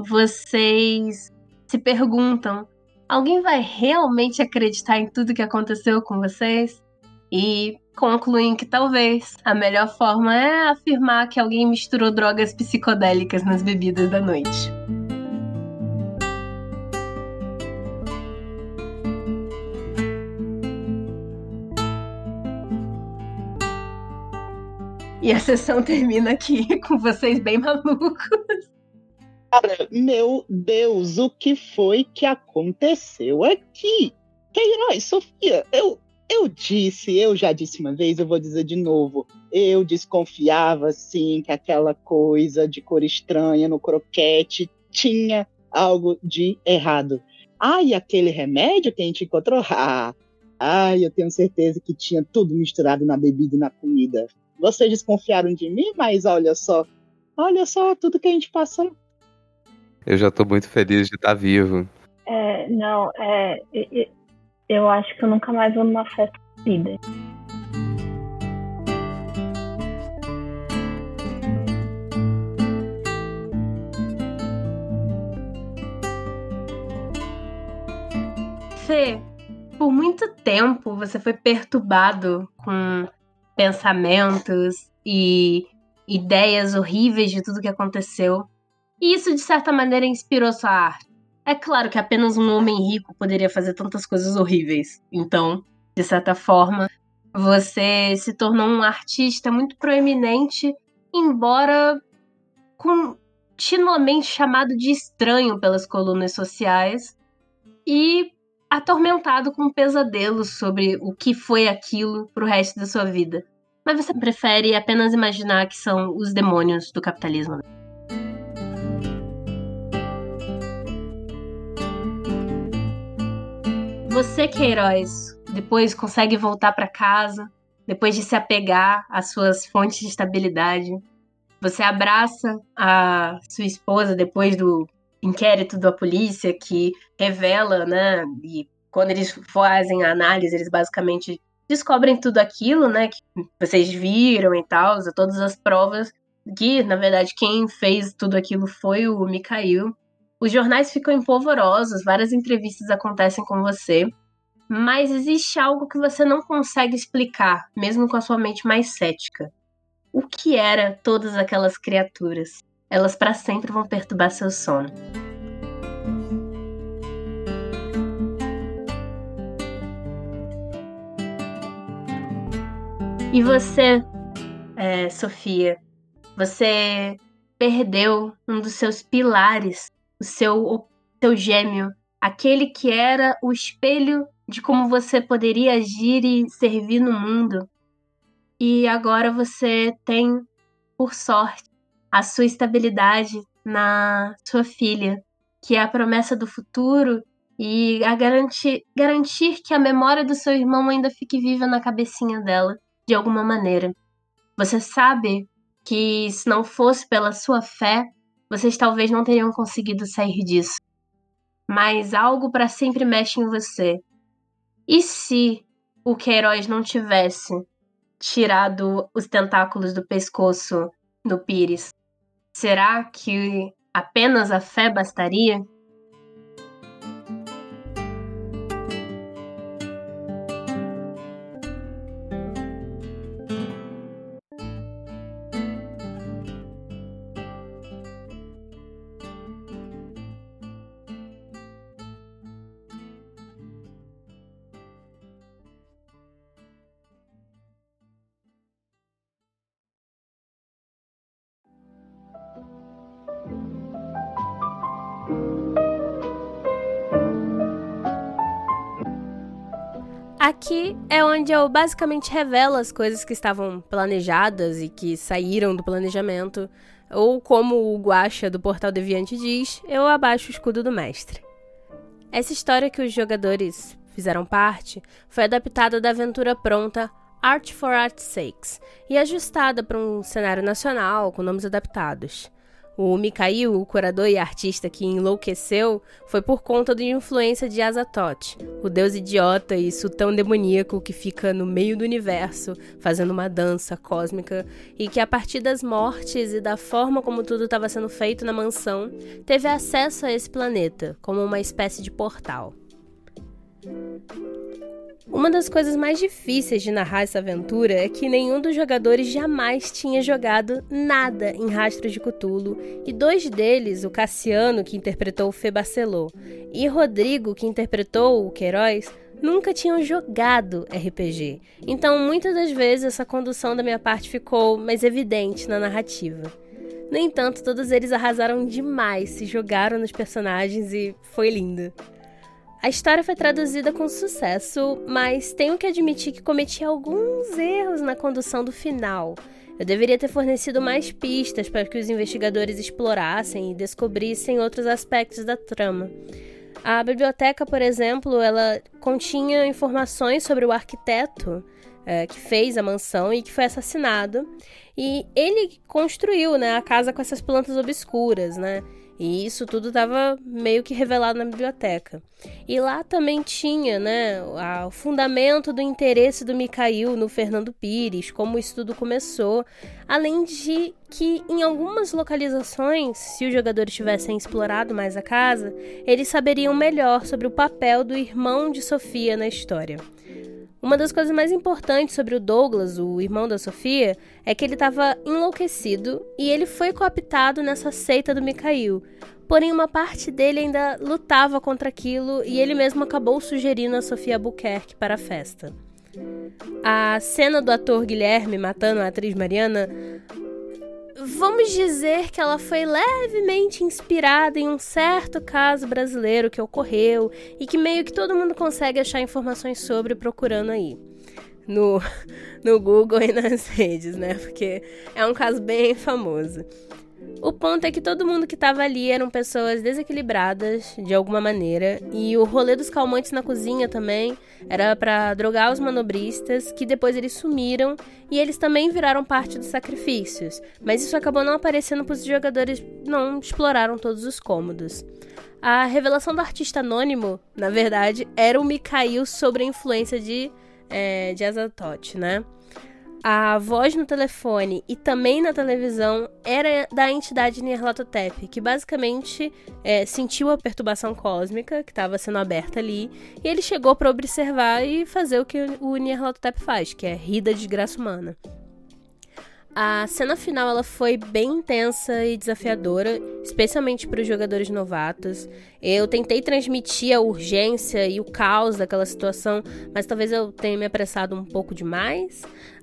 vocês se perguntam: alguém vai realmente acreditar em tudo que aconteceu com vocês? E concluem que talvez a melhor forma é afirmar que alguém misturou drogas psicodélicas nas bebidas da noite. E a sessão termina aqui com vocês bem malucos. Cara, meu Deus, o que foi que aconteceu aqui? Queiroz, Sofia, eu já disse uma vez, eu vou dizer de novo. Eu desconfiava, sim, que aquela coisa de cor estranha no croquete tinha algo de errado. E aquele remédio que a gente encontrou? Eu tenho certeza que tinha tudo misturado na bebida e na comida. Vocês desconfiaram de mim, mas olha só tudo que a gente passou. Eu já tô muito feliz de estar vivo. Eu acho que eu nunca mais vou numa festa de vida. Fê, por muito tempo você foi perturbado com pensamentos e ideias horríveis de tudo que aconteceu. E isso, de certa maneira, inspirou sua arte. É claro que apenas um homem rico poderia fazer tantas coisas horríveis. Então, de certa forma, você se tornou um artista muito proeminente, embora continuamente chamado de estranho pelas colunas sociais e atormentado com pesadelos sobre o que foi aquilo pro resto da sua vida. Mas você prefere apenas imaginar que são os demônios do capitalismo. Você, Queiroz, depois consegue voltar para casa, depois de se apegar às suas fontes de estabilidade. Você abraça a sua esposa depois do inquérito da polícia que revela, né? E quando eles fazem a análise, eles basicamente descobrem tudo aquilo, né? Que vocês viram e tal, todas as provas que, na verdade, quem fez tudo aquilo foi o Mikhail. Os jornais ficam empolvorosos, várias entrevistas acontecem com você, mas existe algo que você não consegue explicar, mesmo com a sua mente mais cética. O que eram todas aquelas criaturas? Elas para sempre vão perturbar seu sono. E você, Sofia, você perdeu um dos seus pilares, o seu gêmeo, aquele que era o espelho de como você poderia agir e servir no mundo. E agora você tem, por sorte, a sua estabilidade na sua filha, que é a promessa do futuro e a garantir que a memória do seu irmão ainda fique viva na cabecinha dela, de alguma maneira. Você sabe que se não fosse pela sua fé, vocês talvez não teriam conseguido sair disso. Mas algo para sempre mexe em você. E se o Queiroz não tivesse tirado os tentáculos do pescoço do Pires, será que apenas a fé bastaria? Aqui é onde eu basicamente revelo as coisas que estavam planejadas e que saíram do planejamento, ou como o Guaxa do Portal Deviante diz, eu abaixo o escudo do mestre. Essa história que os jogadores fizeram parte foi adaptada da aventura pronta Art for Art's Sakes e ajustada para um cenário nacional com nomes adaptados. O Mikhail, o curador e artista que enlouqueceu, foi por conta da influência de Azathoth, o deus idiota e sultão demoníaco que fica no meio do universo, fazendo uma dança cósmica, e que a partir das mortes e da forma como tudo estava sendo feito na mansão, teve acesso a esse planeta, como uma espécie de portal. Uma das coisas mais difíceis de narrar essa aventura é que nenhum dos jogadores jamais tinha jogado nada em Rastros de Cthulhu, e 2 deles, o Cassiano, que interpretou o Febacelô, e Rodrigo, que interpretou o Queiroz, nunca tinham jogado RPG. Então, muitas das vezes, essa condução da minha parte ficou mais evidente na narrativa. No entanto, todos eles arrasaram demais, se jogaram nos personagens e foi lindo. A história foi traduzida com sucesso, mas tenho que admitir que cometi alguns erros na condução do final. Eu deveria ter fornecido mais pistas para que os investigadores explorassem e descobrissem outros aspectos da trama. A biblioteca, por exemplo, ela continha informações sobre o arquiteto que fez a mansão e que foi assassinado. E ele construiu, a casa com essas plantas obscuras, E isso tudo estava meio que revelado na biblioteca. E lá também tinha, o fundamento do interesse do Mikhail no Fernando Pires, como isso tudo começou. Além de que, em algumas localizações, se os jogadores tivessem explorado mais a casa, eles saberiam melhor sobre o papel do irmão de Sofia na história. Uma das coisas mais importantes sobre o Douglas, o irmão da Sofia, é que ele estava enlouquecido e ele foi cooptado nessa seita do Mikhail. Porém, uma parte dele ainda lutava contra aquilo e ele mesmo acabou sugerindo a Sofia Albuquerque para a festa. A cena do ator Guilherme matando a atriz Mariana, vamos dizer que ela foi levemente inspirada em um certo caso brasileiro que ocorreu e que meio que todo mundo consegue achar informações sobre procurando aí no Google e nas redes, Porque é um caso bem famoso. O ponto é que todo mundo que estava ali eram pessoas desequilibradas de alguma maneira, e o rolê dos calmantes na cozinha também era para drogar os manobristas, que depois eles sumiram e eles também viraram parte dos sacrifícios, mas isso acabou não aparecendo porque os jogadores não exploraram todos os cômodos. A revelação do artista anônimo, na verdade, era o Mikhail sobre a influência de Azathoth, A voz no telefone e também na televisão era da entidade Nyarlathotep, que basicamente sentiu a perturbação cósmica que estava sendo aberta ali, e ele chegou para observar e fazer o que o Nyarlathotep faz, que é rir da desgraça humana. A cena final ela foi bem intensa e desafiadora, especialmente para os jogadores novatos. Eu tentei transmitir a urgência e o caos daquela situação, mas talvez eu tenha me apressado um pouco demais.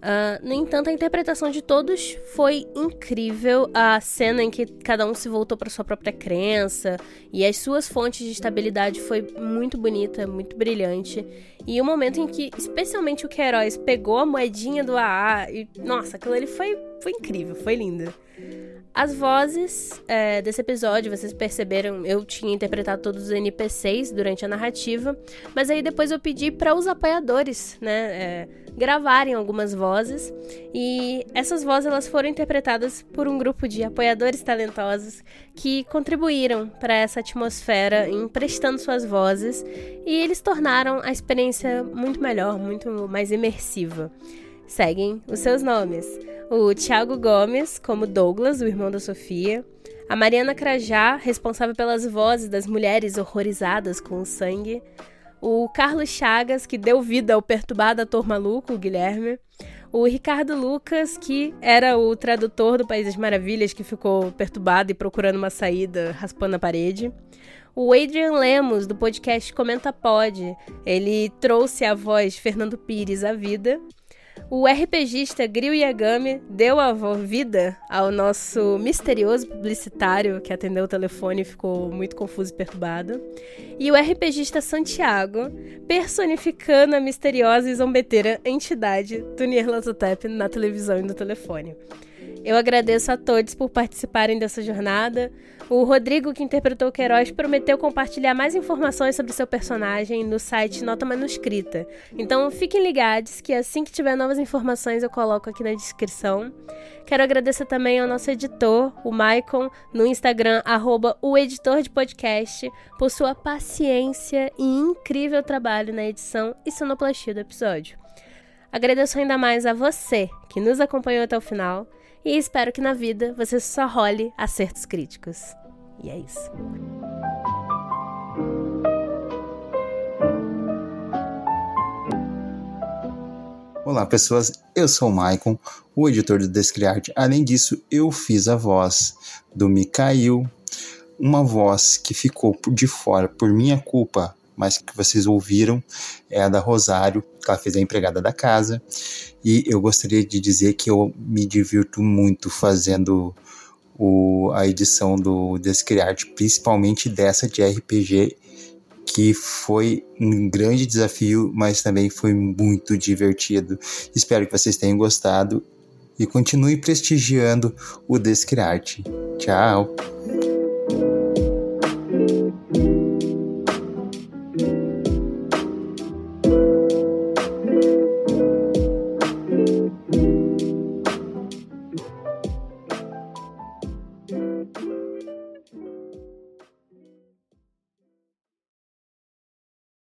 No entanto, a interpretação de todos foi incrível. A cena em que cada um se voltou para sua própria crença e as suas fontes de estabilidade foi muito bonita, muito brilhante. E o momento em que, especialmente o Queiroz pegou a moedinha do AA e, nossa, aquilo ali foi incrível, foi lindo. As vozes desse episódio, vocês perceberam, eu tinha interpretado todos os NPCs durante a narrativa, mas aí depois eu pedi para os apoiadores, né, gravarem algumas vozes, e essas vozes elas foram interpretadas por um grupo de apoiadores talentosos que contribuíram para essa atmosfera emprestando suas vozes, e eles tornaram a experiência muito melhor, muito mais imersiva. Seguem os seus nomes: o Thiago Gomes, como Douglas, o irmão da Sofia; a Mariana Crajá, responsável pelas vozes das mulheres horrorizadas com o sangue; o Carlos Chagas, que deu vida ao perturbado ator maluco, o Guilherme; o Ricardo Lucas, que era o tradutor do País das Maravilhas, que ficou perturbado e procurando uma saída, raspando a parede; o Adrian Lemos, do podcast Comenta Pod, ele trouxe a voz de Fernando Pires à vida; o RPGista Grill Yagami deu a vida ao nosso misterioso publicitário que atendeu o telefone e ficou muito confuso e perturbado; e o RPGista Santiago, personificando a misteriosa e zombeteira entidade do Nyarlathotep na televisão e no telefone. Eu agradeço a todos por participarem dessa jornada. O Rodrigo, que interpretou o Queiroz, prometeu compartilhar mais informações sobre seu personagem no site Nota Manuscrita. Então fiquem ligados que assim que tiver novas informações eu coloco aqui na descrição. Quero agradecer também ao nosso editor, o Maicon, no Instagram, @oeditor_de-podcast, por sua paciência e incrível trabalho na edição e sonoplastia do episódio. Agradeço ainda mais a você que nos acompanhou até o final. E espero que na vida você só role acertos críticos. E é isso. Olá, pessoas. Eu sou o Maicon, o editor do Descriarte. Além disso, eu fiz a voz do Mikhail, uma voz que ficou de fora por minha culpa, mas que vocês ouviram é a da Rosário, que ela fez a empregada da casa. E eu gostaria de dizer que eu me divirto muito fazendo a edição do Descriarte, principalmente dessa de RPG, que foi um grande desafio, mas também foi muito divertido. Espero que vocês tenham gostado e continue prestigiando o Descriarte. Tchau!